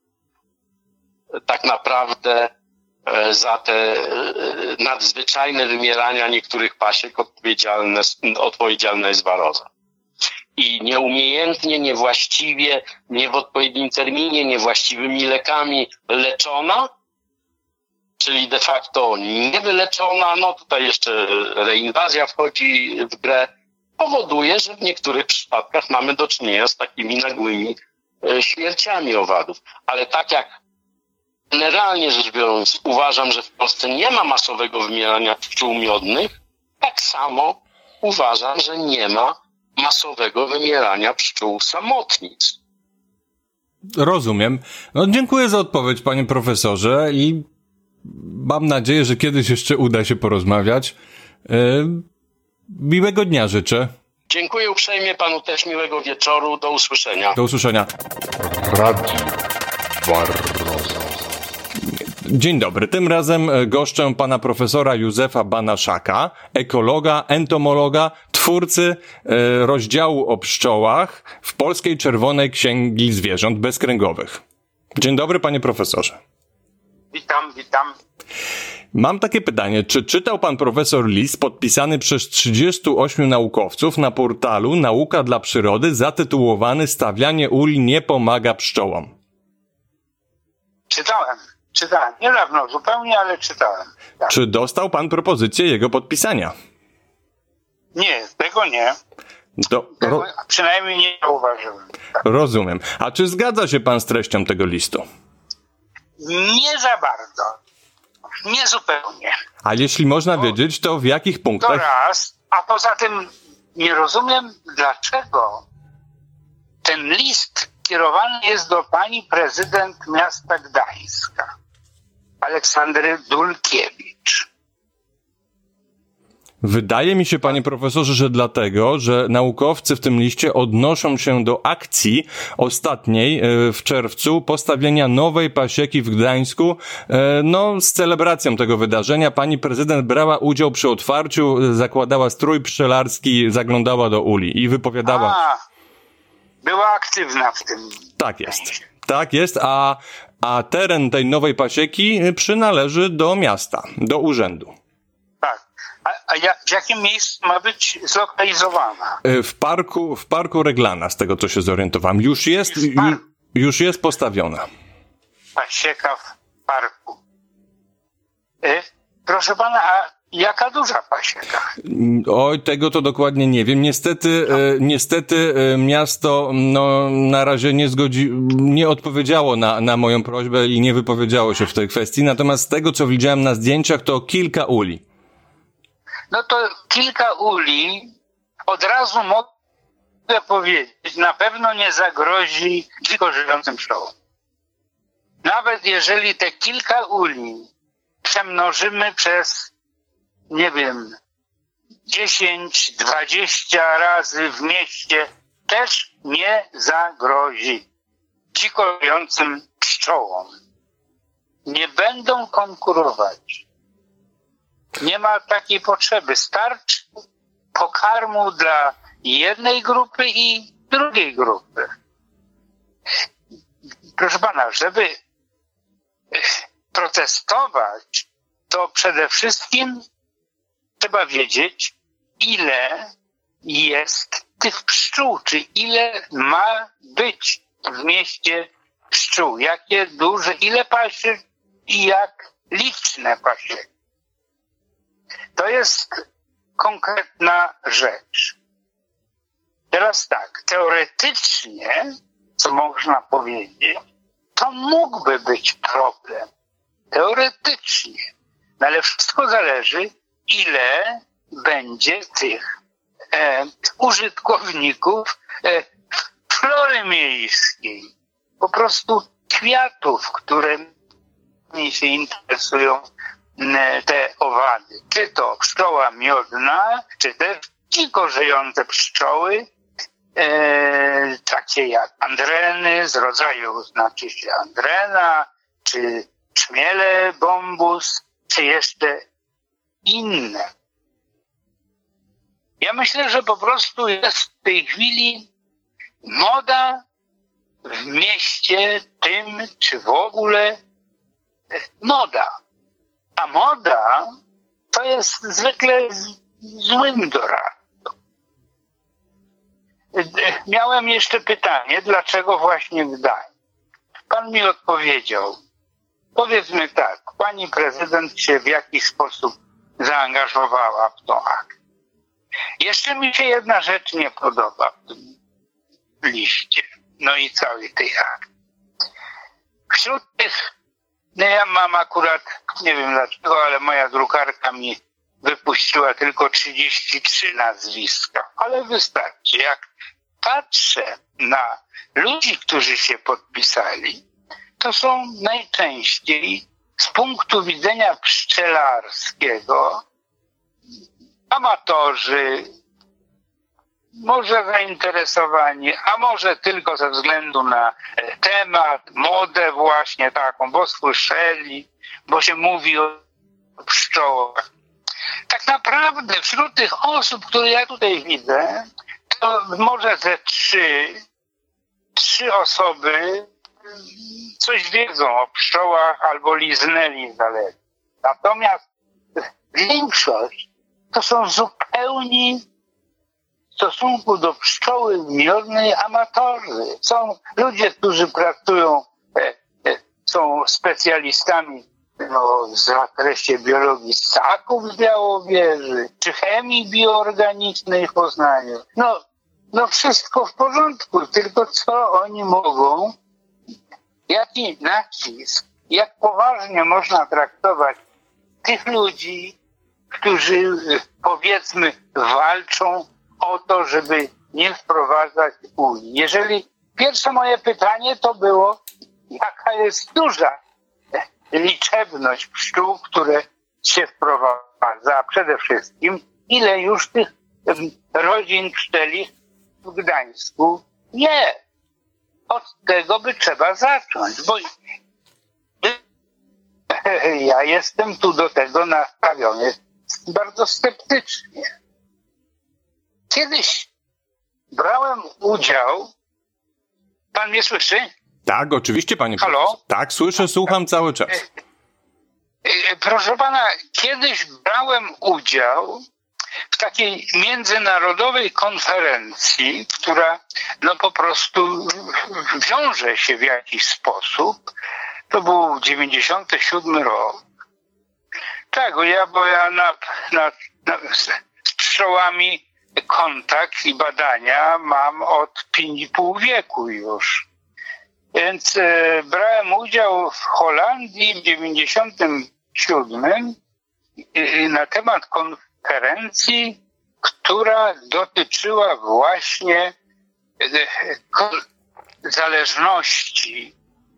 tak naprawdę za te nadzwyczajne wymierania niektórych pasiek odpowiedzialna jest waroza. I nieumiejętnie, niewłaściwie, nie w odpowiednim terminie, niewłaściwymi lekami leczona, czyli de facto niewyleczona, no tutaj jeszcze reinwazja wchodzi w grę, powoduje, że w niektórych przypadkach mamy do czynienia z takimi nagłymi śmierciami owadów. Ale tak jak generalnie rzecz biorąc uważam, że w Polsce nie ma masowego wymierania pszczół miodnych, tak samo uważam, że nie ma masowego wymierania pszczół samotnic. Rozumiem. No, dziękuję za odpowiedź, panie profesorze, i mam nadzieję, że kiedyś jeszcze uda się porozmawiać. Miłego dnia życzę. Dziękuję uprzejmie, panu też miłego wieczoru. Do usłyszenia. Do usłyszenia. Radio Barroza. Dzień dobry. Tym razem goszczę pana profesora Józefa Banaszaka, ekologa, entomologa, twórcy rozdziału o pszczołach w Polskiej Czerwonej Księgi Zwierząt Bezkręgowych. Dzień dobry, panie profesorze. Witam. Mam takie pytanie. Czy czytał pan profesor list podpisany przez 38 naukowców na portalu Nauka dla Przyrody zatytułowany Stawianie uli nie pomaga pszczołom? Czytałem. Niedawno zupełnie, ale czytałem. Tak. Czy dostał pan propozycję jego podpisania? Nie, tego nie. Przynajmniej nie zauważyłem. Tak. Rozumiem. A czy zgadza się pan z treścią tego listu? Nie za bardzo. Nie zupełnie. A jeśli można wiedzieć, to w jakich punktach? To raz, a poza tym nie rozumiem, dlaczego ten list kierowany jest do pani prezydent miasta Gdańska, Aleksandry Dulkiewicz. Wydaje mi się, panie profesorze, że dlatego, że naukowcy w tym liście odnoszą się do akcji ostatniej w czerwcu postawienia nowej pasieki w Gdańsku, z celebracją tego wydarzenia. Pani prezydent brała udział przy otwarciu, zakładała strój pszczelarski, zaglądała do uli i wypowiadała. Była aktywna w tym. Tak jest, a teren tej nowej pasieki przynależy do miasta, do urzędu. Tak. A w jakim miejscu ma być zlokalizowana? W parku Reglana, z tego co się zorientowałem. Już jest postawiona. Pasieka w parku. Proszę pana, a jaka duża pasieka? Oj, tego to dokładnie nie wiem. Niestety miasto na razie nie odpowiedziało na moją prośbę i nie wypowiedziało się w tej kwestii. Natomiast z tego, co widziałem na zdjęciach, to kilka uli. No to kilka uli, od razu mogę powiedzieć, na pewno nie zagrozi dziko żyjącym pszczołom. Nawet jeżeli te kilka uli przemnożymy przez, 10-20 razy w mieście, też nie zagrozi dziko żyjącym pszczołom. Nie będą konkurować. Nie ma takiej potrzeby. Starczy pokarmu dla jednej grupy i drugiej grupy. Proszę pana, żeby protestować, to przede wszystkim trzeba wiedzieć, ile jest tych pszczół, czy ile ma być w mieście pszczół, jakie duże, ile pasiek i jak liczne pasieki. To jest konkretna rzecz. Teraz tak, teoretycznie, co można powiedzieć, to mógłby być problem. Teoretycznie. No ale wszystko zależy, ile będzie tych użytkowników flory miejskiej. Po prostu kwiatów, którymi się interesują te owady. Czy to pszczoła miodna, czy też dziko żyjące pszczoły, takie jak andreny, z rodzaju znaczy się andrena, czy czmiele bombus, czy jeszcze inne. Ja myślę, że po prostu jest w tej chwili moda w mieście tym, czy w ogóle moda. A moda to jest zwykle złym doradcą. Miałem jeszcze pytanie, dlaczego właśnie Gdańsk? Pan mi odpowiedział, powiedzmy tak, pani prezydent się w jakiś sposób zaangażowała w tą akcję. Jeszcze mi się jedna rzecz nie podoba w tym liście, no i całej tej akcji. Wśród tych, no ja mam akurat, nie wiem dlaczego, ale moja drukarka mi wypuściła tylko 33 nazwiska, ale wystarczy. Jak patrzę na ludzi, którzy się podpisali, to są najczęściej z punktu widzenia pszczelarskiego amatorzy, może zainteresowani, a może tylko ze względu na temat, modę właśnie taką, bo słyszeli, bo się mówi o pszczołach. Tak naprawdę wśród tych osób, które ja tutaj widzę, to może ze trzy osoby coś wiedzą o pszczołach albo liznęli zaledwie. Natomiast większość to są zupełnie w stosunku do pszczoły miodnej amatorzy. Są ludzie, którzy pracują, są specjalistami w zakresie biologii ssaków z Białowieży, czy chemii bioorganicznej w Poznaniu. No wszystko w porządku, tylko co oni mogą, jaki nacisk, jak poważnie można traktować tych ludzi, którzy powiedzmy walczą o to, żeby nie wprowadzać Unii. Jeżeli pierwsze moje pytanie to było, jaka jest duża liczebność pszczół, które się wprowadza, a przede wszystkim ile już tych rodzin pszczelich w Gdańsku jest. Od tego by trzeba zacząć, bo ja jestem tu do tego nastawiony bardzo sceptycznie. Kiedyś brałem udział. Pan mnie słyszy? Tak, oczywiście, panie Halo? profesor. Tak, słyszę, słucham cały czas. Proszę pana, kiedyś brałem udział w takiej międzynarodowej konferencji, która no po prostu wiąże się w jakiś sposób. To był 97 rok. Tak, bo ja z pszczołami kontakt i badania mam od 5,5 wieku już. Więc brałem udział w Holandii w 97 na temat konferencji, która dotyczyła właśnie zależności,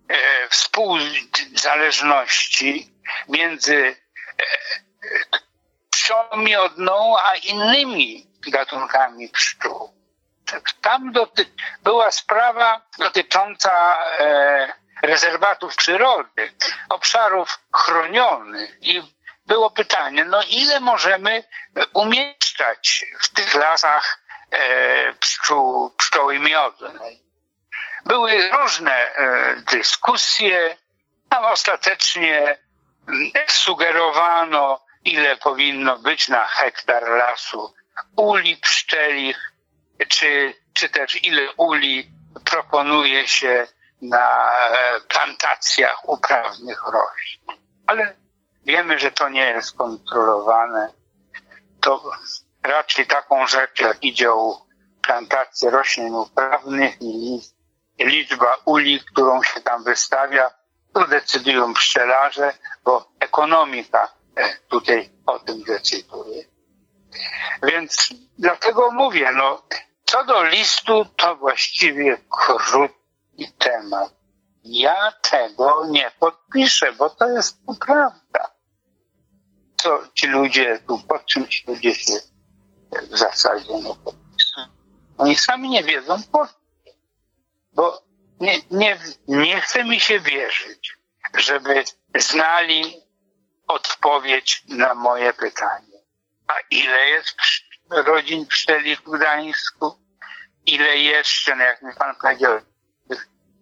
współzależności między pszczołą miodną a innymi gatunkami pszczół. Tam była sprawa dotycząca rezerwatów przyrody, obszarów chronionych i było pytanie, no ile możemy umieszczać w tych lasach pszczoły miodnej. Były różne dyskusje, tam ostatecznie sugerowano, ile powinno być na hektar lasu uli pszczelich, czy też ile uli proponuje się na plantacjach uprawnych roślin. Ale wiemy, że to nie jest kontrolowane. To raczej taką rzecz, jak idzie o plantację roślin uprawnych i liczba uli, którą się tam wystawia, to decydują pszczelarze, bo ekonomika tutaj o tym decyduje. Więc dlatego mówię, co do listu, to właściwie krótki temat. Ja tego nie podpiszę, bo to jest prawda. Co ci ludzie tu, pod czym ci ludzie się w zasadzie nie podpisują. Oni sami nie wiedzą po co. Bo nie chce mi się wierzyć, żeby znali odpowiedź na moje pytanie. A ile jest rodzin pszczelich w Gdańsku? Ile jeszcze, jak mi pan powiedział,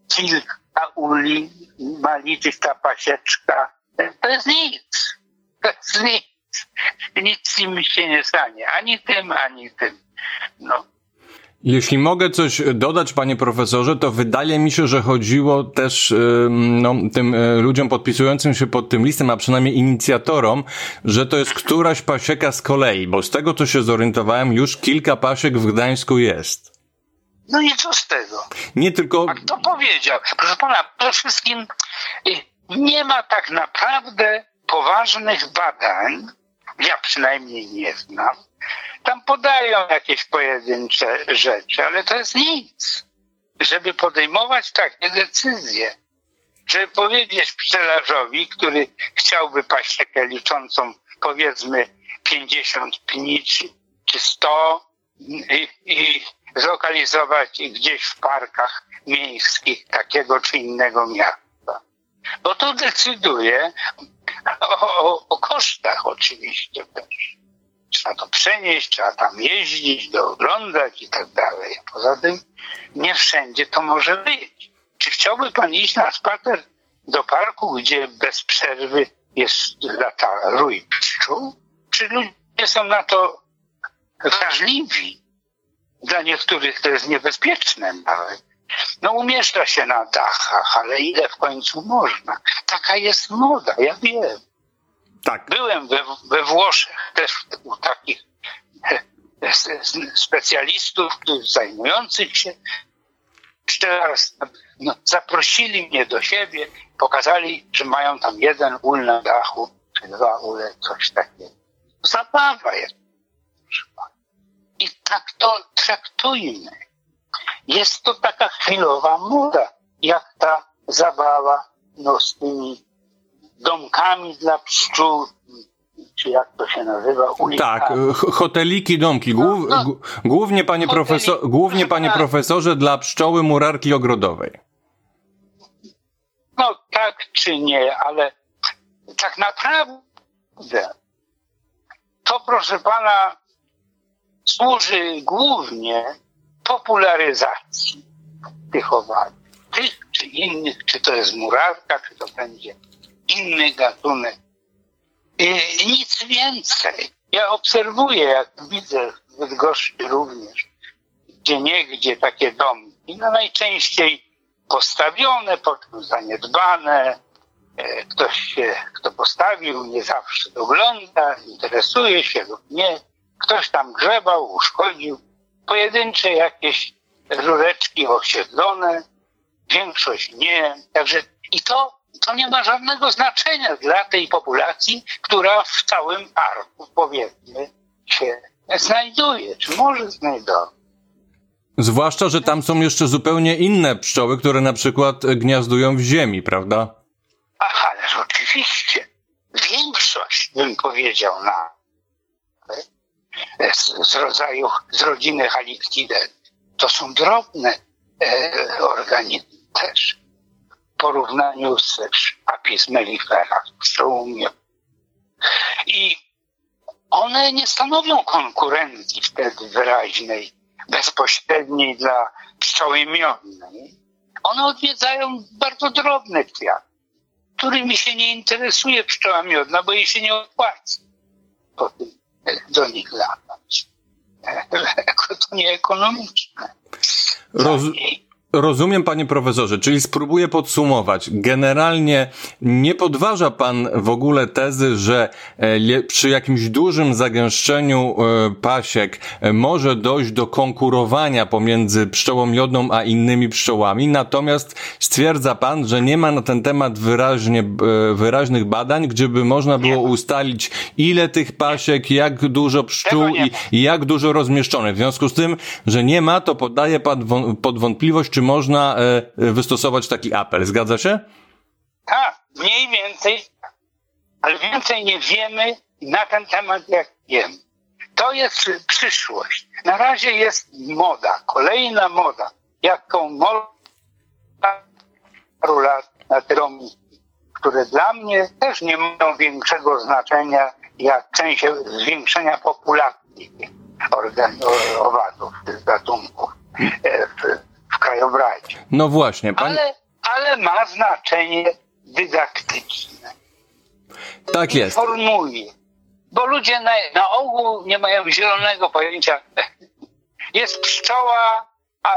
kilka uli ma liczyć ta pasieczka. To jest nic. To jest nic. Nic im się nie stanie. Ani tym, ani tym. No. Jeśli mogę coś dodać, panie profesorze, to wydaje mi się, że chodziło też tym ludziom podpisującym się pod tym listem, a przynajmniej inicjatorom, że to jest któraś pasieka z kolei, bo z tego, co się zorientowałem, już kilka pasiek w Gdańsku jest. No i co z tego? Nie tylko... A kto powiedział? Proszę pana, przede wszystkim nie ma tak naprawdę poważnych badań, ja przynajmniej nie znam. Tam podają jakieś pojedyncze rzeczy, ale to jest nic. Żeby podejmować takie decyzje, żeby powiedzieć pszczelarzowi, który chciałby pasiekę liczącą powiedzmy 50 pni czy 100 i zlokalizować gdzieś w parkach miejskich takiego czy innego miasta. Bo to decyduje o kosztach oczywiście też. Trzeba to przenieść, trzeba tam jeździć, dooglądać i tak dalej. A poza tym nie wszędzie to może być. Czy chciałby pan iść na spacer do parku, gdzie bez przerwy lata rój pszczół? Czy ludzie są na to wrażliwi? Dla niektórych to jest niebezpieczne nawet. No umieszcza się na dachach, ale ile w końcu można? Taka jest moda, ja wiem. Tak. Byłem we Włoszech też u takich specjalistów zajmujących się pszczelarstwem. No, zaprosili mnie do siebie, pokazali, że mają tam 1 ul na dachu, czy 2 ule, coś takiego. Zabawa jest. I tak to traktujmy. Jest to taka chwilowa moda, jak ta zabawa z tymi domkami dla pszczół, czy jak to się nazywa, ulicami. Tak, hoteliki, domki. Głównie, panie profesorze, dla pszczoły murarki ogrodowej. No tak czy nie, ale tak naprawdę to, proszę pana, służy głównie popularyzacji tych owadów. Tych czy innych, czy to jest murarka, czy to będzie inny gatunek. I nic więcej. Ja obserwuję, jak widzę w Bydgoszczy również, gdzieniegdzie takie domki, no najczęściej postawione, potem zaniedbane. Ktoś kto postawił, nie zawsze dogląda, interesuje się lub nie. Ktoś tam grzebał, uszkodził. Pojedyncze jakieś rureczki osiedlone, większość nie. Także i to nie ma żadnego znaczenia dla tej populacji, która w całym parku, powiedzmy, się znajduje, czy może znajdować. Zwłaszcza, że tam są jeszcze zupełnie inne pszczoły, które na przykład gniazdują w ziemi, prawda? Ach, ależ oczywiście. Większość, bym powiedział, z rodziny Halictidae, to są drobne organizmy też. W porównaniu z Apis mellifera, pszczołą miodną. I one nie stanowią konkurencji wtedy wyraźnej, bezpośredniej dla pszczoły miodnej. One odwiedzają bardzo drobne kwiaty, którymi się nie interesuje pszczoła miodna, bo jej się nie opłaca potem do nich latać. To nieekonomiczne. Rozumiem, panie profesorze, czyli spróbuję podsumować. Generalnie nie podważa pan w ogóle tezy, że przy jakimś dużym zagęszczeniu pasiek może dojść do konkurowania pomiędzy pszczołą miodną a innymi pszczołami, natomiast stwierdza pan, że nie ma na ten temat wyraźnych badań, gdzie by można było ustalić, ile tych pasiek, jak dużo pszczół i jak dużo rozmieszczone. W związku z tym, że nie ma, to podaje pan pod wątpliwość, czy można wystosować taki apel. Zgadza się? Tak, mniej więcej, ale więcej nie wiemy na ten temat, jak wiemy. To jest przyszłość. Na razie jest moda, kolejna moda, jaką moda paru lat na tromiki, które dla mnie też nie mają większego znaczenia jak część zwiększenia populacji owadów, tych gatunków w krajobrazie. No właśnie. Ale ma znaczenie dydaktyczne. Tak jest. Informuje. Bo ludzie na ogół nie mają zielonego pojęcia. Jest pszczoła, a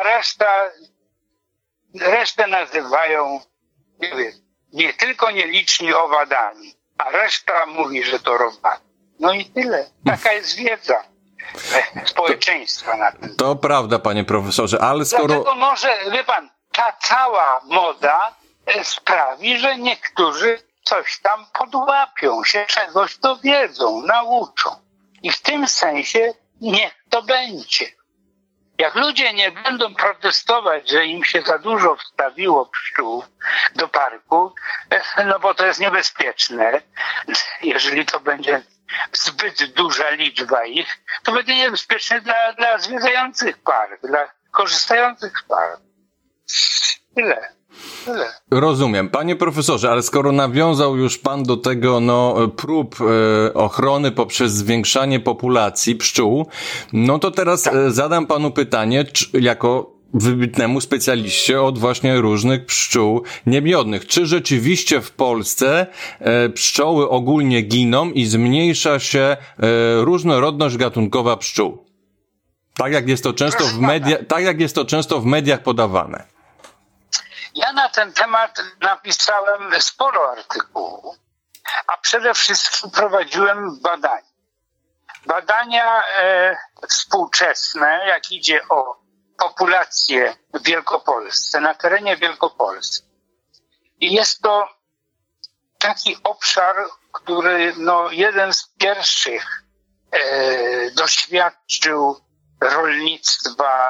resztę nazywają, nie wiem, nie tylko nieliczni owadami, a reszta mówi, że to robaki. No i tyle. Taka jest wiedza społeczeństwa na tym. To prawda, panie profesorze, ale skoro... Dlatego może, wie pan, ta cała moda sprawi, że niektórzy coś tam podłapią się, czegoś dowiedzą, nauczą. I w tym sensie niech to będzie. Jak ludzie nie będą protestować, że im się za dużo wstawiło pszczół do parku, no bo to jest niebezpieczne, jeżeli to będzie zbyt duża liczba ich, to będzie niebezpieczne dla zwiedzających park, dla korzystających z parku. Tyle. Rozumiem. Panie profesorze, ale skoro nawiązał już pan do tego, prób ochrony poprzez zwiększanie populacji pszczół, no to teraz zadam panu pytanie, jako wybitnemu specjaliście od właśnie różnych pszczół niemiodnych. Czy rzeczywiście w Polsce pszczoły ogólnie giną i zmniejsza się różnorodność gatunkowa pszczół? Tak jak jest to często w mediach podawane. Ja na ten temat napisałem sporo artykułów, a przede wszystkim prowadziłem badania. Badania współczesne, jak idzie o populację w Wielkopolsce, na terenie Wielkopolski. I jest to taki obszar, który jeden z pierwszych doświadczył rolnictwa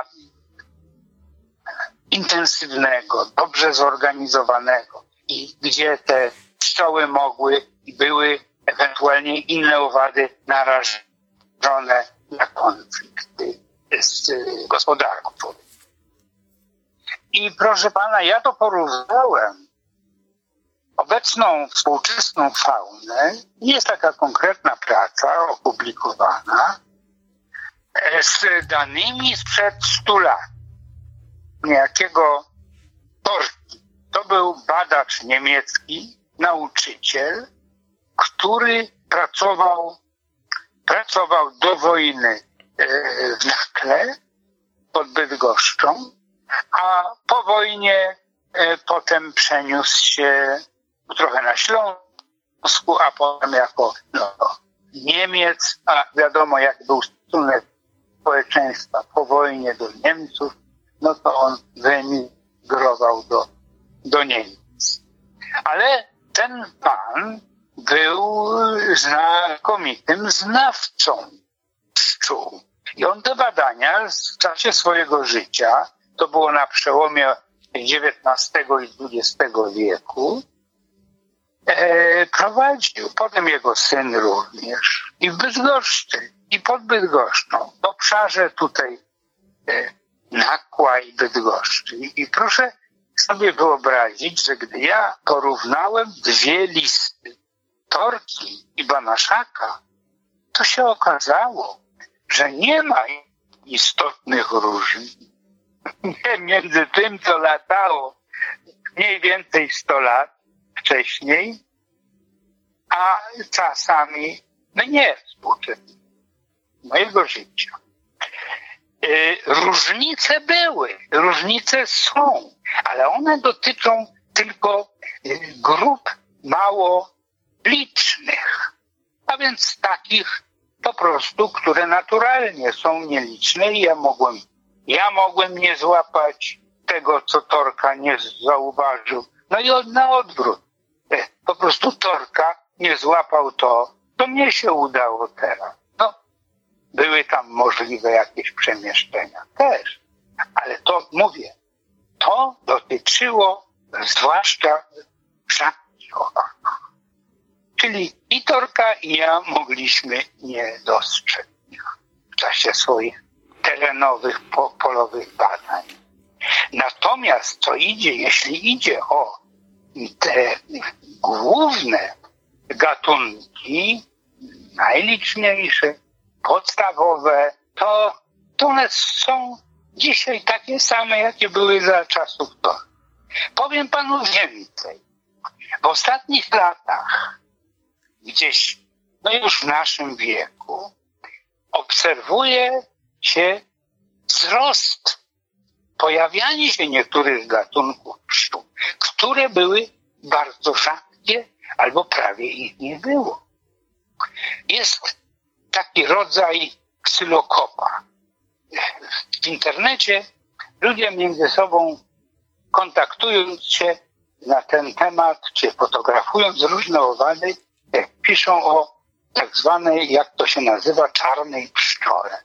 intensywnego, dobrze zorganizowanego i gdzie te pszczoły mogły i były ewentualnie inne owady narażone na konflikty z gospodarką. I proszę pana, ja to porównałem obecną współczesną faunę, jest taka konkretna praca opublikowana, z danymi sprzed 100 lat. Niejakiego Torki. To był badacz niemiecki, nauczyciel, który pracował do wojny w Nakle pod Bydgoszczą, a po wojnie potem przeniósł się trochę na Śląsku, a potem jako Niemiec, a wiadomo jak był stosunek społeczeństwa po wojnie do Niemców, no to on wyemigrował do Niemiec. Ale ten pan był znakomitym znawcą pszczół. I on te badania w czasie swojego życia, to było na przełomie XIX i XX wieku, prowadził. Potem jego syn również. I w Bydgoszczy, i pod Bydgoszczą, w obszarze tutaj Nakła i Bydgoszczy. I proszę sobie wyobrazić, że gdy ja porównałem dwie listy, Torki i Banaszaka, to się okazało, że nie ma istotnych różnic między tym, co latało mniej więcej 100 lat wcześniej, a czasami nie współczesnych mojego życia. Różnice były, różnice są, ale one dotyczą tylko grup mało licznych, a więc takich po prostu, które naturalnie są nieliczne i ja mogłem nie złapać tego, co Torka nie zauważył. No i na odwrót. Po prostu Torka nie złapał to, co mnie się udało teraz. No, były tam możliwe jakieś przemieszczenia też, ale to mówię, to dotyczyło zwłaszcza rzadkich owadów. Czyli i Torka, i ja mogliśmy nie dostrzec ich w czasie swoich terenowych, polowych badań. Natomiast jeśli idzie o te główne gatunki, najliczniejsze, podstawowe, to one są dzisiaj takie same, jakie były za czasów to. Powiem panu więcej. W ostatnich latach, gdzieś, no już w naszym wieku, obserwuje się wzrost, pojawianie się niektórych gatunków pszczół, które były bardzo rzadkie albo prawie ich nie było. Jest taki rodzaj ksylokopa. W internecie ludzie między sobą, kontaktując się na ten temat, czy fotografując różne owady, piszą o tak zwanej, jak to się nazywa, czarnej pszczole.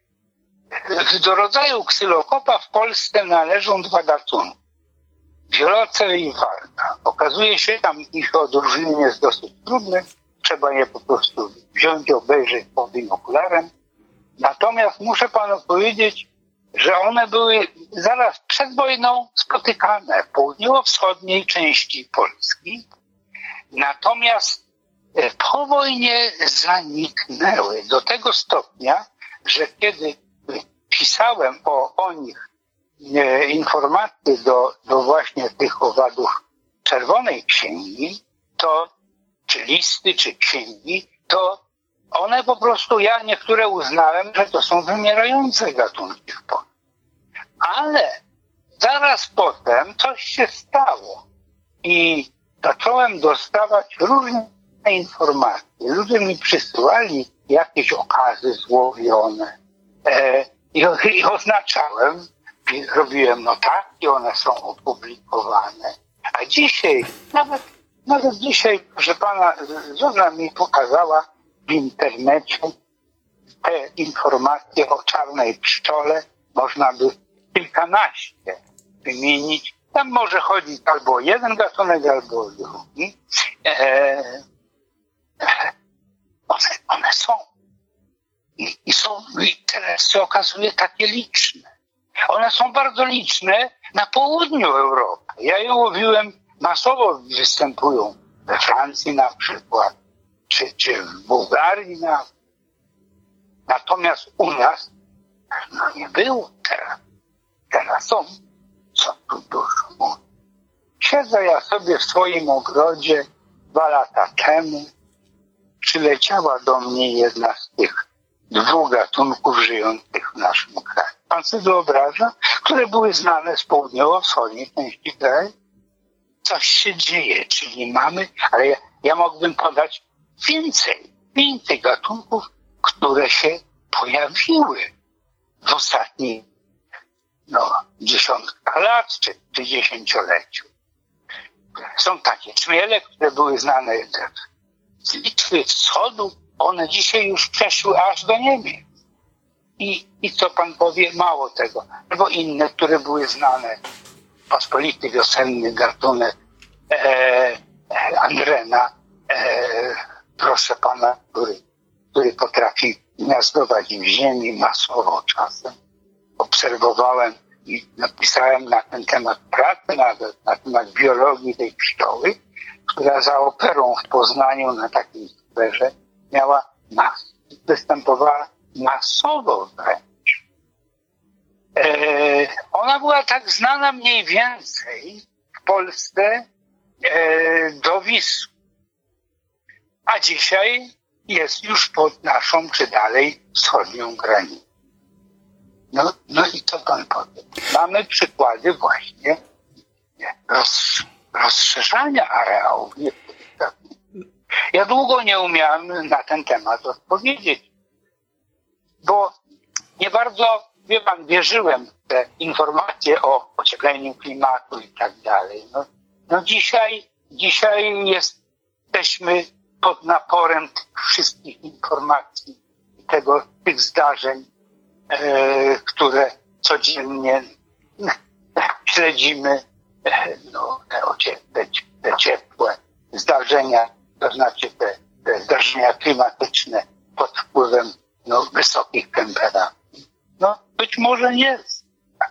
Do rodzaju ksylokopa w Polsce należą dwa gatunki. Wielocer i warta. Okazuje się, tam ich odróżnienie jest dosyć trudne. Trzeba je po prostu wziąć, obejrzeć pod binokularem. Natomiast muszę panu powiedzieć, że one były zaraz przed wojną spotykane w południowo-wschodniej części Polski. Natomiast po wojnie zaniknęły do tego stopnia, że kiedy pisałem o nich informacje do właśnie tych owadów Czerwonej Księgi, to czy listy, czy księgi, to one po prostu, ja niektóre uznałem, że to są wymierające gatunki w Polsce. Ale zaraz potem coś się stało i zacząłem dostawać różne informacje. Ludzie mi przysyłali jakieś okazy złowione i oznaczałem, robiłem notatki, one są opublikowane. A dzisiaj, nawet dzisiaj, proszę pana, żona mi pokazała w internecie te informacje o czarnej pszczole. Można by kilkanaście wymienić. Tam może chodzić albo o jeden gatunek, albo o drugi. One są. I są, i teraz się okazuje, takie liczne. One są bardzo liczne na południu Europy. Ja je łowiłem masowo, występują we Francji na przykład, czy w Bułgarii natomiast u nas nie było teraz są tu dużo. Siedzę ja sobie w swoim ogrodzie 2 lata temu, przyleciała do mnie jedna z tych 2 gatunków żyjących w naszym kraju. Pan sobie wyobraża, które były znane z południowo-wschodniej części kraju? Coś się dzieje, czyli mamy, ale ja mógłbym podać więcej gatunków, które się pojawiły w ostatnich dziesiątkach lat, czy 10-leciu. Są takie czmiele, które były znane z Litwy, Wschodu, one dzisiaj już przeszły aż do Niemiec. I co pan powie? Mało tego. Albo inne, które były znane. Pospolity wiosenny gatunek Andrena, proszę pana, który potrafi gniazdować w ziemi masowo czasem. Obserwowałem i napisałem na ten temat pracę, nawet na temat biologii tej pszczoły, która za operą w Poznaniu na takiej skwerze występowała masowo wręcz. Ona była tak znana mniej więcej w Polsce do Wisły. A dzisiaj jest już pod naszą, czy dalej, wschodnią granicą. No i co pan powie? Mamy przykłady właśnie rozszerzania areałów. Ja długo nie umiałem na ten temat odpowiedzieć, bo nie bardzo, wie pan, wierzyłem w te informacje o ociepleniu klimatu i tak dalej. No dzisiaj jesteśmy pod naporem tych wszystkich informacji i tych zdarzeń, które codziennie śledzimy, te ciepłe zdarzenia, to znaczy te zdarzenia klimatyczne pod wpływem wysokich temperatur. Być może nie jest.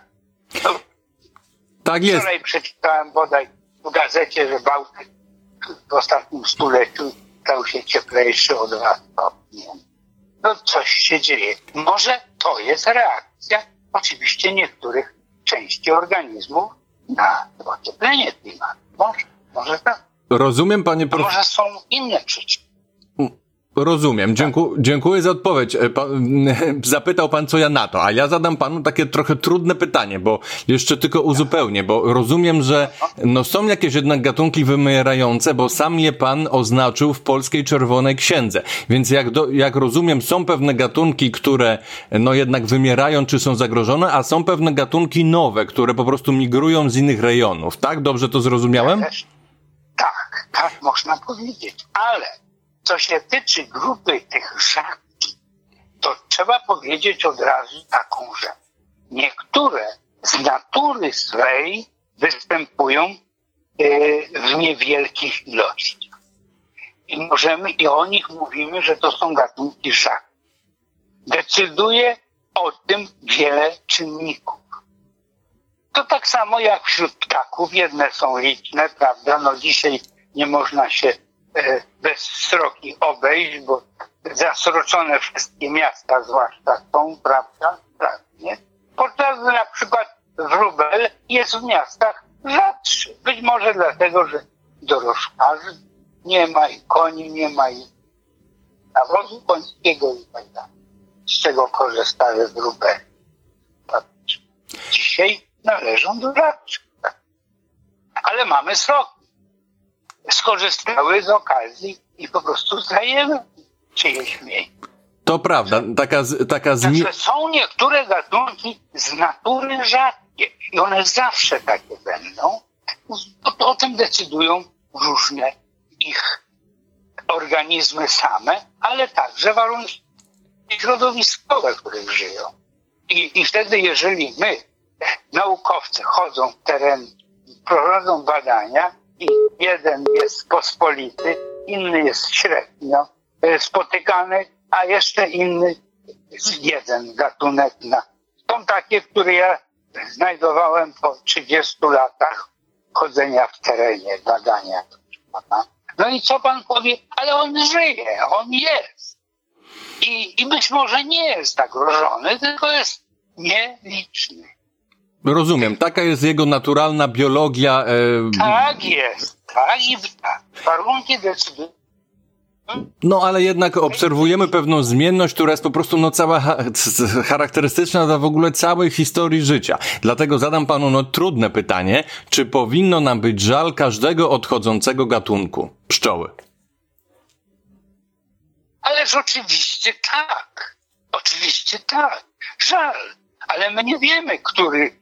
Tak jest. Wczoraj przeczytałem bodaj w gazecie, że Bałtyk w ostatnim stuleciu stał się cieplejszy o 2 stopnie. Coś się dzieje. Może to jest reakcja oczywiście niektórych części organizmów na ocieplenie klimatu. Może tak. Rozumiem, panie profesorze. Może są inne przyczyny. Rozumiem. Dziękuję za odpowiedź. Zapytał pan, co ja na to, a ja zadam panu takie trochę trudne pytanie, bo jeszcze tylko uzupełnię, bo rozumiem, że są jakieś jednak gatunki wymierające, bo sam je pan oznaczył w Polskiej Czerwonej Księdze. Więc jak rozumiem, są pewne gatunki, które jednak wymierają, czy są zagrożone, a są pewne gatunki nowe, które po prostu migrują z innych rejonów. Tak? Dobrze to zrozumiałem? Tak można powiedzieć, ale co się tyczy grupy tych rzadkich, to trzeba powiedzieć od razu taką rzecz. Niektóre z natury swej występują w niewielkich ilościach. I o nich mówimy, że to są gatunki rzadkie. Decyduje o tym wiele czynników. To tak samo jak wśród ptaków. Jedne są liczne, prawda? Dzisiaj nie można się bez sroki obejść, bo zasroczone wszystkie miasta zwłaszcza są, prawda? Nie? Podczas na przykład wróbel jest w miastach rzadszy. Być może dlatego, że dorożkarzy nie ma i koni nie ma i nawozu końskiego i tak dalej. Z czego korzystały wróbele. Dzisiaj należą do rzadszych. Ale mamy sroki. Skorzystały z okazji i po prostu zajęły czyjeś miejsce. To prawda. Także są niektóre gatunki z natury rzadkie i one zawsze takie będą. O tym decydują różne ich organizmy same, ale także warunki środowiskowe, w których żyją. I wtedy, jeżeli my, naukowcy, chodzą w teren, prowadzą badania i jeden jest pospolity, inny jest średnio spotykany, a jeszcze inny jeden gatunek. Są takie, które ja znajdowałem po 30 latach chodzenia w terenie, badania. No i co pan powie? Ale on żyje, on jest. I być może nie jest zagrożony, tylko jest nieliczny. Rozumiem, taka jest jego naturalna biologia. Tak jest, tak i tak. Warunki decydują. No ale jednak obserwujemy pewną zmienność, która jest po prostu cała charakterystyczna dla w ogóle całej historii życia. Dlatego zadam panu trudne pytanie, czy powinno nam być żal każdego odchodzącego gatunku pszczoły? Ależ oczywiście tak. Oczywiście tak. Żal. Ale my nie wiemy, który.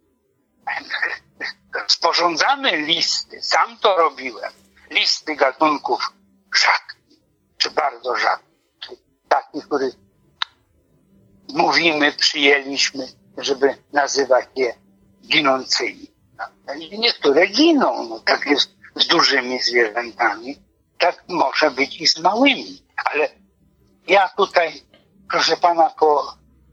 Sporządzamy listy, sam to robiłem, listy gatunków rzadkich, czy bardzo rzadkich, czy takich, których mówimy, przyjęliśmy, żeby nazywać je ginącymi. I niektóre giną, tak jest z dużymi zwierzętami, tak może być i z małymi. Ale ja tutaj, proszę pana, po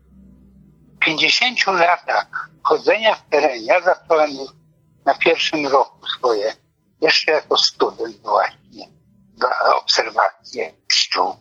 50 latach chodzenia w terenie, ja zacząłem już na pierwszym roku swoje, jeszcze jako student właśnie, obserwacje pszczół.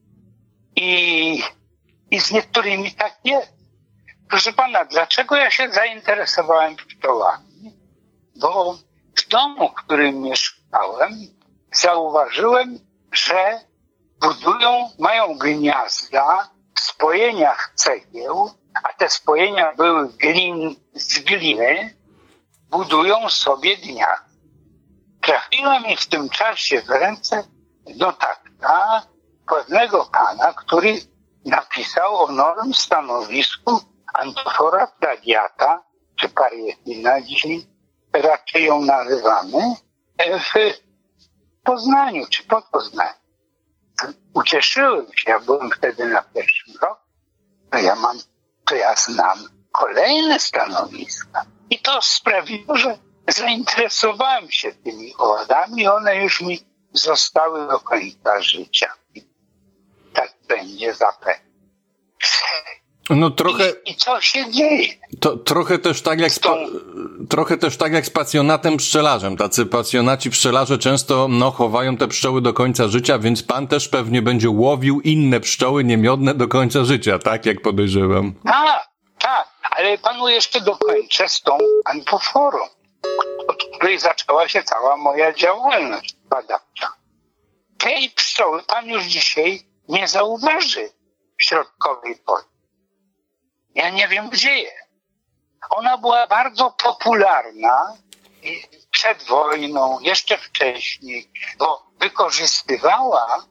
I z niektórymi tak jest. Proszę pana, dlaczego ja się zainteresowałem pszczołami? Bo w domu, w którym mieszkałem, zauważyłem, że mają gniazda w spojeniach cegieł, a te spojenia były z gliny, budują sobie gniazda. Trafiła mi w tym czasie w ręce notatka pewnego pana, który napisał o nowym stanowisku Anthophora plagiata, czy pariettina dzisiaj raczej ją nazywamy, w Poznaniu, czy pod Poznaniu. Ucieszyłem się, ja byłem wtedy na pierwszym roku, to ja znam kolejne stanowiska. I to sprawiło, że zainteresowałem się tymi owadami, one już mi zostały do końca życia. I tak będzie zapewne. No trochę. I co się dzieje? To trochę też tak jak z pasjonatem pszczelarzem. Tacy pasjonaci pszczelarze często chowają te pszczoły do końca życia, więc pan też pewnie będzie łowił inne pszczoły niemiodne do końca życia, tak jak podejrzewam. Tak, ale panu jeszcze dokończę z tą antoforą, od której zaczęła się cała moja działalność badawcza. Tej pszczoły pan już dzisiaj nie zauważy w środkowej Polsce. Ja nie wiem, gdzie jest. Ona była bardzo popularna przed wojną, jeszcze wcześniej, bo wykorzystywała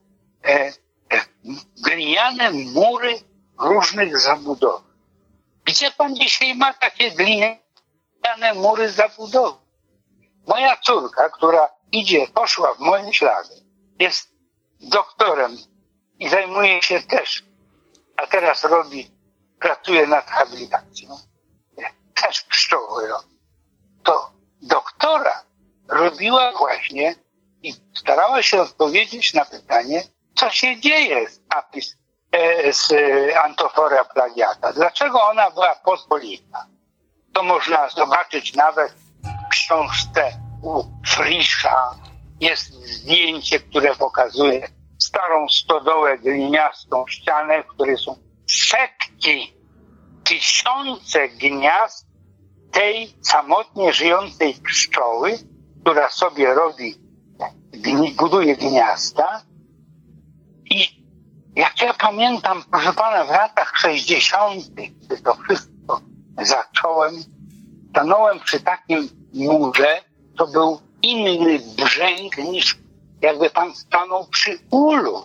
gliniane mury różnych zabudow. Gdzie pan dzisiaj ma takie gliniane mury zabudowy? Moja córka, która poszła w moje ślady, jest doktorem i zajmuje się też, a teraz pracuje nad habilitacją, też pszczoły robi. To doktora robiła właśnie i starała się odpowiedzieć na pytanie, co się dzieje z Antophora plagiata. Dlaczego ona była pospolita? To można zobaczyć nawet w książce u Frisza. Jest zdjęcie, które pokazuje starą stodołę gliniastą, ścianę, w której są setki, tysiące gniazd tej samotnie żyjącej pszczoły, która sobie buduje gniazda. I jak ja pamiętam, proszę pana, w latach 60., gdy to wszystko zacząłem, stanąłem przy takim murze, to był inny brzęk niż jakby pan stanął przy ulu.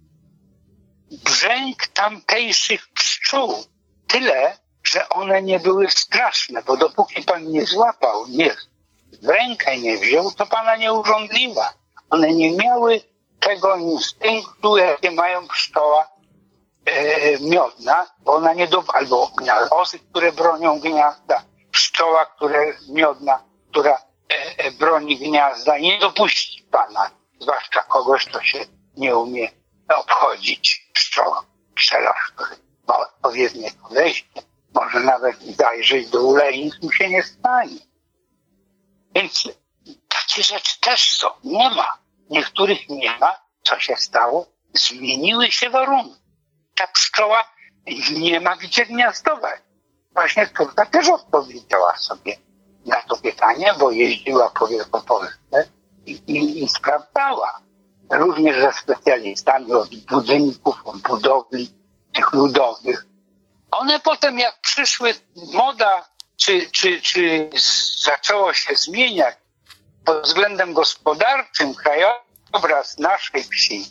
Brzęk tamtejszych pszczół. Tyle, że one nie były straszne, bo dopóki pan nie złapał, w rękę nie wziął, to pana nie urządliwa. One nie miały tego instynktu, jakie mają pszczoła miodna, bo ona albo osy, które bronią gniazda, pszczoła, miodna, która broni gniazda i nie dopuści pana, zwłaszcza kogoś, kto się nie umie obchodzić pszczelarz, który ma odpowiednie podejście, może nawet zajrzeć do ule i nic mu się nie stanie. Więc takie rzeczy też są. Nie ma. Niektórych nie ma. Co się stało? Zmieniły się warunki. Ta pszczoła nie ma gdzie gniazdować. Właśnie córka też odpowiedziała sobie na to pytanie, bo jeździła po Wielkopolsce i sprawdzała. Również ze specjalistami od budynków, od budowli tych ludowych. One potem, jak przyszły moda, czy zaczęło się zmieniać pod względem gospodarczym krajobraz naszej wsi,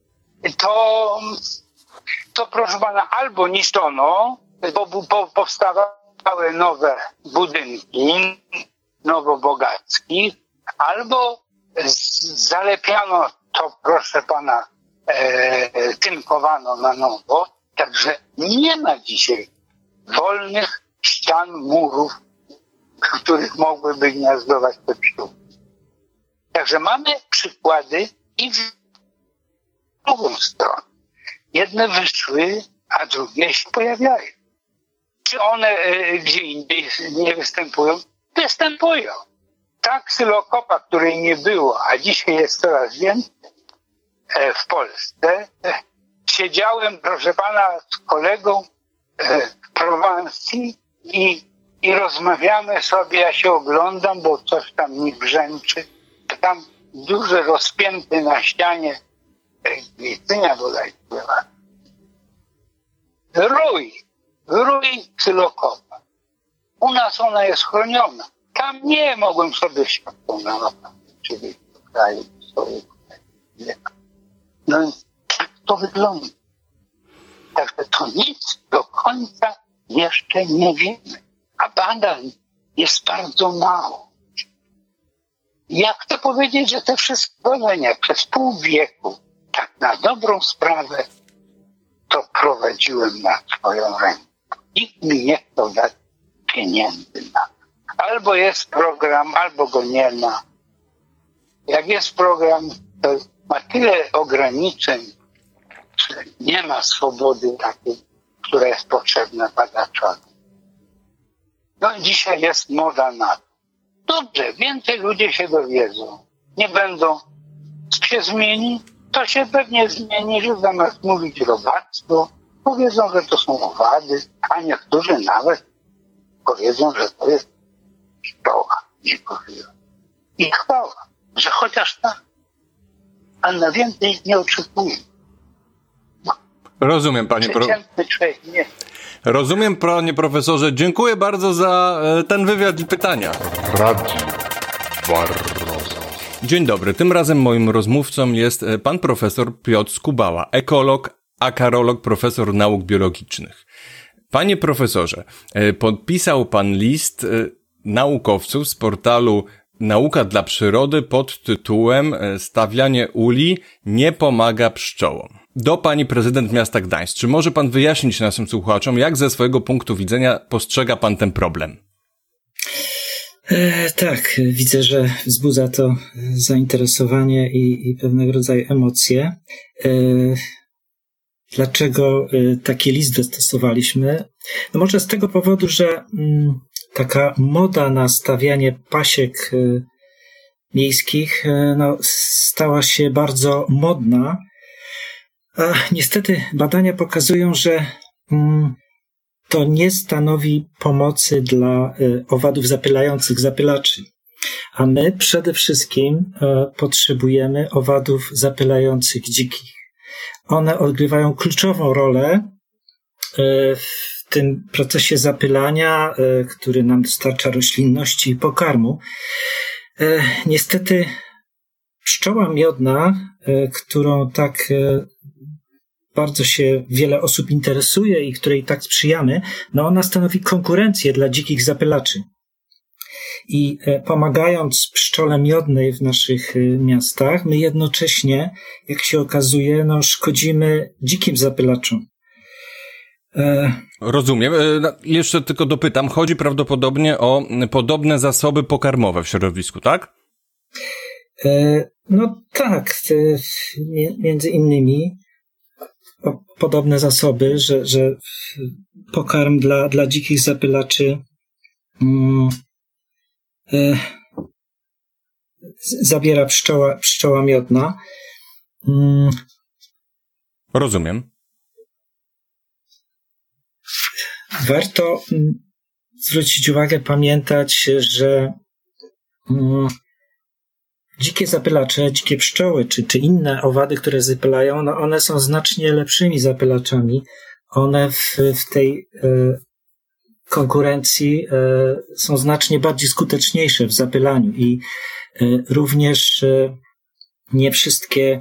to proszę pana, albo niszczono, bo powstawały nowe budynki, nowobogackie, albo zalepiano to, proszę pana, tynkowano na nowo. Także nie ma dzisiaj wolnych ścian, murów, w których mogłyby gniazdować te pszczółki. Także mamy przykłady i w drugą stronę. Jedne wyszły, a drugie się pojawiają. Czy one gdzie indziej nie występują? Występują. Ta ksylokopa, której nie było, a dzisiaj jest coraz więcej w Polsce. Siedziałem, proszę pana, z kolegą w Prowansji i rozmawiamy sobie, ja się oglądam, bo coś tam mi brzęczy. Tam duży, rozpięty na ścianie Gwicynia bodajże była. Rój ksylokopa. U nas ona jest chroniona. Tam nie mogłem sobie światło nałapać, czyli w kraju swojego. No więc tak to wygląda. Także to nic do końca jeszcze nie wiemy. A badań jest bardzo mało. Ja chcę powiedzieć, że te wszystkie badania przez pół wieku, tak na dobrą sprawę, to prowadziłem na swoją rękę. Nikt mi nie chciał dać pieniędzy na to. Albo jest program, albo go nie ma. Jak jest program, to ma tyle ograniczeń, że nie ma swobody takiej, która jest potrzebna badaczowi. No dzisiaj jest moda na to. Dobrze, więcej ludzie się dowiedzą. Nie będą. Co się zmieni? To się pewnie zmieni, że zamiast mówić robactwo, powiedzą, że to są owady, a niektórzy nawet powiedzą, że to jest pszczoła dzikożywa. I chwała, że chociaż tak, a na więcej nie oczekuję. Rozumiem, panie Rozumiem, panie profesorze. Dziękuję bardzo za ten wywiad i pytania. Radio Barroso. Dzień dobry. Tym razem moim rozmówcą jest pan profesor Piotr Skubała, ekolog, akarolog, profesor nauk biologicznych. Panie profesorze, podpisał pan list naukowców z portalu Nauka dla Przyrody pod tytułem Stawianie uli nie pomaga pszczołom. Do pani prezydent miasta Gdańsk. Czy może pan wyjaśnić naszym słuchaczom, jak ze swojego punktu widzenia postrzega pan ten problem? Tak, widzę, że wzbudza to zainteresowanie i pewnego rodzaju emocje. Dlaczego taki list wystosowaliśmy? No może z tego powodu, że taka moda na stawianie pasiek miejskich stała się bardzo modna. A niestety badania pokazują, że to nie stanowi pomocy dla owadów zapylających, zapylaczy. A my przede wszystkim potrzebujemy owadów zapylających dzikich. One odgrywają kluczową rolę w tym procesie zapylania, który nam dostarcza roślinności i pokarmu. Niestety pszczoła miodna, którą tak bardzo się wiele osób interesuje i której tak sprzyjamy, ona stanowi konkurencję dla dzikich zapylaczy. I pomagając pszczole miodnej w naszych miastach, my jednocześnie, jak się okazuje, szkodzimy dzikim zapylaczom. Rozumiem. Jeszcze tylko dopytam. Chodzi prawdopodobnie o podobne zasoby pokarmowe w środowisku, tak? Tak. Między innymi o podobne zasoby, że pokarm dla dzikich zapylaczy zabiera pszczoła miodna. Rozumiem. Warto zwrócić uwagę, pamiętać, że dzikie zapylacze, dzikie pszczoły, czy inne owady, które zapylają, one są znacznie lepszymi zapylaczami. One w tej konkurencji są znacznie bardziej skuteczniejsze w zapylaniu i również nie wszystkie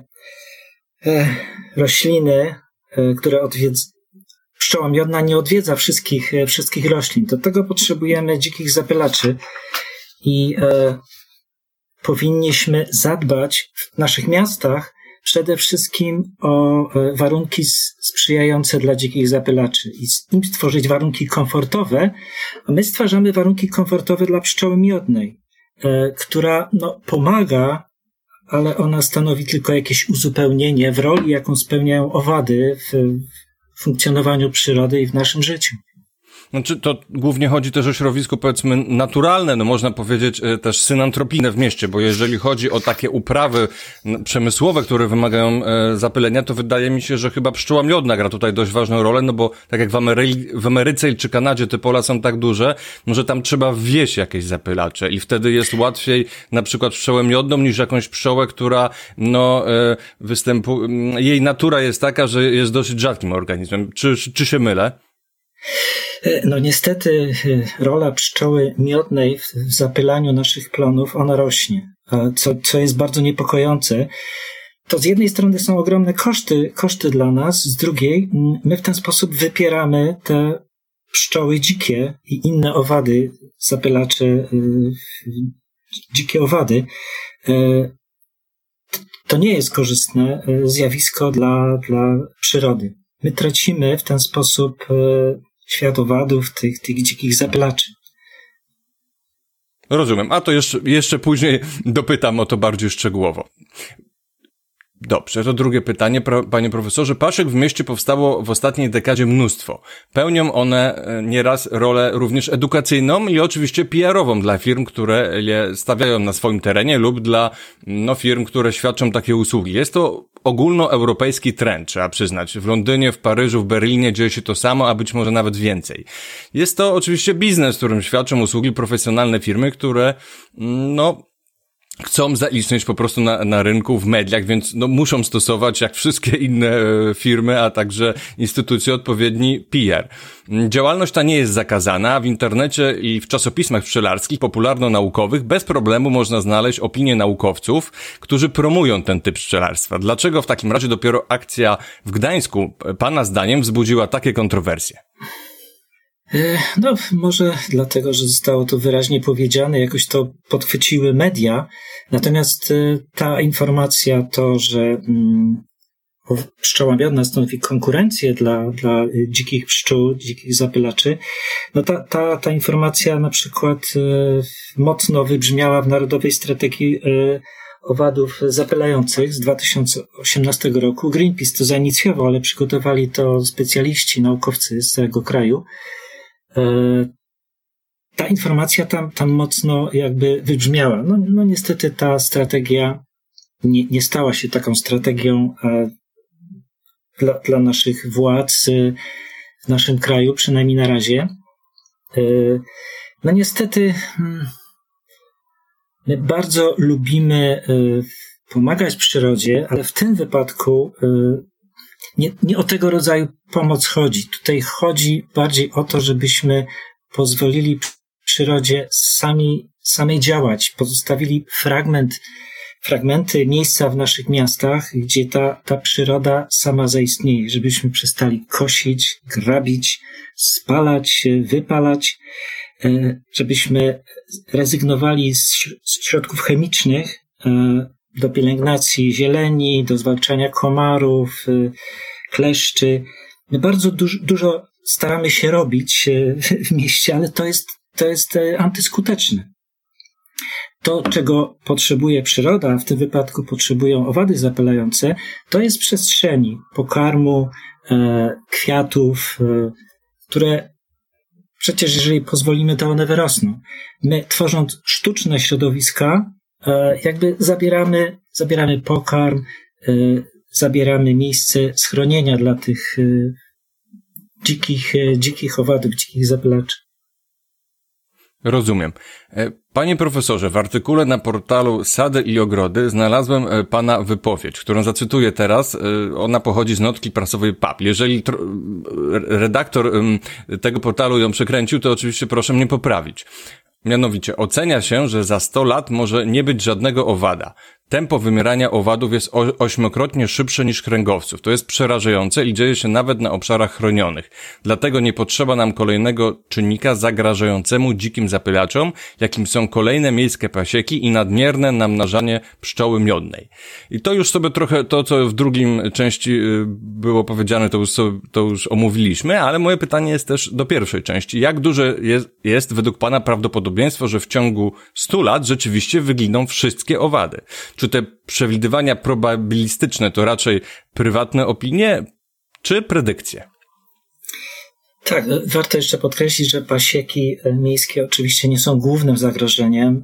rośliny, które pszczoła miodna nie odwiedza wszystkich roślin. Do tego potrzebujemy dzikich zapylaczy i powinniśmy zadbać w naszych miastach przede wszystkim o warunki sprzyjające dla dzikich zapylaczy i im stworzyć warunki komfortowe, a my stwarzamy warunki komfortowe dla pszczoły miodnej, która pomaga, ale ona stanowi tylko jakieś uzupełnienie w roli, jaką spełniają owady w funkcjonowaniu przyrody i w naszym życiu. Znaczy, to głównie chodzi też o środowisko, powiedzmy, naturalne, można powiedzieć też synantropijne w mieście, bo jeżeli chodzi o takie uprawy przemysłowe, które wymagają zapylenia, to wydaje mi się, że chyba pszczoła miodna gra tutaj dość ważną rolę, bo tak jak w Ameryce czy Kanadzie te pola są tak duże, że tam trzeba wwieźć jakieś zapylacze i wtedy jest łatwiej na przykład pszczołę miodną niż jakąś pszczołę, która jej natura jest taka, że jest dosyć rzadkim organizmem. Czy się mylę? Niestety rola pszczoły miodnej w zapylaniu naszych plonów, ona rośnie, co jest bardzo niepokojące. To z jednej strony są ogromne koszty dla nas, z drugiej my w ten sposób wypieramy te pszczoły dzikie i inne owady, zapylacze, dzikie owady. To nie jest korzystne zjawisko dla przyrody. My tracimy w ten sposób świat owadów, tych dzikich zapylaczy. Rozumiem, a to jeszcze później dopytam o to bardziej szczegółowo. Dobrze, to drugie pytanie, panie profesorze. Paszek w mieście powstało w ostatniej dekadzie mnóstwo. Pełnią one nieraz rolę również edukacyjną i oczywiście PR-ową dla firm, które je stawiają na swoim terenie lub dla firm, które świadczą takie usługi. Jest to ogólnoeuropejski trend, trzeba przyznać. W Londynie, w Paryżu, w Berlinie dzieje się to samo, a być może nawet więcej. Jest to oczywiście biznes, w którym świadczą usługi profesjonalne firmy, które chcą zaistnieć po prostu na rynku, w mediach, więc muszą stosować, jak wszystkie inne firmy, a także instytucje, odpowiedni PR. Działalność ta nie jest zakazana, a w internecie i w czasopismach pszczelarskich, popularno-naukowych, bez problemu można znaleźć opinie naukowców, którzy promują ten typ pszczelarstwa. Dlaczego w takim razie dopiero akcja w Gdańsku, pana zdaniem, wzbudziła takie kontrowersje? Może dlatego, że zostało to wyraźnie powiedziane, jakoś to podchwyciły media. Natomiast ta informacja, to, że pszczoła miodna stanowi konkurencję dla dzikich pszczół, dzikich zapylaczy, ta informacja na przykład mocno wybrzmiała w Narodowej Strategii Owadów Zapylających z 2018 roku. Greenpeace to zainicjował, ale przygotowali to specjaliści, naukowcy z całego kraju. Ta informacja tam mocno jakby wybrzmiała. Niestety ta strategia nie stała się taką strategią dla naszych władz w naszym kraju, przynajmniej na razie. Niestety my bardzo lubimy pomagać przyrodzie, ale w tym wypadku nie o tego rodzaju pomoc chodzi. Tutaj chodzi bardziej o to, żebyśmy pozwolili przyrodzie samej działać, pozostawili fragmenty miejsca w naszych miastach, gdzie ta przyroda sama zaistnieje, żebyśmy przestali kosić, grabić, spalać, wypalać, żebyśmy rezygnowali z środków chemicznych do pielęgnacji zieleni, do zwalczania komarów, kleszczy. My bardzo dużo staramy się robić w mieście, ale to jest antyskuteczne. To, czego potrzebuje przyroda, a w tym wypadku potrzebują owady zapylające, to jest przestrzeni, pokarmu, kwiatów, które przecież jeżeli pozwolimy, to one wyrosną. My, tworząc sztuczne środowiska, jakby zabieramy pokarm, zabieramy miejsce schronienia dla tych dzikich owadów, dzikich zapylaczy. Rozumiem. Panie profesorze, w artykule na portalu Sady i Ogrody znalazłem pana wypowiedź, którą zacytuję teraz. Ona pochodzi z notki prasowej PAP. Jeżeli redaktor tego portalu ją przekręcił, to oczywiście proszę mnie poprawić. Mianowicie, ocenia się, że za 100 lat może nie być żadnego owada. Tempo wymierania owadów jest 8-krotnie szybsze niż kręgowców. To jest przerażające i dzieje się nawet na obszarach chronionych. Dlatego nie potrzeba nam kolejnego czynnika zagrażającemu dzikim zapylaczom, jakim są kolejne miejskie pasieki i nadmierne namnażanie pszczoły miodnej. I to już sobie trochę, to co w drugim części było powiedziane, to już omówiliśmy, ale moje pytanie jest też do pierwszej części. Jak duże jest według pana prawdopodobieństwo, że w ciągu 100 lat rzeczywiście wyginą wszystkie owady? Czy te przewidywania probabilistyczne to raczej prywatne opinie, czy predykcje? Tak, warto jeszcze podkreślić, że pasieki miejskie oczywiście nie są głównym zagrożeniem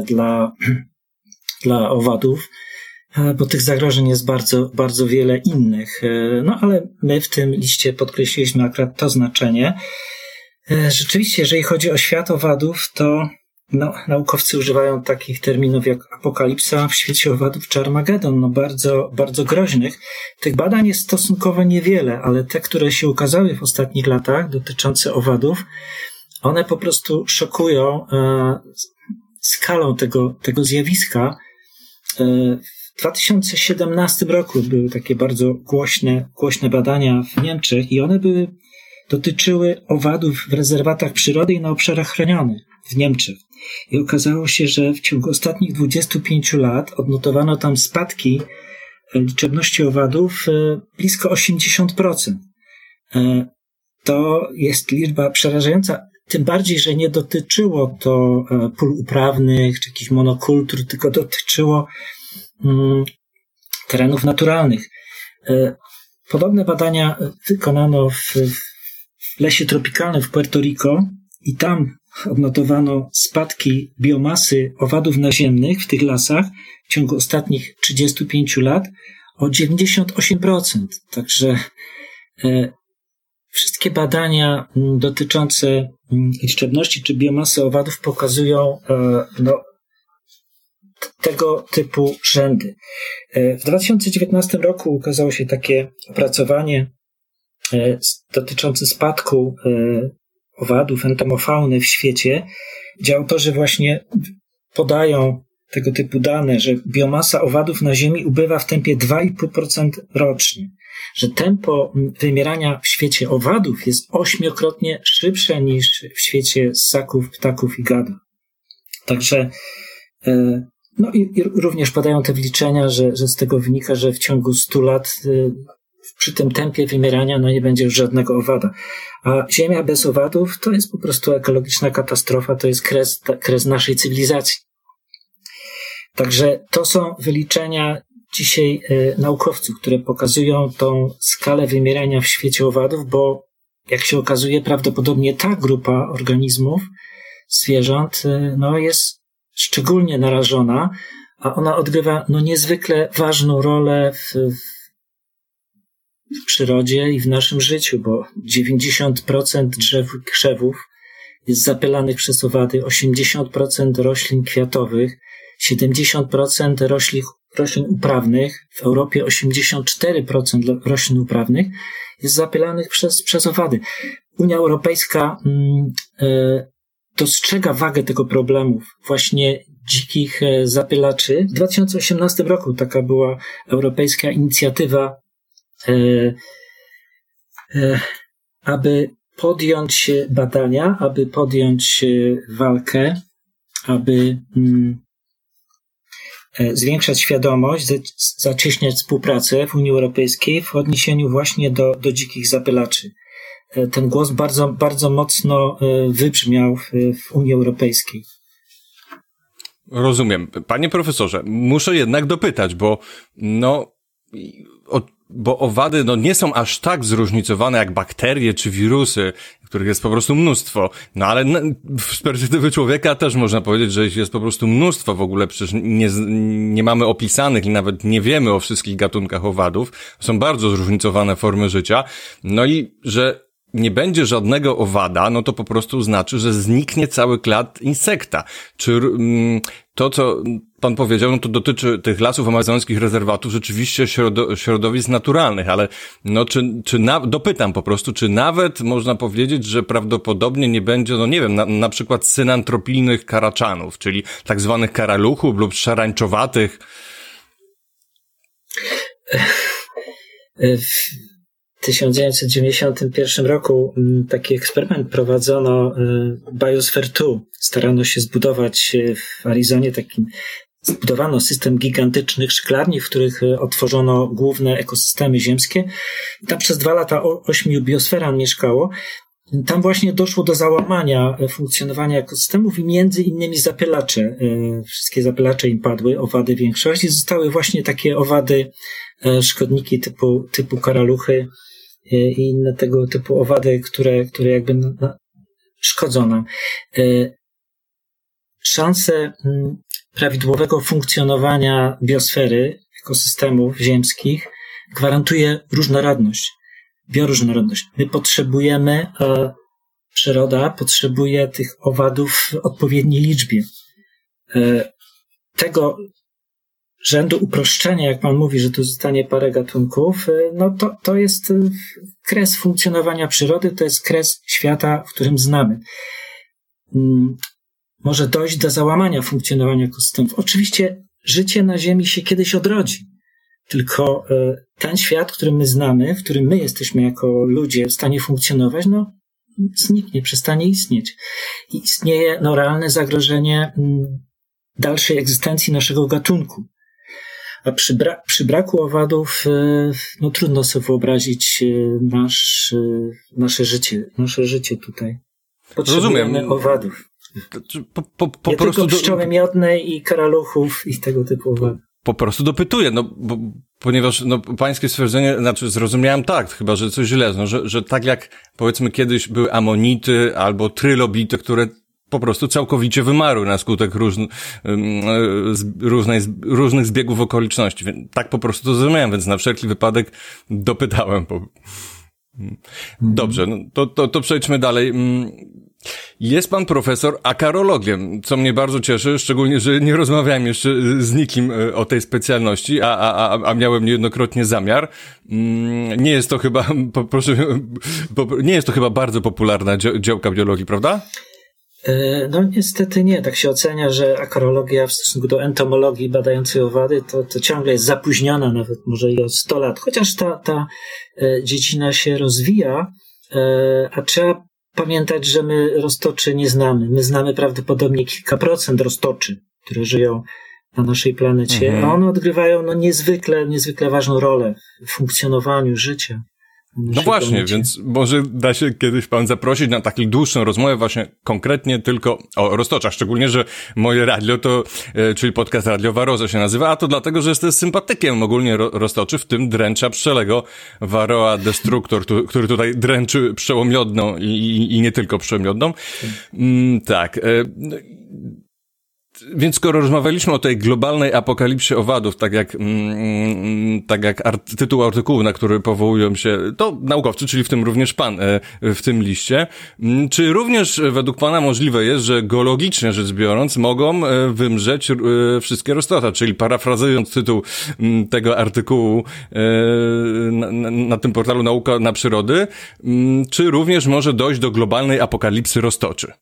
dla owadów, bo tych zagrożeń jest bardzo, bardzo wiele innych. Ale my w tym liście podkreśliliśmy akurat to znaczenie. Rzeczywiście, jeżeli chodzi o świat owadów, to naukowcy używają takich terminów jak apokalipsa, w świecie owadów czy Armagedon, bardzo, bardzo groźnych. Tych badań jest stosunkowo niewiele, ale te, które się ukazały w ostatnich latach dotyczące owadów, one po prostu szokują skalą tego zjawiska. W 2017 roku były takie bardzo głośne badania w Niemczech i one dotyczyły owadów w rezerwatach przyrody i na obszarach chronionych w Niemczech. I okazało się, że w ciągu ostatnich 25 lat odnotowano tam spadki liczebności owadów blisko 80%. To jest liczba przerażająca, tym bardziej, że nie dotyczyło to pól uprawnych czy jakichś monokultur, tylko dotyczyło terenów naturalnych. Podobne badania wykonano w lesie tropikalnym w Puerto Rico i tam odnotowano spadki biomasy owadów naziemnych w tych lasach w ciągu ostatnich 35 lat o 98%. Także wszystkie badania dotyczące liczebności czy biomasy owadów pokazują tego typu rzędy. W 2019 roku ukazało się takie opracowanie dotyczące spadku owadów, entomofauny w świecie, gdzie autorzy właśnie podają tego typu dane, że biomasa owadów na Ziemi ubywa w tempie 2,5% rocznie, że tempo wymierania w świecie owadów jest 8-krotnie szybsze niż w świecie ssaków, ptaków i gadów. Także no i również padają te wliczenia, że z tego wynika, że w ciągu 100 lat przy tym tempie wymierania nie będzie już żadnego owada. A Ziemia bez owadów to jest po prostu ekologiczna katastrofa, to jest kres naszej cywilizacji. Także to są wyliczenia dzisiaj naukowców, które pokazują tą skalę wymierania w świecie owadów, bo jak się okazuje, prawdopodobnie ta grupa organizmów, zwierząt, jest szczególnie narażona, a ona odgrywa niezwykle ważną rolę w przyrodzie i w naszym życiu, bo 90% drzew i krzewów jest zapylanych przez owady, 80% roślin kwiatowych, 70% roślin uprawnych, w Europie 84% roślin uprawnych jest zapylanych przez owady. Unia Europejska dostrzega wagę tego problemu właśnie dzikich zapylaczy. W 2018 roku taka była europejska inicjatywa, aby podjąć badania, aby podjąć walkę, aby zwiększać świadomość, zacieśniać współpracę w Unii Europejskiej w odniesieniu właśnie do dzikich zapylaczy. Ten głos bardzo, bardzo mocno wybrzmiał w Unii Europejskiej. Rozumiem. Panie profesorze, muszę jednak dopytać, bo owady nie są aż tak zróżnicowane jak bakterie czy wirusy, których jest po prostu mnóstwo. No ale z perspektywy człowieka też można powiedzieć, że jest po prostu mnóstwo w ogóle, przecież nie mamy opisanych i nawet nie wiemy o wszystkich gatunkach owadów. Są bardzo zróżnicowane formy życia. No i że nie będzie żadnego owada, to po prostu znaczy, że zniknie cały klad insekta. Czy to, co pan powiedział, to dotyczy tych lasów amazońskich, rezerwatów, rzeczywiście środowisk naturalnych, ale dopytam po prostu, czy nawet można powiedzieć, że prawdopodobnie nie będzie, na przykład synantropijnych karaczanów, czyli tak zwanych karaluchów lub szarańczowatych. W 1991 roku taki eksperyment prowadzono Biosphere 2. Starano się zbudować w Arizonie zbudowano system gigantycznych szklarni, w których otworzono główne ekosystemy ziemskie. Tam przez 2 lata 8 biosferan mieszkało. Tam właśnie doszło do załamania funkcjonowania ekosystemów i między innymi zapylacze. Wszystkie zapylacze im padły, owady w większości. Zostały właśnie takie owady, szkodniki typu karaluchy i inne tego typu owady, które jakby szkodzą nam. Szanse prawidłowego funkcjonowania biosfery, ekosystemów ziemskich gwarantuje różnorodność, bioróżnorodność. My potrzebujemy, przyroda potrzebuje tych owadów w odpowiedniej liczbie. Tego rzędu uproszczenia, jak pan mówi, że tu zostanie parę gatunków, to jest kres funkcjonowania przyrody, to jest kres świata, w którym znamy. Może dojść do załamania funkcjonowania ekosystemów. Oczywiście życie na Ziemi się kiedyś odrodzi, tylko ten świat, który my znamy, w którym my jesteśmy jako ludzie w stanie funkcjonować, zniknie, przestanie istnieć. I istnieje realne zagrożenie dalszej egzystencji naszego gatunku. A przy braku owadów trudno sobie wyobrazić nasze życie tutaj. Potrzebujemy owadów. Nie tylko pszczoły miodne i karaluchów i tego typu owadów. po prostu dopytuję, ponieważ pańskie stwierdzenie, zrozumiałem tak, chyba, że coś źle, że tak jak powiedzmy kiedyś były amonity albo trylobity, które po prostu całkowicie wymarły na skutek różnych zbiegów okoliczności. Tak po prostu to zrozumiałem, więc na wszelki wypadek dopytałem. Dobrze, to przejdźmy dalej. Jest pan profesor akarologiem, co mnie bardzo cieszy, szczególnie, że nie rozmawiałem jeszcze z nikim o tej specjalności, a miałem niejednokrotnie zamiar. Nie jest to chyba, nie jest to chyba bardzo popularna działka biologii, prawda? No niestety nie. Tak się ocenia, że akarologia w stosunku do entomologii badającej owady to ciągle jest zapóźniona, nawet może i o 100 lat. Chociaż ta dziedzina się rozwija, a trzeba pamiętać, że my roztoczy nie znamy. My znamy prawdopodobnie kilka procent roztoczy, które żyją na naszej planecie, a one odgrywają niezwykle ważną rolę w funkcjonowaniu życia. No właśnie, planecie. Więc może da się kiedyś pan zaprosić na taką dłuższą rozmowę właśnie konkretnie tylko o roztoczach, szczególnie, że moje radio czyli podcast Radio Waroza się nazywa, a to dlatego, że jestem sympatykiem ogólnie roztoczy, w tym dręcza pszczelego Varroa destructor, który tutaj dręczy pszczołą miodną i nie tylko pszczołą miodną. Tak. Więc skoro rozmawialiśmy o tej globalnej apokalipsie owadów, tak jak tytuł artykułu, na który powołują się to naukowcy, czyli w tym również pan w tym liście, czy również według pana możliwe jest, że geologicznie rzecz biorąc mogą wymrzeć wszystkie roztocze, czyli parafrazując tytuł tego artykułu na tym portalu Nauka na Przyrody, czy również może dojść do globalnej apokalipsy roztoczy?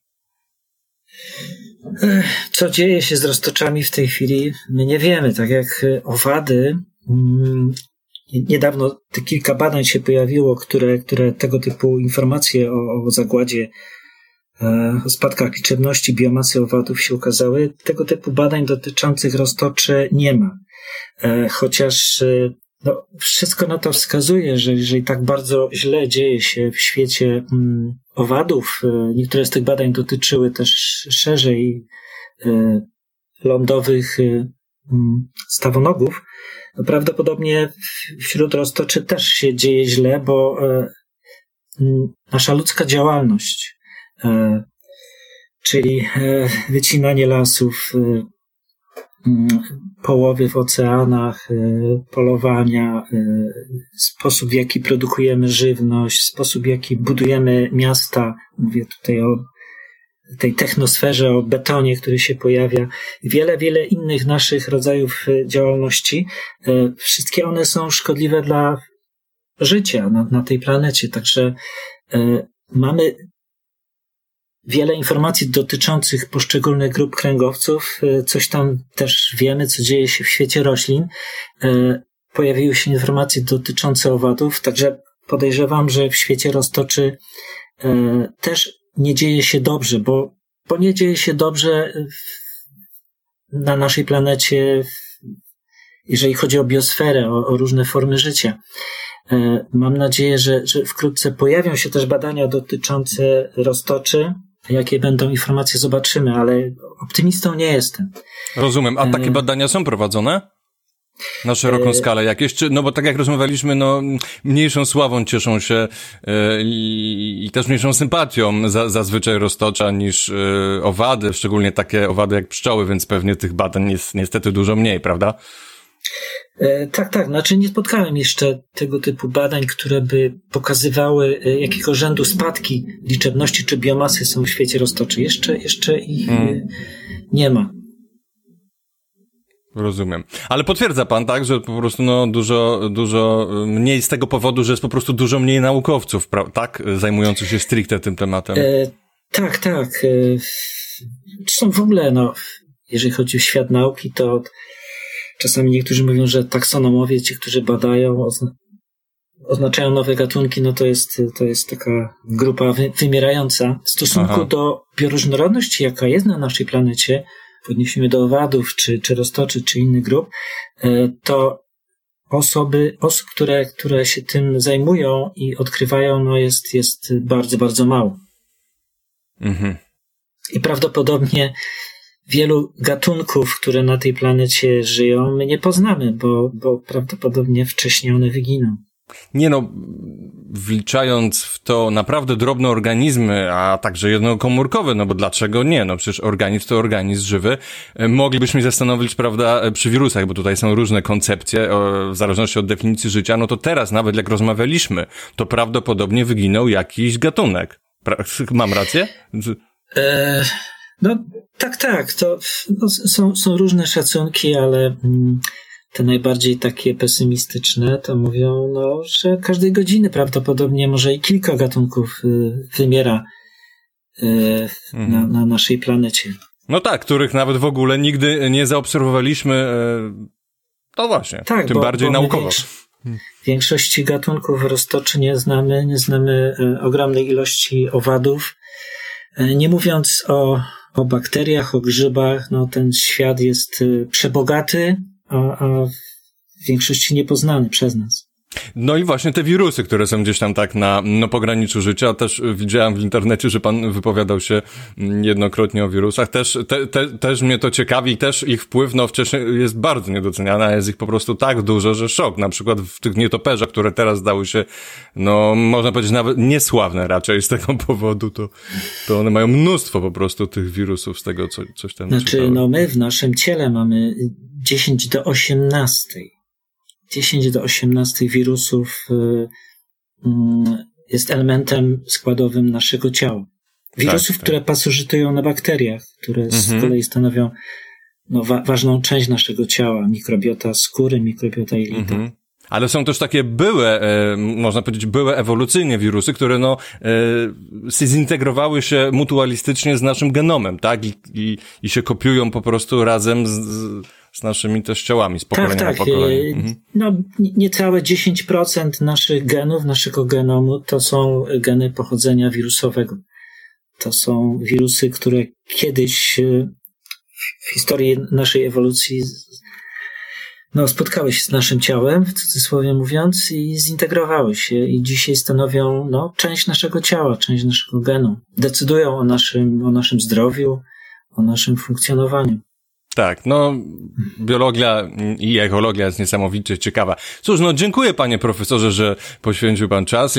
Co dzieje się z roztoczami w tej chwili? My nie wiemy. Tak jak owady, niedawno kilka badań się pojawiło, które tego typu informacje o zagładzie, o spadkach liczebności biomasy owadów się ukazały. Tego typu badań dotyczących roztoczy nie ma. Chociaż wszystko na to wskazuje, że jeżeli tak bardzo źle dzieje się w świecie owadów, niektóre z tych badań dotyczyły też szerzej lądowych stawonogów, prawdopodobnie wśród roztoczy też się dzieje źle, bo nasza ludzka działalność, czyli wycinanie lasów, połowy w oceanach, polowania, sposób w jaki produkujemy żywność, sposób w jaki budujemy miasta, mówię tutaj o tej technosferze, o betonie, który się pojawia, wiele innych naszych rodzajów działalności, wszystkie one są szkodliwe dla życia na tej planecie, także mamy wiele informacji dotyczących poszczególnych grup kręgowców. Coś tam też wiemy, co dzieje się w świecie roślin. Pojawiły się informacje dotyczące owadów, także podejrzewam, że w świecie roztoczy też nie dzieje się dobrze, bo nie dzieje się dobrze na naszej planecie, jeżeli chodzi o biosferę, o różne formy życia. Mam nadzieję, że wkrótce pojawią się też badania dotyczące roztoczy. Jakie będą informacje, zobaczymy, ale optymistą nie jestem. Rozumiem. A takie badania są prowadzone? Na szeroką skalę jakieś? Bo tak jak rozmawialiśmy, mniejszą sławą cieszą się i też mniejszą sympatią zazwyczaj roztocza niż owady, szczególnie takie owady jak pszczoły, więc pewnie tych badań jest niestety dużo mniej, prawda? Tak. Znaczy nie spotkałem jeszcze tego typu badań, które by pokazywały, jakiego rzędu spadki liczebności czy biomasy są w świecie roztoczy. Jeszcze ich nie ma. Rozumiem. Ale potwierdza pan, tak, że po prostu dużo mniej z tego powodu, że jest po prostu dużo mniej naukowców, tak, zajmujących się stricte tym tematem. Tak. Zresztą w ogóle, jeżeli chodzi o świat nauki, to czasami niektórzy mówią, że taksonomowie, ci, którzy badają, oznaczają nowe gatunki, to jest taka grupa wymierająca. W stosunku do bioróżnorodności, jaka jest na naszej planecie, w odniesieniu do owadów, czy roztoczy, czy innych grup, to osób, które się tym zajmują i odkrywają, jest bardzo, bardzo mało. I prawdopodobnie wielu gatunków, które na tej planecie żyją, my nie poznamy, bo prawdopodobnie wcześniej one wyginą. Nie no, wliczając w to naprawdę drobne organizmy, a także jednokomórkowe, no bo dlaczego nie? No przecież organizm to organizm żywy. Moglibyśmy zastanowić, prawda, przy wirusach, bo tutaj są różne koncepcje, w zależności od definicji życia, no to teraz nawet jak rozmawialiśmy, to prawdopodobnie wyginął jakiś gatunek. Mam rację? No tak, to są różne szacunki, ale te najbardziej takie pesymistyczne to mówią, że każdej godziny prawdopodobnie może i kilka gatunków wymiera na naszej planecie. No tak, których nawet w ogóle nigdy nie zaobserwowaliśmy, to właśnie, tak, tym bardziej naukowo. Większości gatunków roztoczy nie znamy ogromnej ilości owadów. Nie mówiąc o bakteriach, o grzybach, ten świat jest przebogaty, a w większości niepoznany przez nas. No i właśnie te wirusy, które są gdzieś tam tak na pograniczu życia, też widziałem w internecie, że pan wypowiadał się jednokrotnie o wirusach, też mnie to ciekawi, też ich wpływ, wcześniej jest bardzo niedoceniany, a jest ich po prostu tak dużo, że szok. Na przykład w tych nietoperzach, które teraz stały się, można powiedzieć nawet niesławne raczej z tego powodu, to one mają mnóstwo po prostu tych wirusów z tego, coś tam czytałem. My w naszym ciele mamy 10 do 18. 10 do 18 wirusów jest elementem składowym naszego ciała. Wirusów, które pasożytują na bakteriach, które z kolei stanowią ważną część naszego ciała. Mikrobiota skóry, mikrobiota jelita. Ale są też takie można powiedzieć, były ewolucyjnie wirusy, które zintegrowały się mutualistycznie z naszym genomem, tak? I się kopiują po prostu razem z naszymi też ciałami, z pokolenia na pokolenie. Niecałe 10% naszych genów, naszego genomu to są geny pochodzenia wirusowego. To są wirusy, które kiedyś w historii naszej ewolucji spotkały się z naszym ciałem, w cudzysłowie mówiąc, i zintegrowały się i dzisiaj stanowią część naszego ciała, część naszego genu. Decydują o naszym zdrowiu, o naszym funkcjonowaniu. Tak, biologia i ekologia jest niesamowicie ciekawa. Cóż, dziękuję panie profesorze, że poświęcił pan czas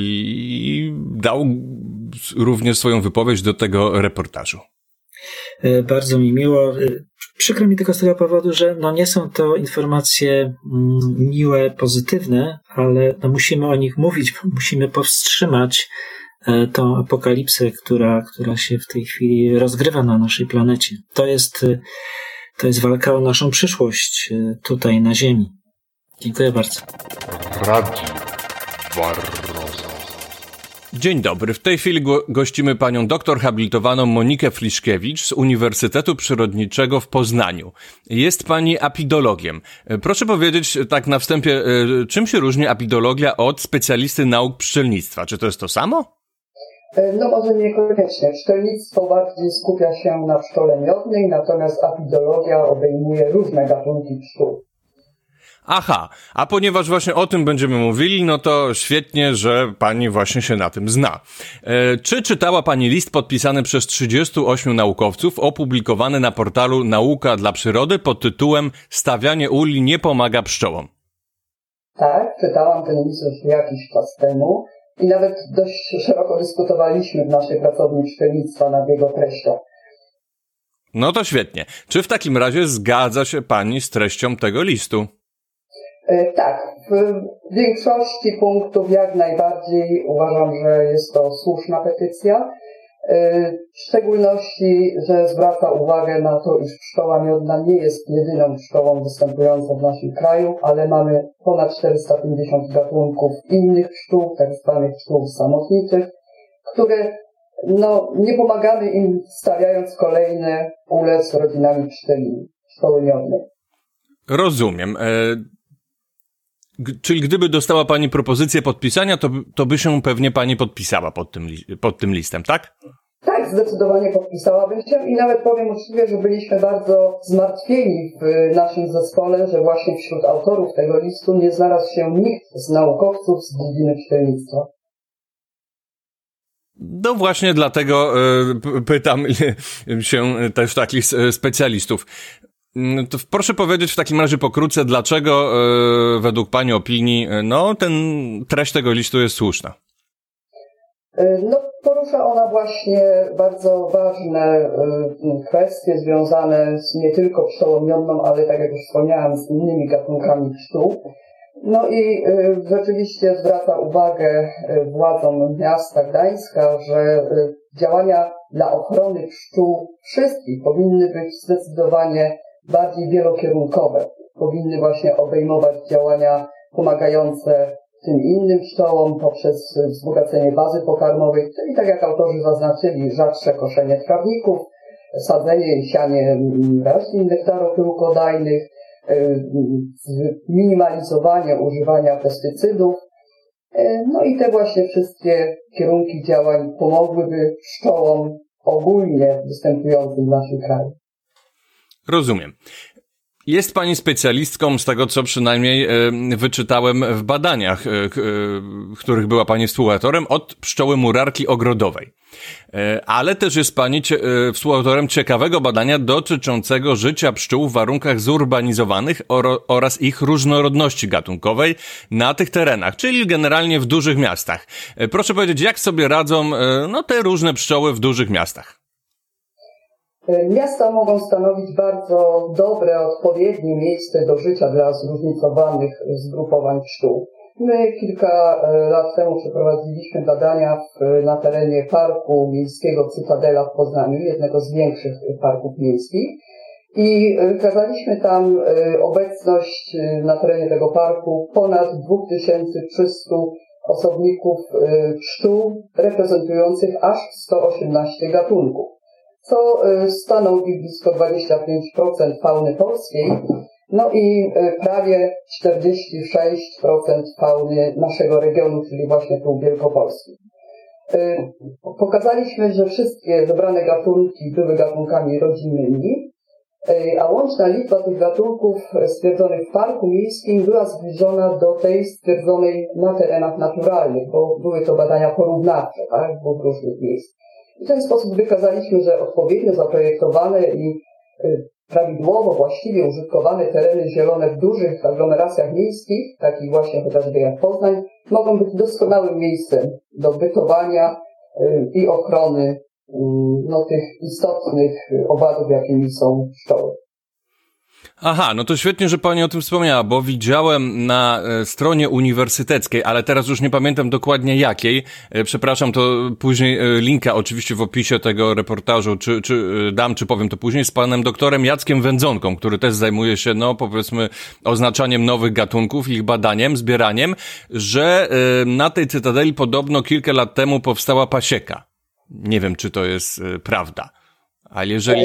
i dał również swoją wypowiedź do tego reportażu. Bardzo mi miło. Przykro mi tylko z tego powodu, że nie są to informacje miłe, pozytywne, ale musimy o nich mówić, musimy powstrzymać tą apokalipsę, która się w tej chwili rozgrywa na naszej planecie. To jest walka o naszą przyszłość tutaj na Ziemi. Dziękuję bardzo. Radio Barroso. Dzień dobry. W tej chwili gościmy panią doktor habilitowaną Monikę Fliszkiewicz z Uniwersytetu Przyrodniczego w Poznaniu. Jest pani apidologiem. Proszę powiedzieć tak na wstępie, czym się różni apidologia od specjalisty nauk pszczelnictwa? Czy to jest to samo? Może niekoniecznie. Pszczelnictwo bardziej skupia się na pszczole miodnej, natomiast apidologia obejmuje różne gatunki pszczół. Aha, a ponieważ właśnie o tym będziemy mówili, to świetnie, że pani właśnie się na tym zna. Czy czytała pani list podpisany przez 38 naukowców opublikowany na portalu Nauka dla Przyrody pod tytułem Stawianie uli nie pomaga pszczołom? Tak, czytałam ten list już jakiś czas temu i nawet dość szeroko dyskutowaliśmy w naszej pracowni pszczelnictwa nad jego treścią. No to świetnie. Czy w takim razie zgadza się pani z treścią tego listu? Tak, w większości punktów jak najbardziej uważam, że jest to słuszna petycja. W szczególności, że zwraca uwagę na to, iż pszczoła miodna nie jest jedyną pszczołą występującą w naszym kraju, ale mamy ponad 450 gatunków innych pszczół, tak zwanych pszczół samotniczych, które nie pomagamy im stawiając kolejne ule z rodzinami pszczelimi, pszczoły miodnej. Rozumiem. Czyli gdyby dostała pani propozycję podpisania, to by się pewnie pani podpisała pod tym listem, tak? Tak, zdecydowanie podpisałabym się i nawet powiem uczciwie, że byliśmy bardzo zmartwieni w naszym zespole, że właśnie wśród autorów tego listu nie znalazł się nikt z naukowców z dziedziny pszczelnictwa. No właśnie dlatego pytam się też takich specjalistów. To proszę powiedzieć w takim razie pokrótce, dlaczego według Pani opinii treść tego listu jest słuszna? No, porusza ona właśnie bardzo ważne kwestie związane nie tylko pszczołą miodną, ale tak jak już wspomniałam, z innymi gatunkami pszczół. No i rzeczywiście zwraca uwagę władzom miasta Gdańska, że działania dla ochrony pszczół wszystkich powinny być zdecydowanie bardziej wielokierunkowe. Powinny właśnie obejmować działania pomagające tym innym pszczołom poprzez wzbogacenie bazy pokarmowej, czyli tak jak autorzy zaznaczyli, rzadsze koszenie trawników, sadzenie i sianie roślin nektaropyłkodajnych, minimalizowanie używania pestycydów. No i te właśnie wszystkie kierunki działań pomogłyby pszczołom ogólnie występującym w naszym kraju. Rozumiem. Jest Pani specjalistką, z tego co przynajmniej wyczytałem w badaniach, których była Pani współautorem, od pszczoły murarki ogrodowej. Ale też jest Pani współautorem ciekawego badania dotyczącego życia pszczół w warunkach zurbanizowanych oraz ich różnorodności gatunkowej na tych terenach, czyli generalnie w dużych miastach. Proszę powiedzieć, jak sobie radzą te różne pszczoły w dużych miastach? Miasta mogą stanowić bardzo dobre, odpowiednie miejsce do życia dla zróżnicowanych zgrupowań pszczół. My kilka lat temu przeprowadziliśmy badania na terenie Parku Miejskiego Cytadela w Poznaniu, jednego z większych parków miejskich, i wykazaliśmy tam obecność na terenie tego parku ponad 2300 osobników pszczół reprezentujących aż 118 gatunków, co stanowi blisko 25% fauny polskiej, no i prawie 46% fauny naszego regionu, czyli właśnie tu Wielkopolski. Pokazaliśmy, że wszystkie wybrane gatunki były gatunkami rodzimymi, a łączna liczba tych gatunków stwierdzonych w parku miejskim była zbliżona do tej stwierdzonej na terenach naturalnych, bo były to badania porównawcze, tak, w dwóch różnych miejsc. I w ten sposób wykazaliśmy, że odpowiednio zaprojektowane i prawidłowo, właściwie użytkowane tereny zielone w dużych aglomeracjach miejskich, takich właśnie chociażby jak Poznań, mogą być doskonałym miejscem do bytowania i ochrony tych istotnych owadów, jakimi są pszczoły. Aha, no to świetnie, że Pani o tym wspomniała, bo widziałem na stronie uniwersyteckiej, ale teraz już nie pamiętam dokładnie jakiej, przepraszam, to później linka oczywiście w opisie tego reportażu, czy powiem to później, z panem doktorem Jackiem Wędzonką, który też zajmuje się, powiedzmy, oznaczaniem nowych gatunków, ich badaniem, zbieraniem, że na tej cytadeli podobno kilka lat temu powstała pasieka. Nie wiem, czy to jest prawda, ale jeżeli...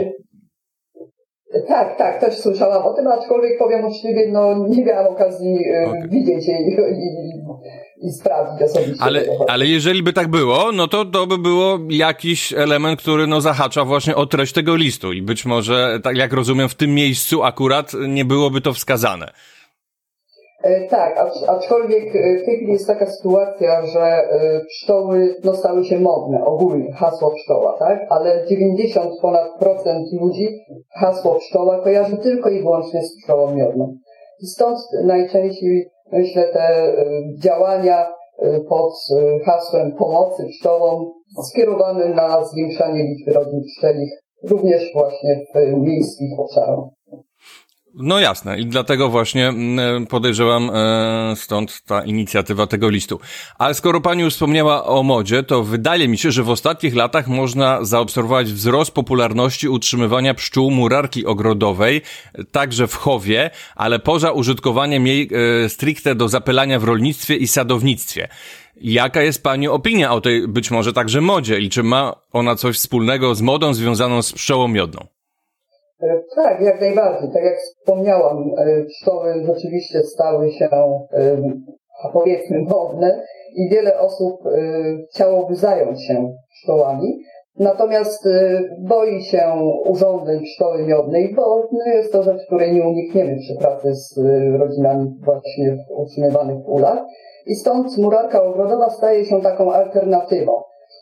Tak, też słyszałam o tym, aczkolwiek powiem uczciwie, nie miałam okazji widzieć jej i sprawdzić osobiście. Ale jeżeli by tak było, to by było jakiś element, który zahacza właśnie o treść tego listu i być może, tak jak rozumiem, w tym miejscu akurat nie byłoby to wskazane. Tak, aczkolwiek w tej chwili jest taka sytuacja, że pszczoły stały się modne, ogólnie hasło pszczoła, tak? Ale 90% ludzi hasło pszczoła kojarzy tylko i wyłącznie z pszczołą miodną. I stąd najczęściej, myślę, te działania pod hasłem pomocy pszczołom skierowane na zwiększanie liczby rodzin pszczelich, również właśnie w miejskich obszarach. No jasne i dlatego właśnie podejrzewam stąd ta inicjatywa tego listu. Ale skoro Pani już wspomniała o modzie, to wydaje mi się, że w ostatnich latach można zaobserwować wzrost popularności utrzymywania pszczół murarki ogrodowej, także w chowie, ale poza użytkowaniem jej stricte do zapylania w rolnictwie i sadownictwie. Jaka jest Pani opinia o tej być może także modzie i czy ma ona coś wspólnego z modą związaną z pszczołą miodną? Tak, jak najbardziej. Tak jak wspomniałam, pszczoły rzeczywiście stały się, powiedzmy, modne i wiele osób chciałoby zająć się pszczołami. Natomiast boi się urządzeń pszczoły miodnej, bo jest to rzecz, której nie unikniemy przy pracy z rodzinami właśnie utrzymywanych w ulach. I stąd murarka ogrodowa staje się taką alternatywą.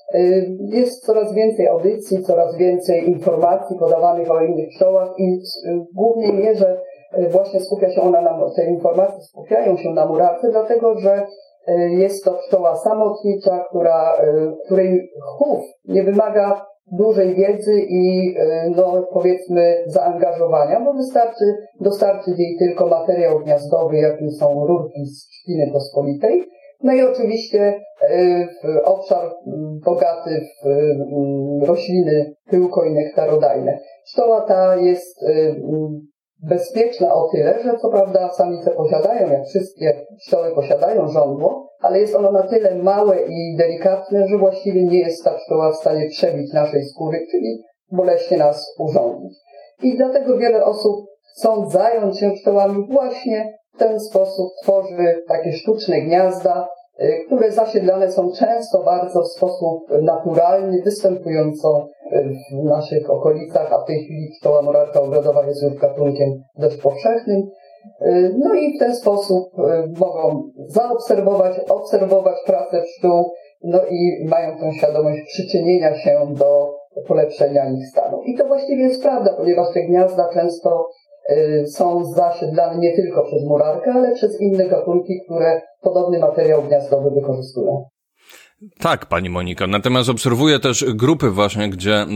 Jest coraz więcej audycji, coraz więcej informacji podawanych o innych pszczołach i w głównej mierze właśnie te informacje skupiają się na murarce, dlatego że jest to pszczoła samotnicza, której chów nie wymaga dużej wiedzy i powiedzmy zaangażowania, bo wystarczy dostarczyć jej tylko materiał gniazdowy, jakim są rurki z trzciny pospolitej. No i oczywiście obszar bogaty w rośliny pyłko- i nektarodajne. Pszczoła ta jest bezpieczna o tyle, że co prawda samice posiadają, jak wszystkie pszczoły posiadają żądło, ale jest ono na tyle małe i delikatne, że właściwie nie jest ta pszczoła w stanie przebić naszej skóry, czyli boleśnie nas urządzić. I dlatego wiele osób, chcąc zająć się pszczołami, właśnie w ten sposób tworzy takie sztuczne gniazda, które zasiedlane są często bardzo w sposób naturalny, występującą w naszych okolicach, a w tej chwili pszczoła murarka ogrodowa jest już gatunkiem dość powszechnym. No i w ten sposób mogą obserwować pracę pszczół, no i mają tę świadomość przyczynienia się do polepszenia ich stanu. I to właściwie jest prawda, ponieważ te gniazda często są zasiedlane nie tylko przez murarkę, ale przez inne gatunki, które podobny materiał gniazdowy wykorzystują. Tak, pani Moniko. Natomiast obserwuję też grupy właśnie,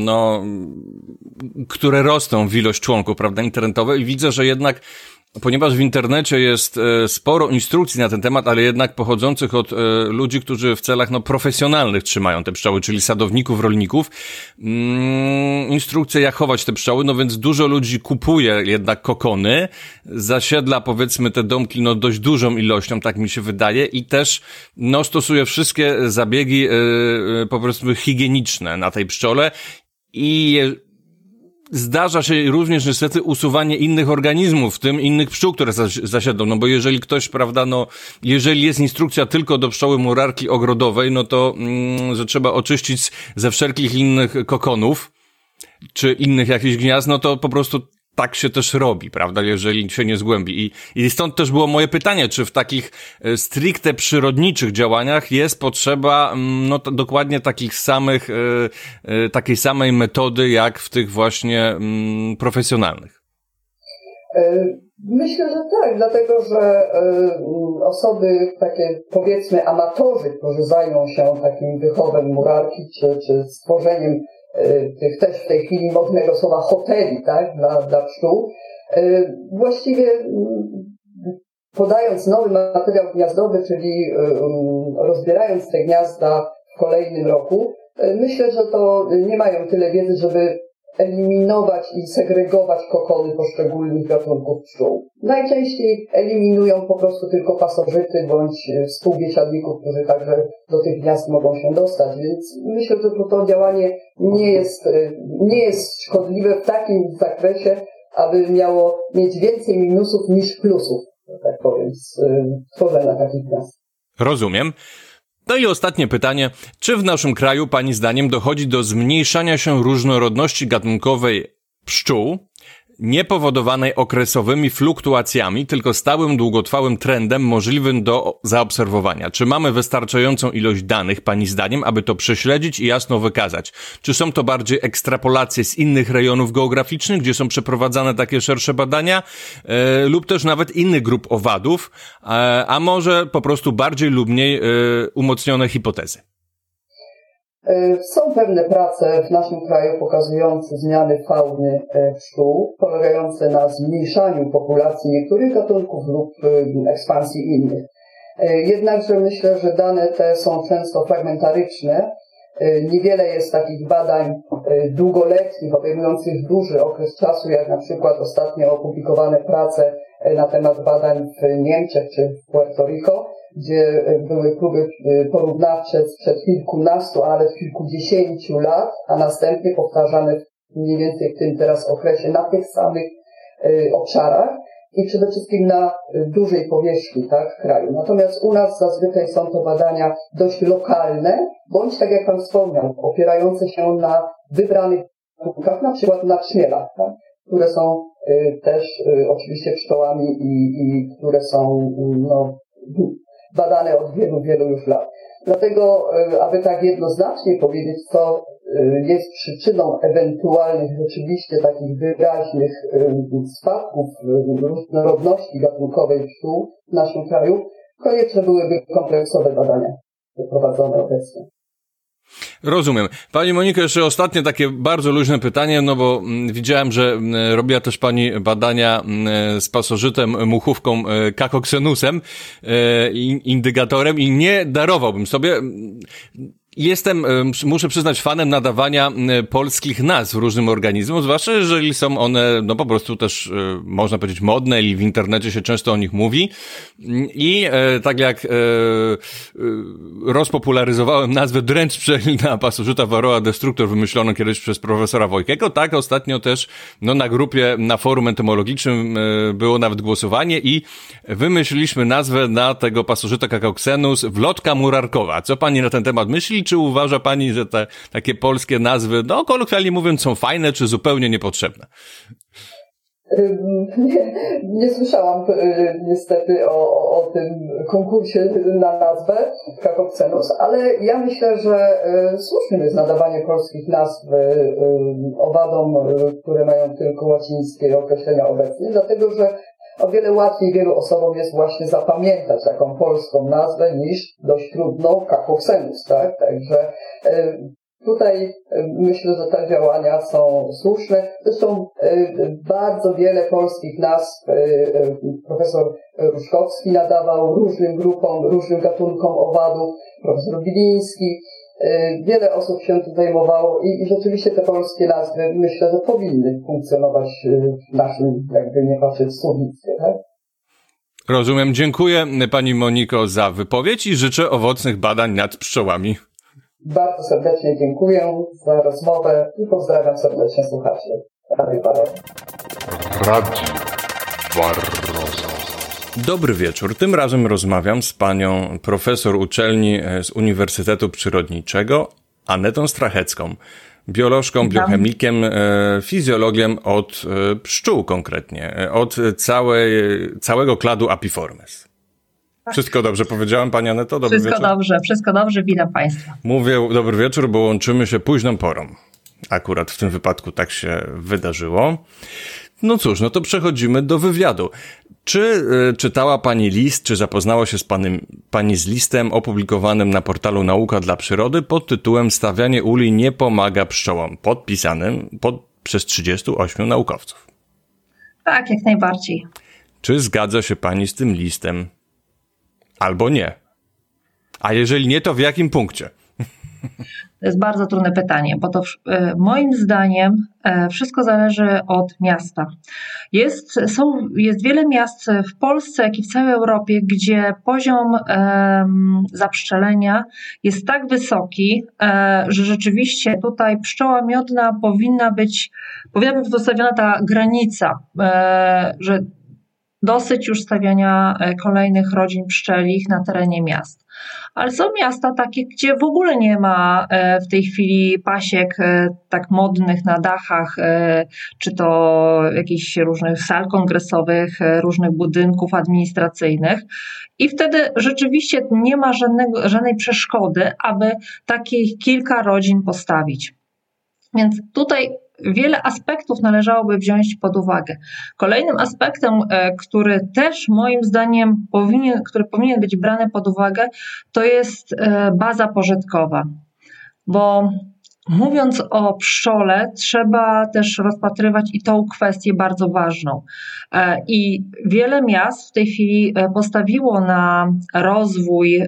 które rosną w ilość członków, prawda, internetowe i widzę, że jednak, ponieważ w internecie jest sporo instrukcji na ten temat, ale jednak pochodzących od ludzi, którzy w celach profesjonalnych trzymają te pszczoły, czyli sadowników, rolników, instrukcje jak chować te pszczoły, więc dużo ludzi kupuje jednak kokony, zasiedla powiedzmy te domki dość dużą ilością, tak mi się wydaje, i też stosuje wszystkie zabiegi po prostu higieniczne na tej pszczole i zdarza się również niestety usuwanie innych organizmów, w tym innych pszczół, które zasiedlą, bo jeżeli ktoś, prawda, jeżeli jest instrukcja tylko do pszczoły murarki ogrodowej, to że trzeba oczyścić ze wszelkich innych kokonów, czy innych jakichś gniazd, to po prostu tak się też robi, prawda, jeżeli się nie zgłębi. I stąd też było moje pytanie, czy w takich stricte przyrodniczych działaniach jest potrzeba dokładnie takiej samej metody, jak w tych właśnie profesjonalnych. Myślę, że tak, dlatego że osoby takie, powiedzmy, amatorzy, którzy zajmą się takim wychowem murarki, czy stworzeniem tych też w tej chwili modnego słowa hoteli, tak, dla pszczół, właściwie podając nowy materiał gniazdowy, czyli rozbierając te gniazda w kolejnym roku, myślę, że to nie mają tyle wiedzy, żeby eliminować i segregować kokony poszczególnych gatunków pszczół. Najczęściej eliminują po prostu tylko pasożyty bądź współbiesiadników, którzy także do tych gniazd mogą się dostać, więc myślę, że to działanie nie jest szkodliwe w takim zakresie, aby miało mieć więcej minusów niż plusów, tak powiem, z tworzenia takich gniazd. Rozumiem. No i ostatnie pytanie. Czy w naszym kraju, pani zdaniem, dochodzi do zmniejszania się różnorodności gatunkowej pszczół, niepowodowanej okresowymi fluktuacjami, tylko stałym, długotrwałym trendem możliwym do zaobserwowania? Czy mamy wystarczającą ilość danych, pani zdaniem, aby to prześledzić i jasno wykazać? Czy są to bardziej ekstrapolacje z innych rejonów geograficznych, gdzie są przeprowadzane takie szersze badania, lub też nawet innych grup owadów, a może po prostu bardziej lub mniej umocnione hipotezy? Są pewne prace w naszym kraju pokazujące zmiany fauny pszczół, polegające na zmniejszaniu populacji niektórych gatunków lub ekspansji innych. Jednakże myślę, że dane te są często fragmentaryczne. Niewiele jest takich badań długoletnich, obejmujących duży okres czasu, jak na przykład ostatnio opublikowane prace na temat badań w Niemczech czy w Puerto Rico, gdzie były próby porównawcze sprzed kilkunastu, a nawet kilkudziesięciu lat, a następnie powtarzane mniej więcej w tym teraz okresie na tych samych obszarach i przede wszystkim na dużej powierzchni, tak, kraju. Natomiast u nas zazwyczaj są to badania dość lokalne, bądź tak jak pan wspomniał, opierające się na wybranych gatunkach, na przykład na trzmielach, tak, które są też oczywiście pszczołami i które są badane od wielu, wielu już lat. Dlatego, aby tak jednoznacznie powiedzieć, co jest przyczyną ewentualnych rzeczywiście takich wyraźnych spadków różnorodności gatunkowej pszczół w naszym kraju, konieczne byłyby kompleksowe badania prowadzone obecnie. Rozumiem. Pani Moniko, jeszcze ostatnie takie bardzo luźne pytanie, no bo widziałem, że robiła też Pani badania z pasożytem, muchówką Caccoxenusem, indygatorem i nie darowałbym sobie. Jestem, muszę przyznać, fanem nadawania polskich nazw różnym organizmom, zwłaszcza jeżeli są one, no po prostu też, można powiedzieć, modne i w internecie się często o nich mówi. I tak jak rozpopularyzowałem nazwę dręcz pszczelina pasożyta Varroa destructor wymyśloną kiedyś przez profesora Wojkiego, tak ostatnio też na grupie, na forum entomologicznym było nawet głosowanie i wymyśliliśmy nazwę na tego pasożyta Caccoxenus wlotka murarkowa. Co Pani na ten temat myśli? Czy uważa Pani, że te takie polskie nazwy, kolokwialnie mówiąc, są fajne, czy zupełnie niepotrzebne? Nie słyszałam niestety o tym konkursie na nazwę Caccoxenus, ale ja myślę, że słusznym jest nadawanie polskich nazw owadom, które mają tylko łacińskie określenia obecnie, dlatego że o wiele łatwiej wielu osobom jest właśnie zapamiętać taką polską nazwę niż dość trudną Caccoxenus, tak? Także tutaj myślę, że te działania są słuszne. Zresztą bardzo wiele polskich nazw profesor Ruszkowski nadawał różnym grupom, różnym gatunkom owadów, profesor Biliński. Wiele osób się tym zajmowało i rzeczywiście te polskie nazwy myślę, że powinny funkcjonować w naszym, jakby nie patrzeć, słownictwie, tak? Rozumiem. Dziękuję Pani Moniko za wypowiedź i życzę owocnych badań nad pszczołami. Bardzo serdecznie dziękuję za rozmowę i pozdrawiam serdecznie słuchaczy. Radio Barroso. Dobry wieczór. Tym razem rozmawiam z panią profesor uczelni z Uniwersytetu Przyrodniczego, Anetą Strachecką, biolożką, biochemikiem, fizjologiem od pszczół konkretnie, od całego kladu Apiformes. Wszystko dobrze powiedziałem, pani Aneto? Dobry wszystko wieczór. Wszystko dobrze, witam państwa. Mówię dobry wieczór, bo łączymy się późną porą. Akurat w tym wypadku tak się wydarzyło. No cóż, to przechodzimy do wywiadu. Czy czytała pani list, czy zapoznała się pani z listem opublikowanym na portalu Nauka dla Przyrody pod tytułem Stawianie uli nie pomaga pszczołom, podpisanym przez 38 naukowców? Tak, jak najbardziej. Czy zgadza się pani z tym listem? Albo nie? A jeżeli nie, to w jakim punkcie? To jest bardzo trudne pytanie, bo to moim zdaniem wszystko zależy od miasta. Jest wiele miast w Polsce, jak i w całej Europie, gdzie poziom zapszczelenia jest tak wysoki, że rzeczywiście tutaj pszczoła miodna powinna być postawiona ta granica, że dosyć już stawiania kolejnych rodzin pszczelich na terenie miast. Ale są miasta takie, gdzie w ogóle nie ma w tej chwili pasiek tak modnych na dachach, czy to jakichś różnych sal kongresowych, różnych budynków administracyjnych. I wtedy rzeczywiście nie ma żadnej przeszkody, aby takich kilka rodzin postawić. Więc tutaj wiele aspektów należałoby wziąć pod uwagę. Kolejnym aspektem, który też moim zdaniem powinien być brany pod uwagę, to jest baza pożytkowa. Bo mówiąc o pszczole, trzeba też rozpatrywać i tą kwestię bardzo ważną. I wiele miast w tej chwili postawiło na rozwój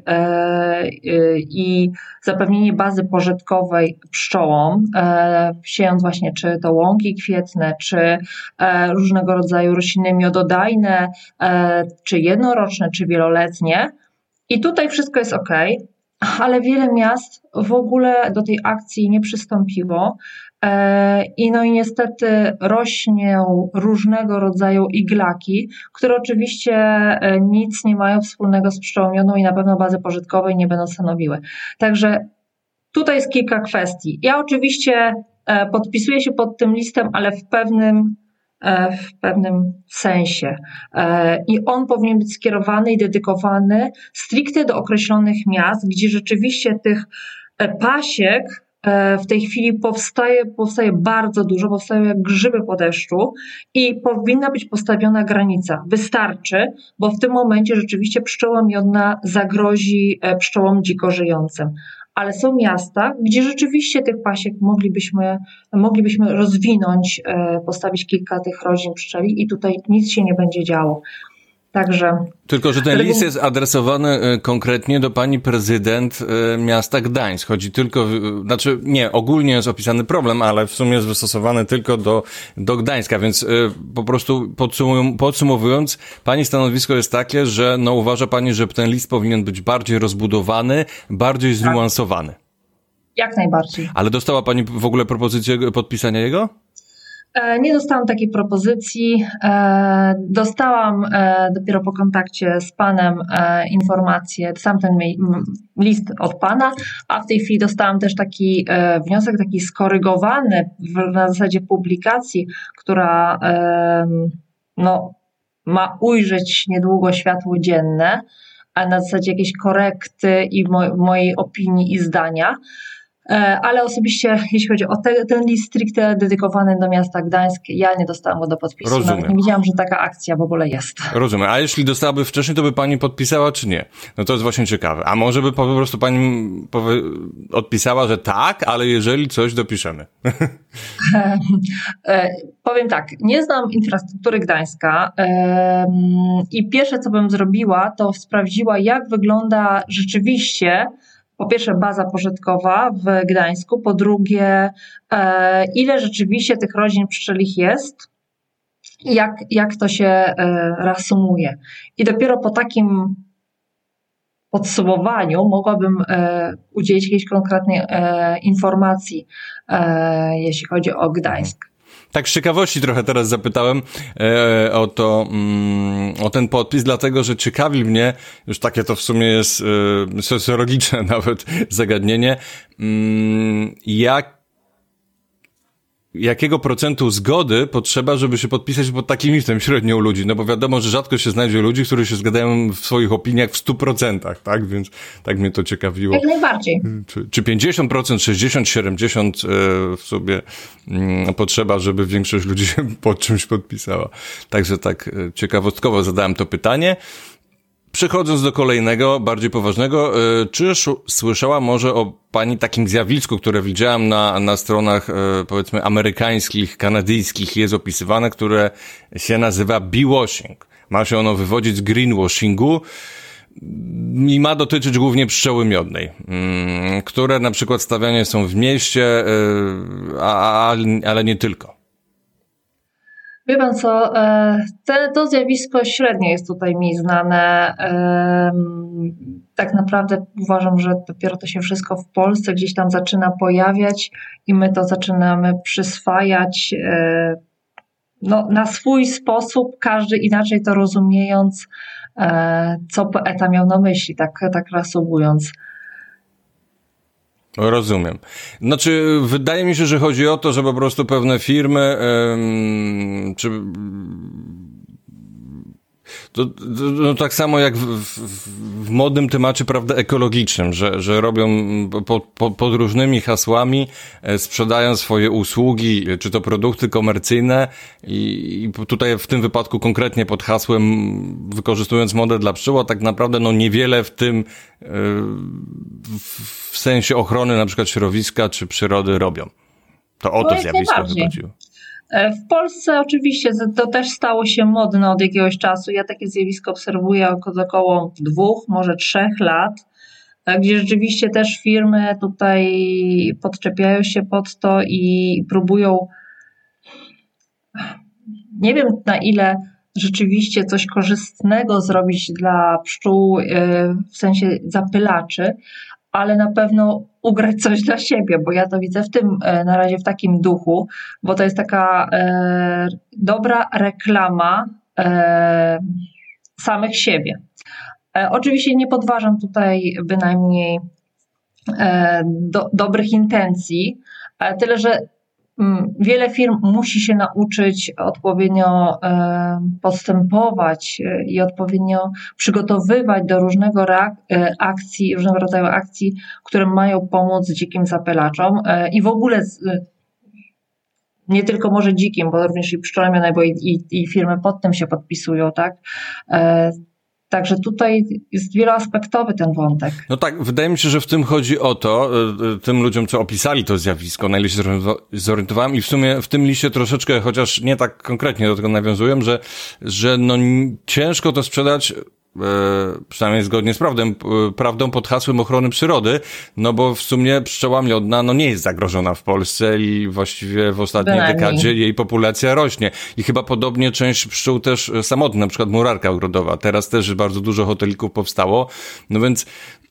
i zapewnienie bazy pożytkowej pszczołom, siejąc właśnie czy to łąki kwietne, czy różnego rodzaju rośliny miododajne, czy jednoroczne, czy wieloletnie. I tutaj wszystko jest okej. Ale wiele miast w ogóle do tej akcji nie przystąpiło i niestety rośnią różnego rodzaju iglaki, które oczywiście nic nie mają wspólnego z pszczołą miodną i na pewno bazy pożytkowej nie będą stanowiły. Także tutaj jest kilka kwestii. Ja oczywiście podpisuję się pod tym listem, ale w pewnym w pewnym sensie. I on powinien być skierowany i dedykowany stricte do określonych miast, gdzie rzeczywiście tych pasiek w tej chwili powstaje bardzo dużo, powstają jak grzyby po deszczu i powinna być postawiona granica. Wystarczy, bo w tym momencie rzeczywiście pszczoła miodna zagrozi pszczołom dziko żyjącym. Ale są miasta, gdzie rzeczywiście tych pasiek moglibyśmy rozwinąć, postawić kilka tych rodzin pszczeli i tutaj nic się nie będzie działo. Także... Tylko, że ten list jest adresowany konkretnie do pani prezydent miasta Gdańsk. Chodzi tylko, ogólnie jest opisany problem, ale w sumie jest wystosowany tylko do Gdańska, więc po prostu podsumowując, pani stanowisko jest takie, że uważa pani, że ten list powinien być bardziej rozbudowany, bardziej zniuansowany. Jak najbardziej. Ale dostała pani w ogóle propozycję podpisania jego? Nie dostałam takiej propozycji. Dostałam dopiero po kontakcie z panem informację, sam ten list od pana, a w tej chwili dostałam też taki wniosek, taki skorygowany na zasadzie publikacji, która ma ujrzeć niedługo światło dzienne, a na zasadzie jakiejś korekty i mojej opinii i zdania. Ale osobiście, jeśli chodzi o ten list stricte dedykowany do miasta Gdańsk, ja nie dostałam go do podpisu. Rozumiem. Nawet nie widziałam, że taka akcja w ogóle jest. Rozumiem. A jeśli dostałaby wcześniej, to by pani podpisała, czy nie? No to jest właśnie ciekawe. A może by po prostu pani odpisała, że tak, ale jeżeli coś dopiszemy. Powiem tak, nie znam infrastruktury Gdańska i pierwsze, co bym zrobiła, to sprawdziła, jak wygląda rzeczywiście po pierwsze baza pożytkowa w Gdańsku, po drugie ile rzeczywiście tych rodzin pszczelich jest i jak to się reasumuje. I dopiero po takim podsumowaniu mogłabym udzielić jakiejś konkretnej informacji, jeśli chodzi o Gdańsk. Tak z ciekawości trochę teraz zapytałem o ten podpis, dlatego że ciekawi mnie, już takie to w sumie jest socjologiczne nawet zagadnienie, jakiego procentu zgody potrzeba, żeby się podpisać pod takim listem średnio u ludzi, no bo wiadomo, że rzadko się znajdzie ludzi, którzy się zgadzają w swoich opiniach w 100%, tak? Więc tak mnie to ciekawiło. Jak najbardziej. Czy 50%, 60%, 70% w sobie potrzeba, żeby większość ludzi się pod czymś podpisała. Także tak ciekawostkowo zadałem to pytanie. Przechodząc do kolejnego, bardziej poważnego, czy słyszała może o pani takim zjawisku, które widziałem na stronach, powiedzmy, amerykańskich, kanadyjskich, jest opisywane, które się nazywa bee-washing. Ma się ono wywodzić z greenwashingu i ma dotyczyć głównie pszczoły miodnej, które na przykład stawiane są w mieście, ale nie tylko. Wie pan co, to zjawisko średnio jest tutaj mi znane. Tak naprawdę uważam, że dopiero to się wszystko w Polsce gdzieś tam zaczyna pojawiać i my to zaczynamy przyswajać na swój sposób, każdy inaczej to rozumiejąc, co poeta miał na myśli, tak reasumując. Rozumiem. Znaczy, wydaje mi się, że chodzi o to, że po prostu pewne firmy, no tak samo jak w modnym temacie, prawda, ekologicznym, że robią pod różnymi hasłami, sprzedają swoje usługi, czy to produkty komercyjne i tutaj w tym wypadku konkretnie pod hasłem, wykorzystując model dla pszczół, a tak naprawdę niewiele w tym w sensie ochrony na przykład środowiska czy przyrody robią. To o to zjawisko wychodziło. W Polsce oczywiście to też stało się modne od jakiegoś czasu. Ja takie zjawisko obserwuję od około 2, może 3 lat, gdzie rzeczywiście też firmy tutaj podczepiają się pod to i próbują, nie wiem na ile rzeczywiście coś korzystnego zrobić dla pszczół w sensie zapylaczy, ale na pewno ugrać coś dla siebie, bo ja to widzę na razie w takim duchu, bo to jest taka dobra reklama samych siebie. Oczywiście nie podważam tutaj bynajmniej dobrych intencji, tyle że Wiele firm musi się nauczyć odpowiednio postępować i odpowiednio przygotowywać do różnego rodzaju akcji, które mają pomóc dzikim zapylaczom i w ogóle nie tylko może dzikim, bo również i pszczole miodowe, bo i firmy pod tym się podpisują, tak? Także tutaj jest wieloaspektowy ten wątek. No tak, wydaje mi się, że w tym chodzi o to, tym ludziom, co opisali to zjawisko, na ile się zorientowałem i w sumie w tym liście troszeczkę, chociaż nie tak konkretnie do tego nawiązują, że no ciężko to sprzedać, przynajmniej zgodnie z prawdą pod hasłem ochrony przyrody, no bo w sumie pszczoła miodna no nie jest zagrożona w Polsce i właściwie w ostatniej dekadzie jej populacja rośnie. I chyba podobnie część pszczół też samotnych, na przykład murarka ogrodowa. Teraz też bardzo dużo hotelików powstało, no więc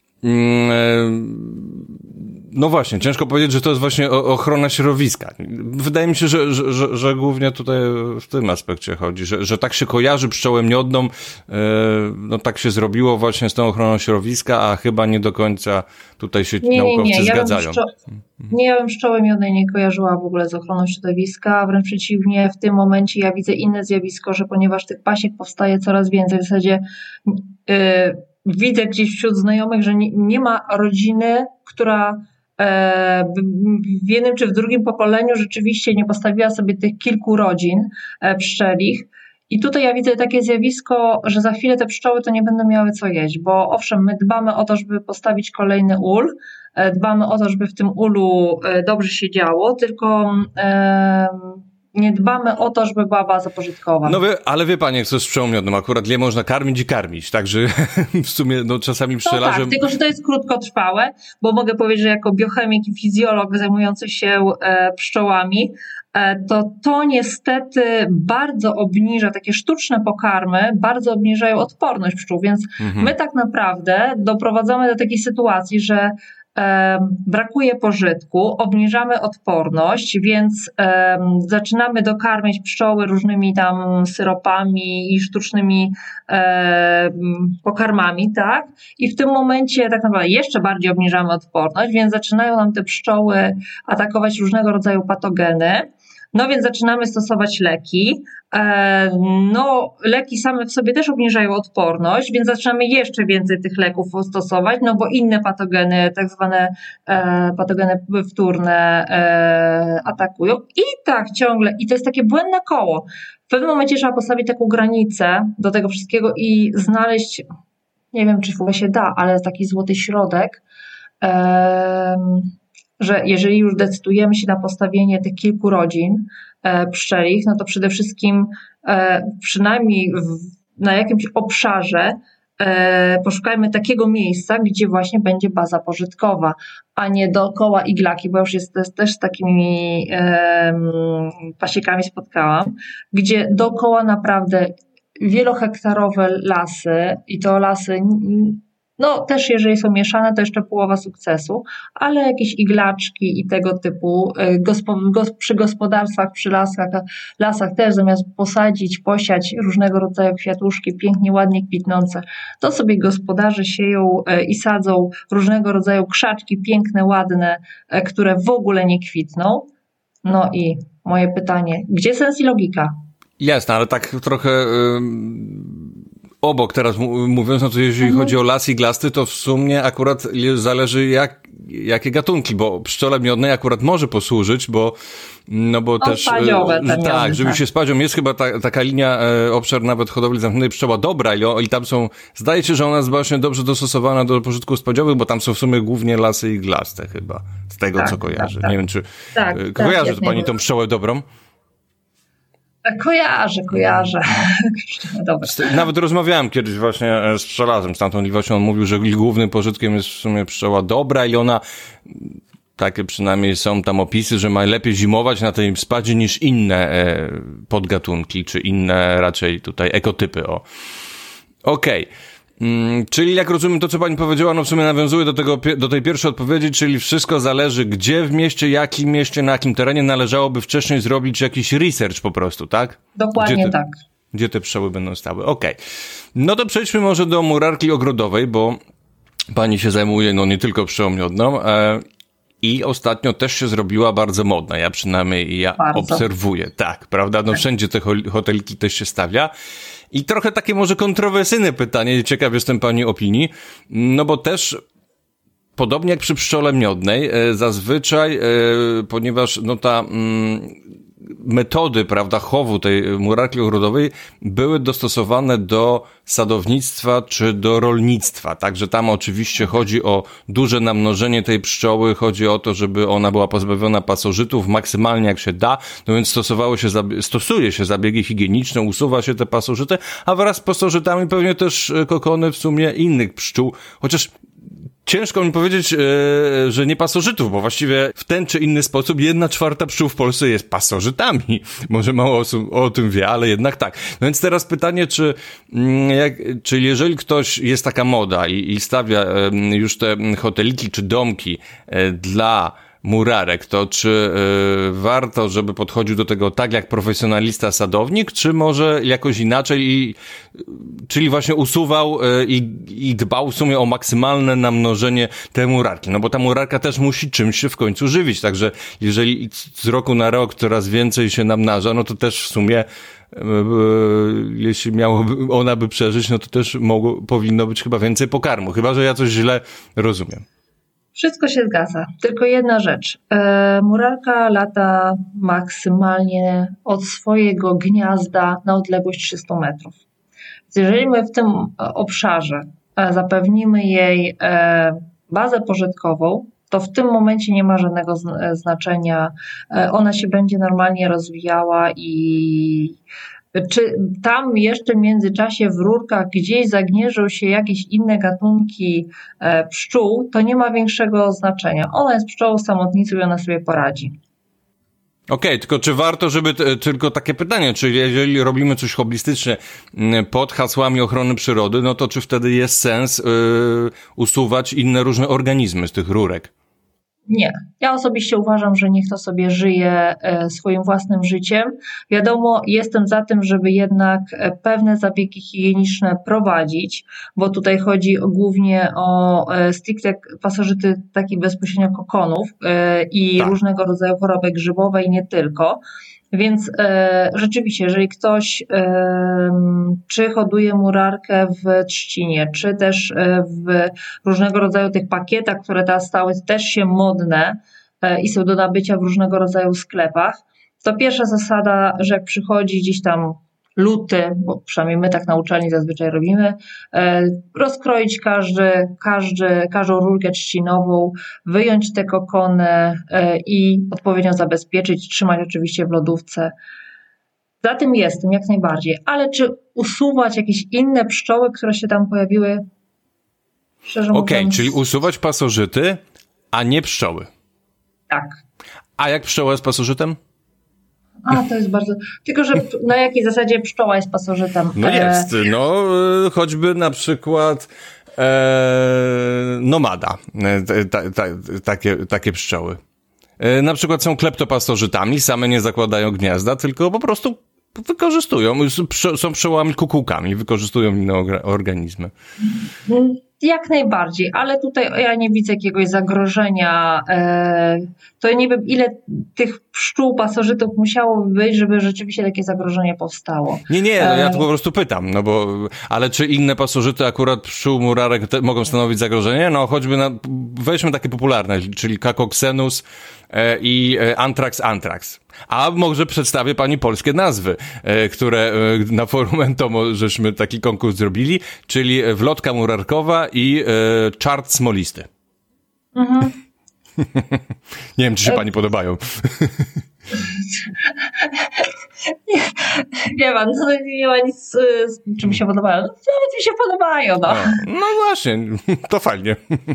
no właśnie, ciężko powiedzieć, że to jest właśnie ochrona środowiska. Wydaje mi się, że głównie tutaj w tym aspekcie chodzi, że tak się kojarzy pszczołę miodną, no tak się zrobiło właśnie z tą ochroną środowiska, a chyba nie do końca tutaj się naukowcy zgadzają. Ja bym pszczoły miodnej nie kojarzyła w ogóle z ochroną środowiska, wręcz przeciwnie, w tym momencie ja widzę inne zjawisko, że ponieważ tych pasiek powstaje coraz więcej, w zasadzie widzę gdzieś wśród znajomych, że nie ma rodziny, która w jednym czy w drugim pokoleniu rzeczywiście nie postawiła sobie tych kilku rodzin pszczelich. I tutaj ja widzę takie zjawisko, że za chwilę te pszczoły to nie będą miały co jeść, bo owszem, my dbamy o to, żeby postawić kolejny ul, dbamy o to, żeby w tym ulu dobrze się działo, tylko nie dbamy o to, żeby była baza pożytkowa. No ale wie pani, jak to z pszczołą miodną, akurat je można karmić i karmić, także w sumie no czasami pszczelarze... No tak, tylko że to jest krótkotrwałe, bo mogę powiedzieć, że jako biochemik i fizjolog zajmujący się pszczołami, to niestety bardzo obniża, takie sztuczne pokarmy bardzo obniżają odporność pszczół, więc my tak naprawdę doprowadzamy do takiej sytuacji, że brakuje pożytku, obniżamy odporność, więc zaczynamy dokarmiać pszczoły różnymi tam syropami i sztucznymi pokarmami, tak? I w tym momencie tak naprawdę jeszcze bardziej obniżamy odporność, więc zaczynają nam te pszczoły atakować różnego rodzaju patogeny. No więc zaczynamy stosować leki. No leki same w sobie też obniżają odporność, więc zaczynamy jeszcze więcej tych leków stosować, no bo inne patogeny, tak zwane patogeny wtórne atakują. I tak ciągle, i to jest takie błędne koło. W pewnym momencie trzeba postawić taką granicę do tego wszystkiego i znaleźć, nie wiem czy w ogóle się da, ale taki złoty środek, że jeżeli już decydujemy się na postawienie tych kilku rodzin pszczelich, no to przede wszystkim przynajmniej na jakimś obszarze poszukajmy takiego miejsca, gdzie właśnie będzie baza pożytkowa, a nie dookoła iglaki, bo już też z takimi pasiekami spotkałam, gdzie dookoła naprawdę wielohektarowe lasy i to lasy, no też jeżeli są mieszane, to jeszcze połowa sukcesu, ale jakieś iglaczki i tego typu przy gospodarstwach, przy lasach też zamiast posadzić, posiać różnego rodzaju kwiatuszki pięknie, ładnie kwitnące, to sobie gospodarze sieją i sadzą różnego rodzaju krzaczki piękne, ładne, które w ogóle nie kwitną. No i moje pytanie, gdzie sens i logika? Jasne, ale tak trochę... obok teraz mówiąc, no to jeżeli chodzi o las iglasty, to w sumie akurat zależy jakie gatunki, bo pszczole miodnej akurat może posłużyć, bo też spadziowe, tak, żeby się spadzią. Jest chyba taka linia, obszar nawet hodowli zamkniętej pszczoła dobra i tam są, zdaje się, że ona jest właśnie dobrze dostosowana do pożytków spadziowych, bo tam są w sumie głównie lasy iglaste chyba, z tego co kojarzę. Nie wiem, czy kojarzy to pani tą pszczołę dobrą? Kojarzę. Dobra. Nawet rozmawiałem kiedyś właśnie z pszczelarzem stamtąd i właśnie on mówił, że głównym pożytkiem jest w sumie pszczoła dobra i ona, takie przynajmniej są tam opisy, że ma lepiej zimować na tej spadzie niż inne podgatunki, czy inne raczej tutaj ekotypy. Okej. Czyli jak rozumiem to, co pani powiedziała, no w sumie nawiązuje do tej pierwszej odpowiedzi, czyli wszystko zależy gdzie w mieście, jakim mieście, na jakim terenie należałoby wcześniej zrobić jakiś research po prostu, tak? Dokładnie tak. Gdzie te pszczoły będą stały. Okej. No to przejdźmy może do murarki ogrodowej, bo pani się zajmuje no nie tylko pszczołą miodną I ostatnio też się zrobiła bardzo modna. Ja przynajmniej obserwuję. Tak, prawda? No wszędzie te hoteliki też się stawia. I trochę takie może kontrowersyjne pytanie. Ciekaw jestem pani opinii. No bo też podobnie jak przy pszczole miodnej, zazwyczaj, ponieważ no ta metody, prawda, chowu tej murarki ogrodowej były dostosowane do sadownictwa czy do rolnictwa. Także tam oczywiście chodzi o duże namnożenie tej pszczoły, chodzi o to, żeby ona była pozbawiona pasożytów maksymalnie jak się da, no więc stosuje się zabiegi higieniczne, usuwa się te pasożyty, a wraz z pasożytami pewnie też kokony w sumie innych pszczół, chociaż ciężko mi powiedzieć, że nie pasożytów, bo właściwie w ten czy inny sposób 1/4 pszczół w Polsce jest pasożytami. Może mało osób o tym wie, ale jednak tak. No więc teraz pytanie, czy jeżeli ktoś, jest taka moda i stawia już te hoteliki czy domki dla murarek, to czy warto, żeby podchodził do tego tak jak profesjonalista sadownik, czy może jakoś inaczej, czyli właśnie usuwał i dbał w sumie o maksymalne namnożenie tej murarki, no bo ta murarka też musi czymś się w końcu żywić, także jeżeli z roku na rok coraz więcej się namnaża, no to też w sumie jeśli ona by przeżyć, no to też powinno być chyba więcej pokarmu, chyba że ja coś źle rozumiem. Wszystko się zgadza, tylko jedna rzecz. Murarka lata maksymalnie od swojego gniazda na odległość 300 metrów. Więc jeżeli my w tym obszarze zapewnimy jej bazę pożytkową, to w tym momencie nie ma żadnego znaczenia. Ona się będzie normalnie rozwijała i czy tam jeszcze w międzyczasie w rurkach gdzieś zagnieżdżą się jakieś inne gatunki pszczół, to nie ma większego znaczenia. Ona jest pszczołą samotnicą i ona sobie poradzi. Okej, tylko czy warto, tylko takie pytanie, czy jeżeli robimy coś hobbystycznie pod hasłami ochrony przyrody, no to czy wtedy jest sens usuwać inne różne organizmy z tych rurek? Nie. Ja osobiście uważam, że niech to sobie żyje swoim własnym życiem. Wiadomo, jestem za tym, żeby jednak pewne zabiegi higieniczne prowadzić, bo tutaj chodzi głównie o stricte pasożyty takich bezpośrednio kokonów i różnego rodzaju choroby grzybowe i nie tylko. Więc rzeczywiście, jeżeli ktoś czy hoduje murarkę w trzcinie, czy też w różnego rodzaju tych pakietach, które teraz stały też się modne i są do nabycia w różnego rodzaju sklepach, to pierwsza zasada, że jak przychodzi gdzieś tam luty, bo przynajmniej my tak na uczelni zazwyczaj robimy, rozkroić każdą rurkę trzcinową, wyjąć te kokony i odpowiednio zabezpieczyć, trzymać oczywiście w lodówce. Za tym jestem, jak najbardziej. Ale czy usuwać jakieś inne pszczoły, które się tam pojawiły? Szczerze mówiąc... Okej, czyli usuwać pasożyty, a nie pszczoły. Tak. A jak pszczoła jest pasożytem? To jest bardzo... Tylko, że na jakiej zasadzie pszczoła jest pasożytem? No jest, choćby na przykład nomada, takie pszczoły. Na przykład są kleptopasożytami, same nie zakładają gniazda, tylko po prostu wykorzystują, są pszczołami kukułkami, wykorzystują inne organizmy. Jak najbardziej, ale tutaj ja nie widzę jakiegoś zagrożenia. To nie wiem, ile tych pszczół, pasożytów musiałoby być, żeby rzeczywiście takie zagrożenie powstało. Nie, ja tu po prostu pytam, ale czy inne pasożyty akurat pszczół, murarek mogą stanowić zagrożenie? No choćby weźmy takie popularne, czyli Cacocxenus i Anthrax. A może przedstawię pani polskie nazwy, które na forum Entomo żeśmy taki konkurs zrobili, czyli wlotka murarkowa i czart smolisty. Mhm. Nie wiem, czy się pani podobają. Nie ma nic, z czym się podobają. Nawet mi się podobają. No właśnie, to fajnie.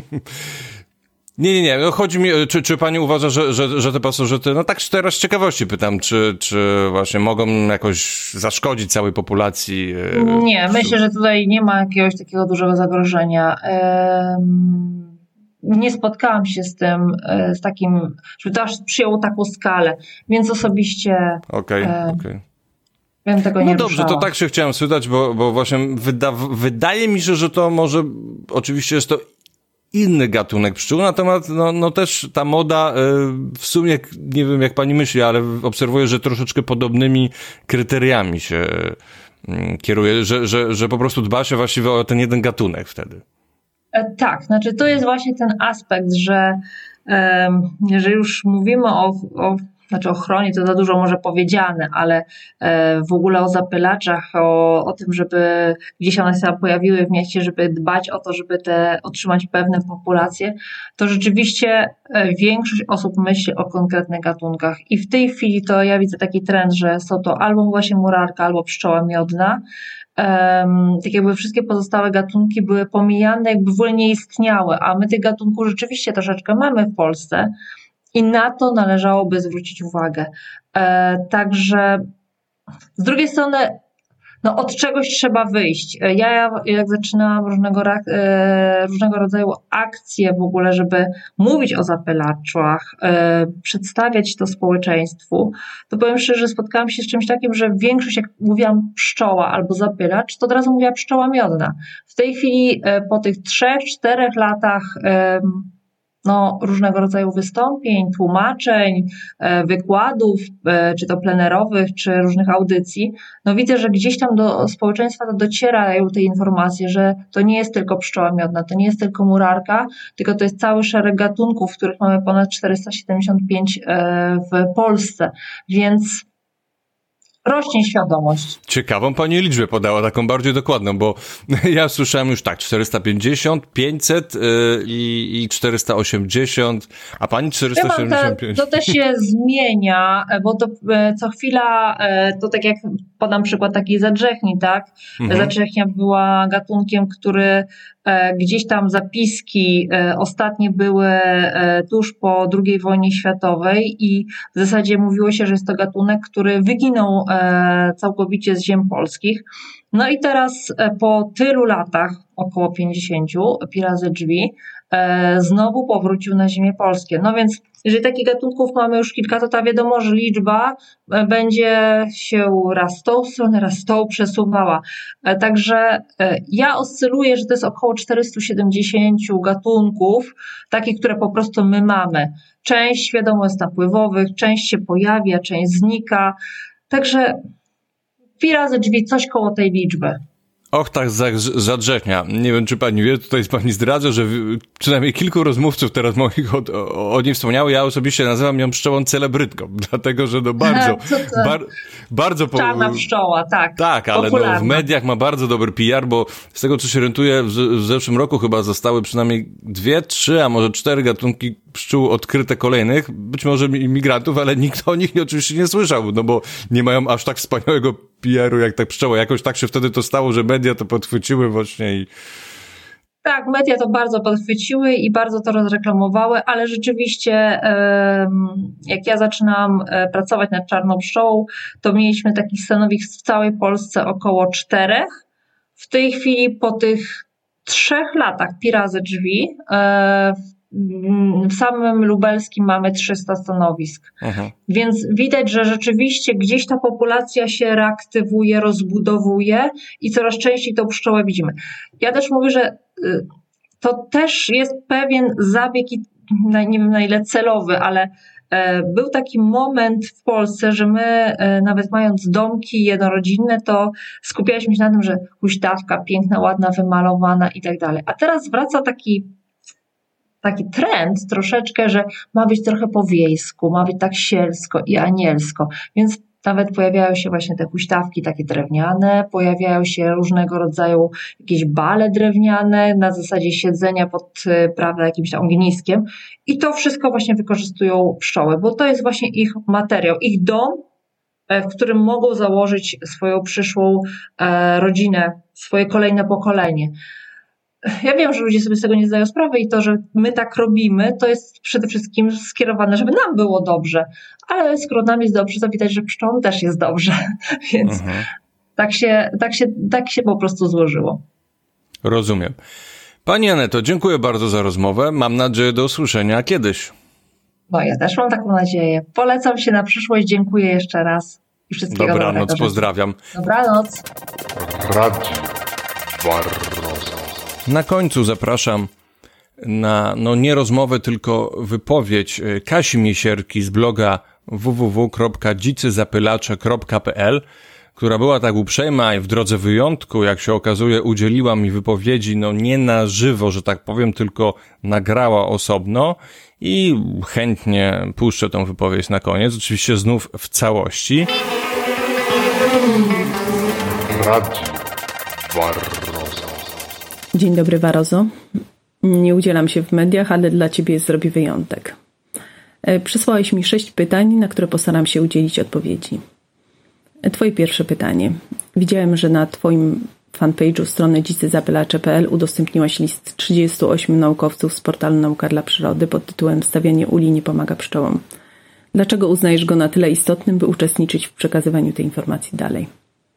Nie. Chodzi mi, czy pani uważa, że te pasożyty, tak teraz z ciekawości pytam, czy właśnie mogą jakoś zaszkodzić całej populacji? Nie, myślę, że tutaj nie ma jakiegoś takiego dużego zagrożenia. Nie spotkałam się z takim, żeby to aż przyjęło taką skalę, więc osobiście Okej. bym tego nie dobrze, ruszała. to tak się chciałem spytać, bo właśnie wydaje mi się, że to może, oczywiście jest to inny gatunek pszczół, natomiast no też ta moda w sumie, nie wiem jak pani myśli, ale obserwuję, że troszeczkę podobnymi kryteriami się kieruje, że po prostu dba się właściwie o ten jeden gatunek wtedy. Tak, znaczy to jest właśnie ten aspekt, że już mówimy o ochronie, to za dużo może powiedziane, ale w ogóle o zapylaczach, o tym, żeby gdzieś one się pojawiły w mieście, żeby dbać o to, żeby otrzymać pewne populacje, to rzeczywiście większość osób myśli o konkretnych gatunkach i w tej chwili to ja widzę taki trend, że są to albo właśnie murarka, albo pszczoła miodna. Tak jakby wszystkie pozostałe gatunki były pomijane, jakby w ogóle nie istniały, a my tych gatunków rzeczywiście troszeczkę mamy w Polsce i na to należałoby zwrócić uwagę. Także z drugiej strony od czegoś trzeba wyjść. Ja jak zaczynałam różnego rodzaju akcje w ogóle, żeby mówić o zapylaczach, przedstawiać to społeczeństwu, to powiem szczerze, że spotkałam się z czymś takim, że większość, jak mówiłam pszczoła albo zapylacz, to od razu mówiła pszczoła miodna. W tej chwili po tych 3-4 latach różnego rodzaju wystąpień, tłumaczeń, wykładów, czy to plenerowych, czy różnych audycji, widzę, że gdzieś tam do społeczeństwa docierają te informacje, że to nie jest tylko pszczoła miodna, to nie jest tylko murarka, tylko to jest cały szereg gatunków, których mamy ponad 475 w Polsce, więc rośnie świadomość. Ciekawą pani liczbę podała, taką bardziej dokładną, bo ja słyszałem już tak, 450, 500 i 480, a pani 475. To też się zmienia, bo to co chwila, to tak jak podam przykład takiej zadrzechni, tak? Zadrzechnia była gatunkiem, który gdzieś tam zapiski ostatnie były tuż po II wojnie światowej i w zasadzie mówiło się, że jest to gatunek, który wyginął całkowicie z ziem polskich. No i teraz po tylu latach, około 50, pi razy drzwi, znowu powrócił na ziemię polskie. No więc jeżeli takich gatunków mamy już kilka, to ta wiadomo, że liczba będzie się raz w tą stronę, raz w tą przesuwała. Także ja oscyluję, że to jest około 470 gatunków, takich, które po prostu my mamy. Część wiadomo jest napływowych, część się pojawia, część znika. Także pi razy drzwi, coś koło tej liczby. Och, tak zadrzechnia. Nie wiem, czy pani wie, tutaj pani zdradza, że przynajmniej kilku rozmówców teraz moich o niej wspomniało. Ja osobiście nazywam ją pszczołą celebrytką, dlatego, że bardzo... Czarna pszczoła, tak. Tak, ale w mediach ma bardzo dobry PR, bo z tego, co się orientuję, w zeszłym roku chyba zostały przynajmniej 2, 3, a może 4 gatunki pszczół odkryte kolejnych, być może imigrantów, ale nikt o nich oczywiście nie słyszał, bo nie mają aż tak wspaniałego PR-u jak ta pszczoła. Jakoś tak się wtedy to stało, że media to podchwyciły właśnie i... Tak, media to bardzo podchwyciły i bardzo to rozreklamowały, ale rzeczywiście jak ja zaczynałam pracować nad czarną pszczołą, to mieliśmy takich stanowisk w całej Polsce około 4. W tej chwili po tych 3 latach pi razy drzwi w samym lubelskim mamy 300 stanowisk. Aha. Więc widać, że rzeczywiście gdzieś ta populacja się reaktywuje, rozbudowuje i coraz częściej tą pszczołę widzimy. Ja też mówię, że to też jest pewien zabieg i nie wiem na ile celowy, ale był taki moment w Polsce, że my nawet mając domki jednorodzinne, to skupialiśmy się na tym, że huśtawka piękna, ładna, wymalowana i tak dalej. A teraz wraca taki trend troszeczkę, że ma być trochę po wiejsku, ma być tak sielsko i anielsko, więc nawet pojawiają się właśnie te huśtawki takie drewniane, pojawiają się różnego rodzaju jakieś bale drewniane na zasadzie siedzenia pod jakimś tam ogniskiem i to wszystko właśnie wykorzystują pszczoły, bo to jest właśnie ich materiał, ich dom, w którym mogą założyć swoją przyszłą rodzinę, swoje kolejne pokolenie. Ja wiem, że ludzie sobie z tego nie zdają sprawy i to, że my tak robimy, to jest przede wszystkim skierowane, żeby nam było dobrze. Ale skoro nam jest dobrze, to widać, że pszczołom też jest dobrze. Więc tak się po prostu złożyło. Rozumiem. Pani Aneto, dziękuję bardzo za rozmowę. Mam nadzieję do usłyszenia kiedyś. No ja też mam taką nadzieję. Polecam się na przyszłość. Dziękuję jeszcze raz. I wszystkiego dobrego. Dobranoc, pozdrawiam. Dobranoc. Radio Barroso. Na końcu zapraszam na, nie rozmowę, tylko wypowiedź Kasi Miesierki z bloga www.dzicyzapylacze.pl, która była tak uprzejma i w drodze wyjątku, jak się okazuje, udzieliła mi wypowiedzi, nie na żywo, że tak powiem, tylko nagrała osobno i chętnie puszczę tą wypowiedź na koniec, oczywiście znów w całości. Radio Barroso. Dzień dobry, Barroso. Nie udzielam się w mediach, ale dla Ciebie zrobię wyjątek. Przysłałeś mi 6 pytań, na które postaram się udzielić odpowiedzi. Twoje pierwsze pytanie. Widziałem, że na Twoim fanpage'u strony dzicyzapylacze.pl udostępniłaś list 38 naukowców z portalu Nauka dla Przyrody pod tytułem Stawianie uli nie pomaga pszczołom. Dlaczego uznajesz go na tyle istotnym, by uczestniczyć w przekazywaniu tej informacji dalej?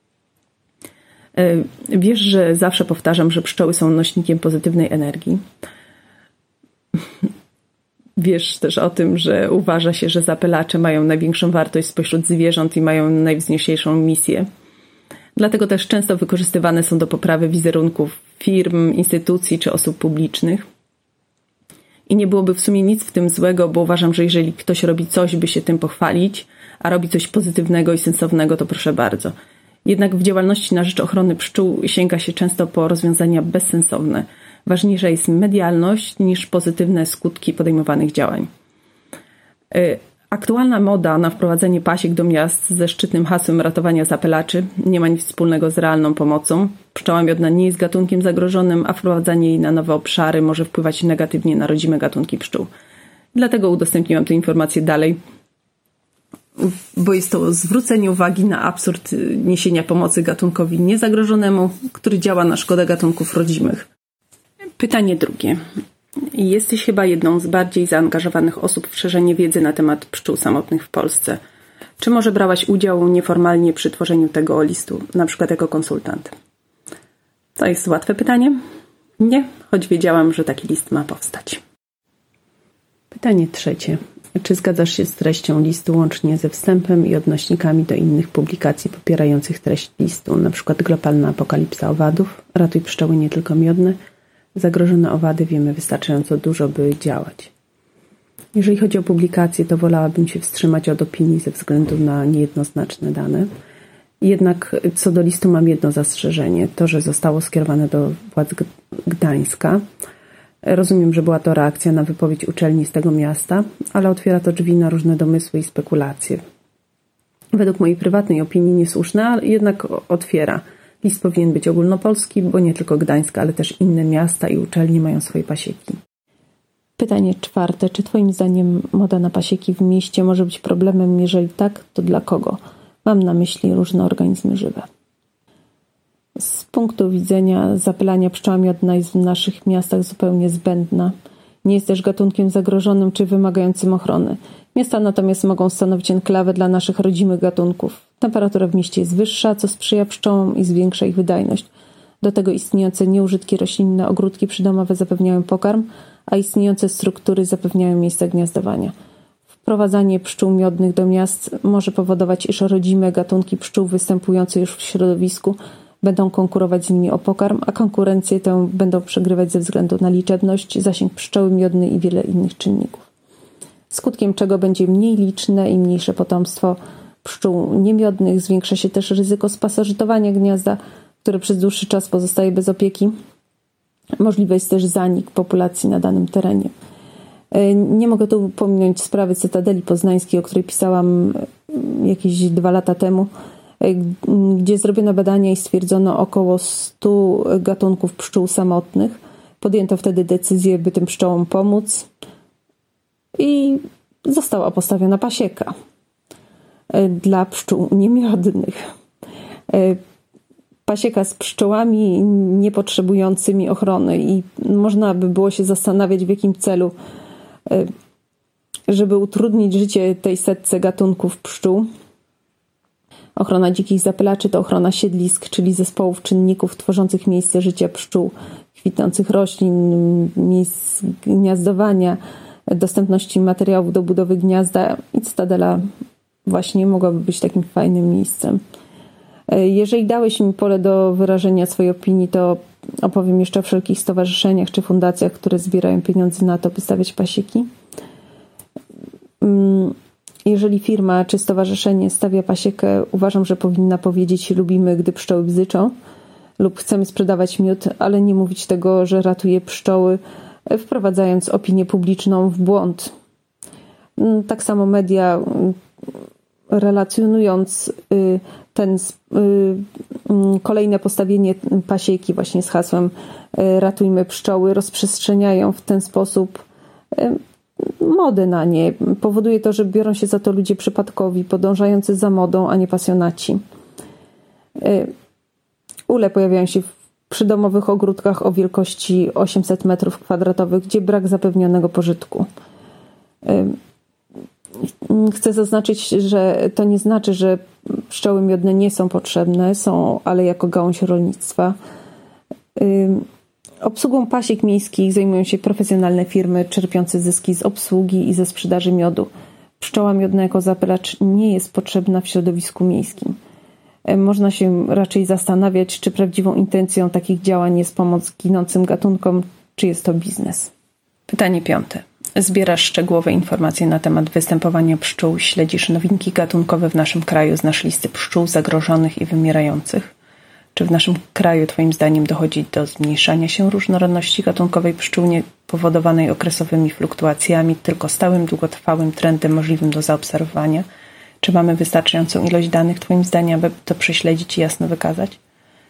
Wiesz, że zawsze powtarzam, że pszczoły są nośnikiem pozytywnej energii. Wiesz też o tym, że uważa się, że zapylacze mają największą wartość spośród zwierząt i mają najwznieślejszą misję. Dlatego też często wykorzystywane są do poprawy wizerunków firm, instytucji czy osób publicznych. I nie byłoby w sumie nic w tym złego, bo uważam, że jeżeli ktoś robi coś, by się tym pochwalić, a robi coś pozytywnego i sensownego, to proszę bardzo. Jednak w działalności na rzecz ochrony pszczół sięga się często po rozwiązania bezsensowne. Ważniejsza jest medialność niż pozytywne skutki podejmowanych działań. Aktualna moda na wprowadzenie pasiek do miast ze szczytnym hasłem ratowania zapylaczy nie ma nic wspólnego z realną pomocą. Pszczoła miodna nie jest gatunkiem zagrożonym, a wprowadzanie jej na nowe obszary może wpływać negatywnie na rodzime gatunki pszczół. Dlatego udostępniłam tę informację dalej, bo jest to zwrócenie uwagi na absurd niesienia pomocy gatunkowi niezagrożonemu, który działa na szkodę gatunków rodzimych. Pytanie drugie. Jesteś chyba jedną z bardziej zaangażowanych osób w szerzenie wiedzy na temat pszczół samotnych w Polsce. Czy może brałaś udział nieformalnie przy tworzeniu tego listu, na przykład jako konsultant? To jest łatwe pytanie? Nie, choć wiedziałam, że taki list ma powstać. Pytanie trzecie. Czy zgadzasz się z treścią listu łącznie ze wstępem i odnośnikami do innych publikacji popierających treść listu, na przykład Globalna apokalipsa owadów, Ratuj pszczoły nie tylko miodne, Zagrożone owady wiemy wystarczająco dużo, by działać. Jeżeli chodzi o publikacje, to wolałabym się wstrzymać od opinii ze względu na niejednoznaczne dane. Jednak co do listu mam jedno zastrzeżenie. To, że zostało skierowane do władz Gdańska. Rozumiem, że była to reakcja na wypowiedź uczelni z tego miasta, ale otwiera to drzwi na różne domysły i spekulacje. Według mojej prywatnej opinii niesłuszne, ale jednak otwiera. List powinien być ogólnopolski, bo nie tylko Gdańska, ale też inne miasta i uczelnie mają swoje pasieki. Pytanie czwarte. Czy Twoim zdaniem moda na pasieki w mieście może być problemem? Jeżeli tak, to dla kogo? Mam na myśli różne organizmy żywe. Z punktu widzenia zapylania pszczoła miodna jest w naszych miastach zupełnie zbędna. Nie jest też gatunkiem zagrożonym czy wymagającym ochrony. Miasta natomiast mogą stanowić enklawę dla naszych rodzimych gatunków. Temperatura w mieście jest wyższa, co sprzyja pszczołom i zwiększa ich wydajność. Do tego istniejące nieużytki roślinne ogródki przydomowe zapewniają pokarm, a istniejące struktury zapewniają miejsca gniazdowania. Wprowadzanie pszczół miodnych do miast może powodować, iż rodzime gatunki pszczół występujące już w środowisku będą konkurować z nimi o pokarm, a konkurencję tę będą przegrywać ze względu na liczebność, zasięg pszczoły miodnej i wiele innych czynników. Skutkiem czego będzie mniej liczne i mniejsze potomstwo pszczół niemiodnych, zwiększa się też ryzyko spasożytowania gniazda, które przez dłuższy czas pozostaje bez opieki. Możliwy jest też zanik populacji na danym terenie. Nie mogę tu pominąć sprawy Cytadeli Poznańskiej, o której pisałam jakieś 2 lata temu, gdzie zrobiono badania i stwierdzono około 100 gatunków pszczół samotnych. Podjęto wtedy decyzję, by tym pszczołom pomóc i została postawiona pasieka dla pszczół niemiodnych. Pasieka z pszczołami niepotrzebującymi ochrony i można by było się zastanawiać, w jakim celu, żeby utrudnić życie tej setce gatunków pszczół. Ochrona dzikich zapylaczy to ochrona siedlisk, czyli zespołów czynników tworzących miejsce życia pszczół, kwitnących roślin, miejsc gniazdowania, dostępności materiałów do budowy gniazda i Cytadela właśnie mogłaby być takim fajnym miejscem. Jeżeli dałeś mi pole do wyrażenia swojej opinii, to Opowiem jeszcze o wszelkich stowarzyszeniach czy fundacjach, które zbierają pieniądze na to, by stawiać pasieki. Jeżeli firma czy stowarzyszenie stawia pasiekę, uważam, że powinna powiedzieć: lubimy, gdy pszczoły bzyczą, lub chcemy sprzedawać miód, ale nie mówić tego, że ratuje pszczoły, wprowadzając opinię publiczną w błąd. Tak samo media, relacjonując kolejne postawienie pasieki właśnie z hasłem ratujmy pszczoły, rozprzestrzeniają w ten sposób modę na nie. Powoduje to, że biorą się za to ludzie przypadkowi, podążający za modą, a nie pasjonaci. Ule pojawiają się w przydomowych ogródkach o wielkości 800 m2, gdzie brak zapewnionego pożytku. Chcę zaznaczyć, że to nie znaczy, że pszczoły miodne nie są potrzebne, są, ale jako gałąź rolnictwa. Obsługą pasiek miejskich zajmują się profesjonalne firmy czerpiące zyski z obsługi i ze sprzedaży miodu. Pszczoła miodna jako zapylacz nie jest potrzebna w środowisku miejskim. Można się raczej zastanawiać, czy prawdziwą intencją takich działań jest pomoc ginącym gatunkom, czy jest to biznes. Pytanie 5. Zbierasz szczegółowe informacje na temat występowania pszczół, śledzisz nowinki gatunkowe w naszym kraju, znasz listy pszczół zagrożonych i wymierających. Czy w naszym kraju Twoim zdaniem dochodzi do zmniejszania się różnorodności gatunkowej pszczół nie powodowanej okresowymi fluktuacjami, tylko stałym, długotrwałym trendem możliwym do zaobserwowania? Czy mamy wystarczającą ilość danych Twoim zdaniem, aby to prześledzić i jasno wykazać?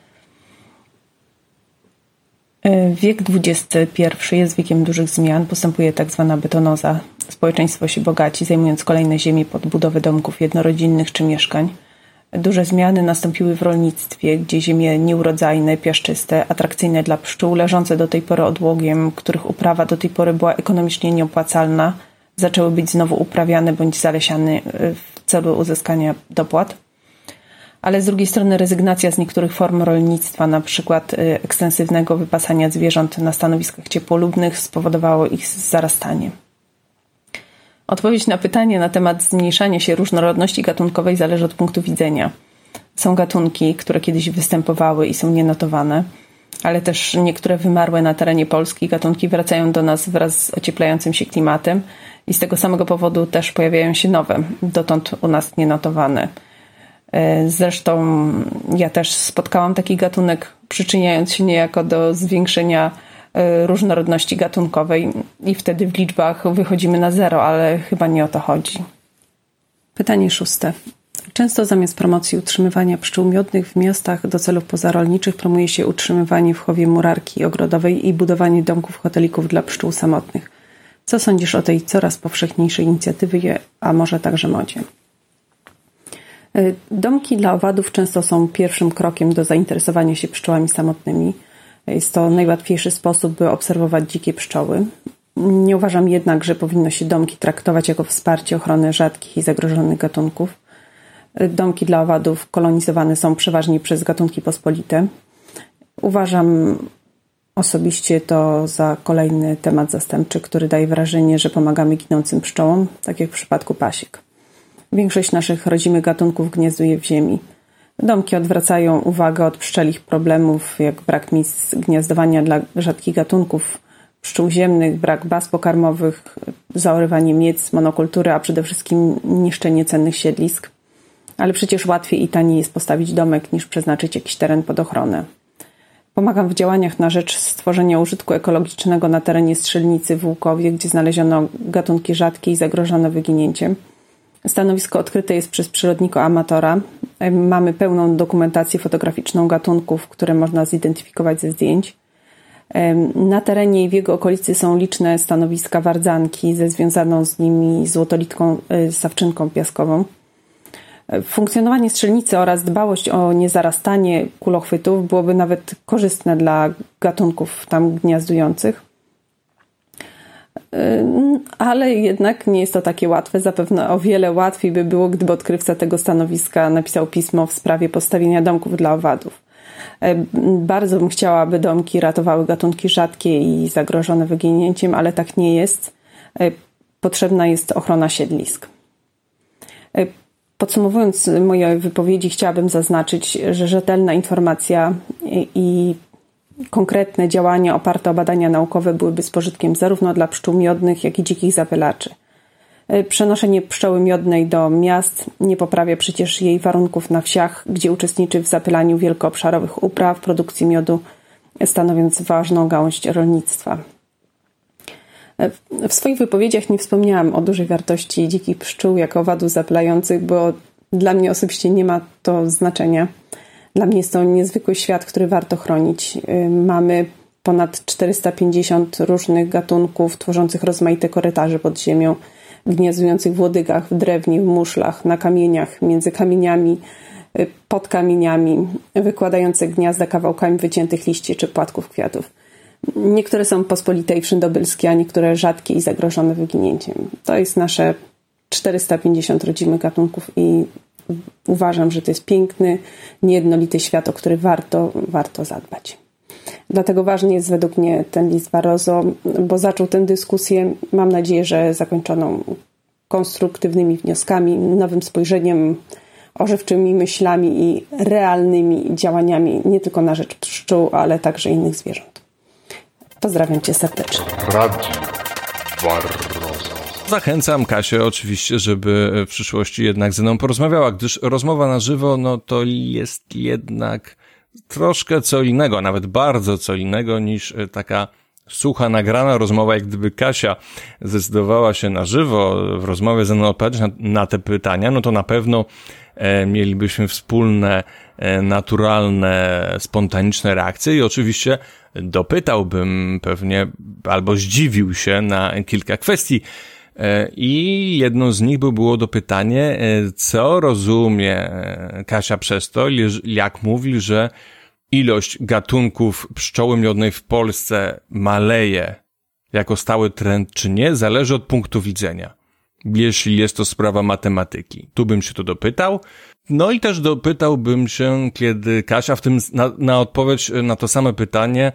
Wiek XXI jest wiekiem dużych zmian, postępuje tak zwana betonoza. Społeczeństwo się bogaci, zajmując kolejne ziemie pod budowę domków jednorodzinnych czy mieszkań. Duże zmiany nastąpiły w rolnictwie, gdzie ziemie nieurodzajne, piaszczyste, atrakcyjne dla pszczół, leżące do tej pory odłogiem, których uprawa do tej pory była ekonomicznie nieopłacalna, zaczęły być znowu uprawiane bądź zalesiane w celu uzyskania dopłat. Ale z drugiej strony rezygnacja z niektórych form rolnictwa, na przykład ekstensywnego wypasania zwierząt na stanowiskach ciepłolubnych, spowodowało ich zarastanie. Odpowiedź na pytanie na temat zmniejszania się różnorodności gatunkowej zależy od punktu widzenia. Są gatunki, które kiedyś występowały i są nienotowane, ale też niektóre wymarłe na terenie Polski gatunki wracają do nas wraz z ocieplającym się klimatem i z tego samego powodu też pojawiają się nowe, dotąd u nas nienotowane. Zresztą ja też spotkałam taki gatunek, przyczyniając się niejako do zwiększenia różnorodności gatunkowej i wtedy w liczbach wychodzimy na 0, ale chyba nie o to chodzi. Pytanie 6. Często zamiast promocji utrzymywania pszczół miodnych w miastach do celów pozarolniczych promuje się utrzymywanie w chowie murarki ogrodowej i budowanie domków hotelików dla pszczół samotnych. Co sądzisz o tej coraz powszechniejszej inicjatywie, a może także modzie? Domki dla owadów często są pierwszym krokiem do zainteresowania się pszczołami samotnymi. Jest to najłatwiejszy sposób, by obserwować dzikie pszczoły. Nie uważam jednak, że powinno się domki traktować jako wsparcie ochrony rzadkich i zagrożonych gatunków. Domki dla owadów kolonizowane są przeważnie przez gatunki pospolite. Uważam osobiście to za kolejny temat zastępczy, który daje wrażenie, że pomagamy ginącym pszczołom, tak jak w przypadku pasiek. Większość naszych rodzimych gatunków gniezduje w ziemi. Domki odwracają uwagę od pszczelich problemów, jak brak miejsc gniazdowania dla rzadkich gatunków pszczół ziemnych, brak baz pokarmowych, zaorywanie miejsc, monokultury, a przede wszystkim niszczenie cennych siedlisk. Ale przecież łatwiej i taniej jest postawić domek, niż przeznaczyć jakiś teren pod ochronę. Pomagam w działaniach na rzecz stworzenia użytku ekologicznego na terenie strzelnicy w Łukowie, gdzie znaleziono gatunki rzadkie i zagrożone wyginięciem. Stanowisko odkryte jest przez przyrodnika amatora. Mamy pełną dokumentację fotograficzną gatunków, które można zidentyfikować ze zdjęć. Na terenie i w jego okolicy są liczne stanowiska wardzanki ze związaną z nimi złotolitką sawczynką piaskową. Funkcjonowanie strzelnicy oraz dbałość o niezarastanie kulochwytów byłoby nawet korzystne dla gatunków tam gniazdujących. Ale jednak nie jest to takie łatwe. Zapewne o wiele łatwiej by było, gdyby odkrywca tego stanowiska napisał pismo w sprawie postawienia domków dla owadów. Bardzo bym chciała, aby domki ratowały gatunki rzadkie i zagrożone wyginięciem, ale tak nie jest. Potrzebna jest ochrona siedlisk. Podsumowując moje wypowiedzi, chciałabym zaznaczyć, że rzetelna informacja i konkretne działania oparte o badania naukowe byłyby z pożytkiem zarówno dla pszczół miodnych, jak i dzikich zapylaczy. Przenoszenie pszczoły miodnej do miast nie poprawia przecież jej warunków na wsiach, gdzie uczestniczy w zapylaniu wielkoobszarowych upraw, produkcji miodu, stanowiąc ważną gałąź rolnictwa. W swoich wypowiedziach nie wspomniałam o dużej wartości dzikich pszczół jako owadów zapylających, bo dla mnie osobiście nie ma to znaczenia. Dla mnie jest to niezwykły świat, który warto chronić. Mamy ponad 450 różnych gatunków tworzących rozmaite korytarze pod ziemią, gniazdujących w łodygach, w drewnie, w muszlach, na kamieniach, między kamieniami, pod kamieniami, wykładających gniazda kawałkami wyciętych liści czy płatków kwiatów. Niektóre są pospolite i wszędobylskie, a niektóre rzadkie i zagrożone wyginięciem. To jest nasze 450 rodzimych gatunków i uważam, że to jest piękny, niejednolity świat, o który warto zadbać. Dlatego ważny jest według mnie ten list Barroso, bo zaczął tę dyskusję, mam nadzieję, że zakończoną konstruktywnymi wnioskami, nowym spojrzeniem, ożywczymi myślami i realnymi działaniami nie tylko na rzecz pszczół, ale także innych zwierząt. Pozdrawiam Cię serdecznie. Radio Barroso. Zachęcam Kasię oczywiście, żeby w przyszłości jednak ze mną porozmawiała, gdyż rozmowa na żywo, no to jest jednak troszkę co innego, nawet bardzo co innego niż taka sucha, nagrana rozmowa. Jak gdyby Kasia zdecydowała się na żywo w rozmowie ze mną odpowiedzieć na te pytania, no to na pewno mielibyśmy wspólne, naturalne, spontaniczne reakcje i oczywiście dopytałbym pewnie albo zdziwił się na kilka kwestii. I jedną z nich było dopytanie, co rozumie Kasia przez to, jak mówi, że ilość gatunków pszczoły miodnej w Polsce maleje jako stały trend, czy nie, zależy od punktu widzenia, jeśli jest to sprawa matematyki. Tu bym się to dopytał. No i też dopytałbym się, kiedy Kasia w tym na odpowiedź na to same pytanie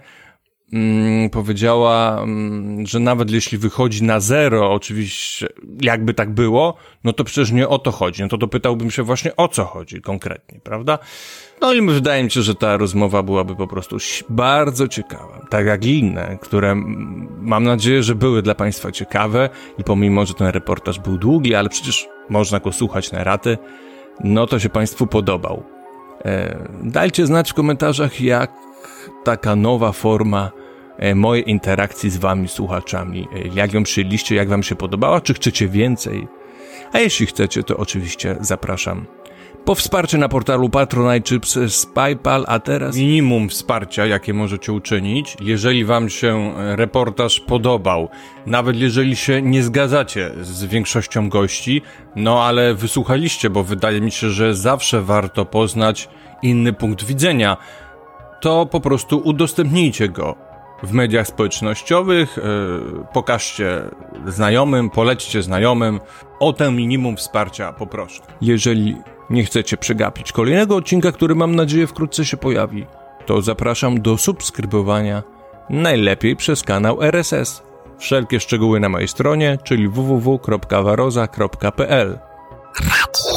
powiedziała, że nawet jeśli wychodzi na zero, oczywiście jakby tak było, no to przecież nie o to chodzi. No to dopytałbym się właśnie o co chodzi konkretnie, prawda? No i wydaje mi się, że ta rozmowa byłaby po prostu bardzo ciekawa, tak jak i inne, które mam nadzieję, że były dla Państwa ciekawe i pomimo, że ten reportaż był długi, ale przecież można go słuchać na raty, no to się Państwu podobał. Dajcie znać w komentarzach, jak taka nowa forma mojej interakcji z wami, słuchaczami, jak ją przyjęliście, jak wam się podobała, czy chcecie więcej? A jeśli chcecie, to oczywiście zapraszam po wsparcie na portalu Patronite czy przez PayPal, a teraz minimum wsparcia, jakie możecie uczynić, jeżeli wam się reportaż podobał, nawet jeżeli się nie zgadzacie z większością gości, no ale wysłuchaliście, bo wydaje mi się, że zawsze warto poznać inny punkt widzenia, to po prostu udostępnijcie go w mediach społecznościowych, pokażcie znajomym, polećcie znajomym, o ten minimum wsparcia poproszę. Jeżeli nie chcecie przegapić kolejnego odcinka, który mam nadzieję wkrótce się pojawi, to zapraszam do subskrybowania, najlepiej przez kanał RSS. Wszelkie szczegóły na mojej stronie, czyli www.varoza.pl.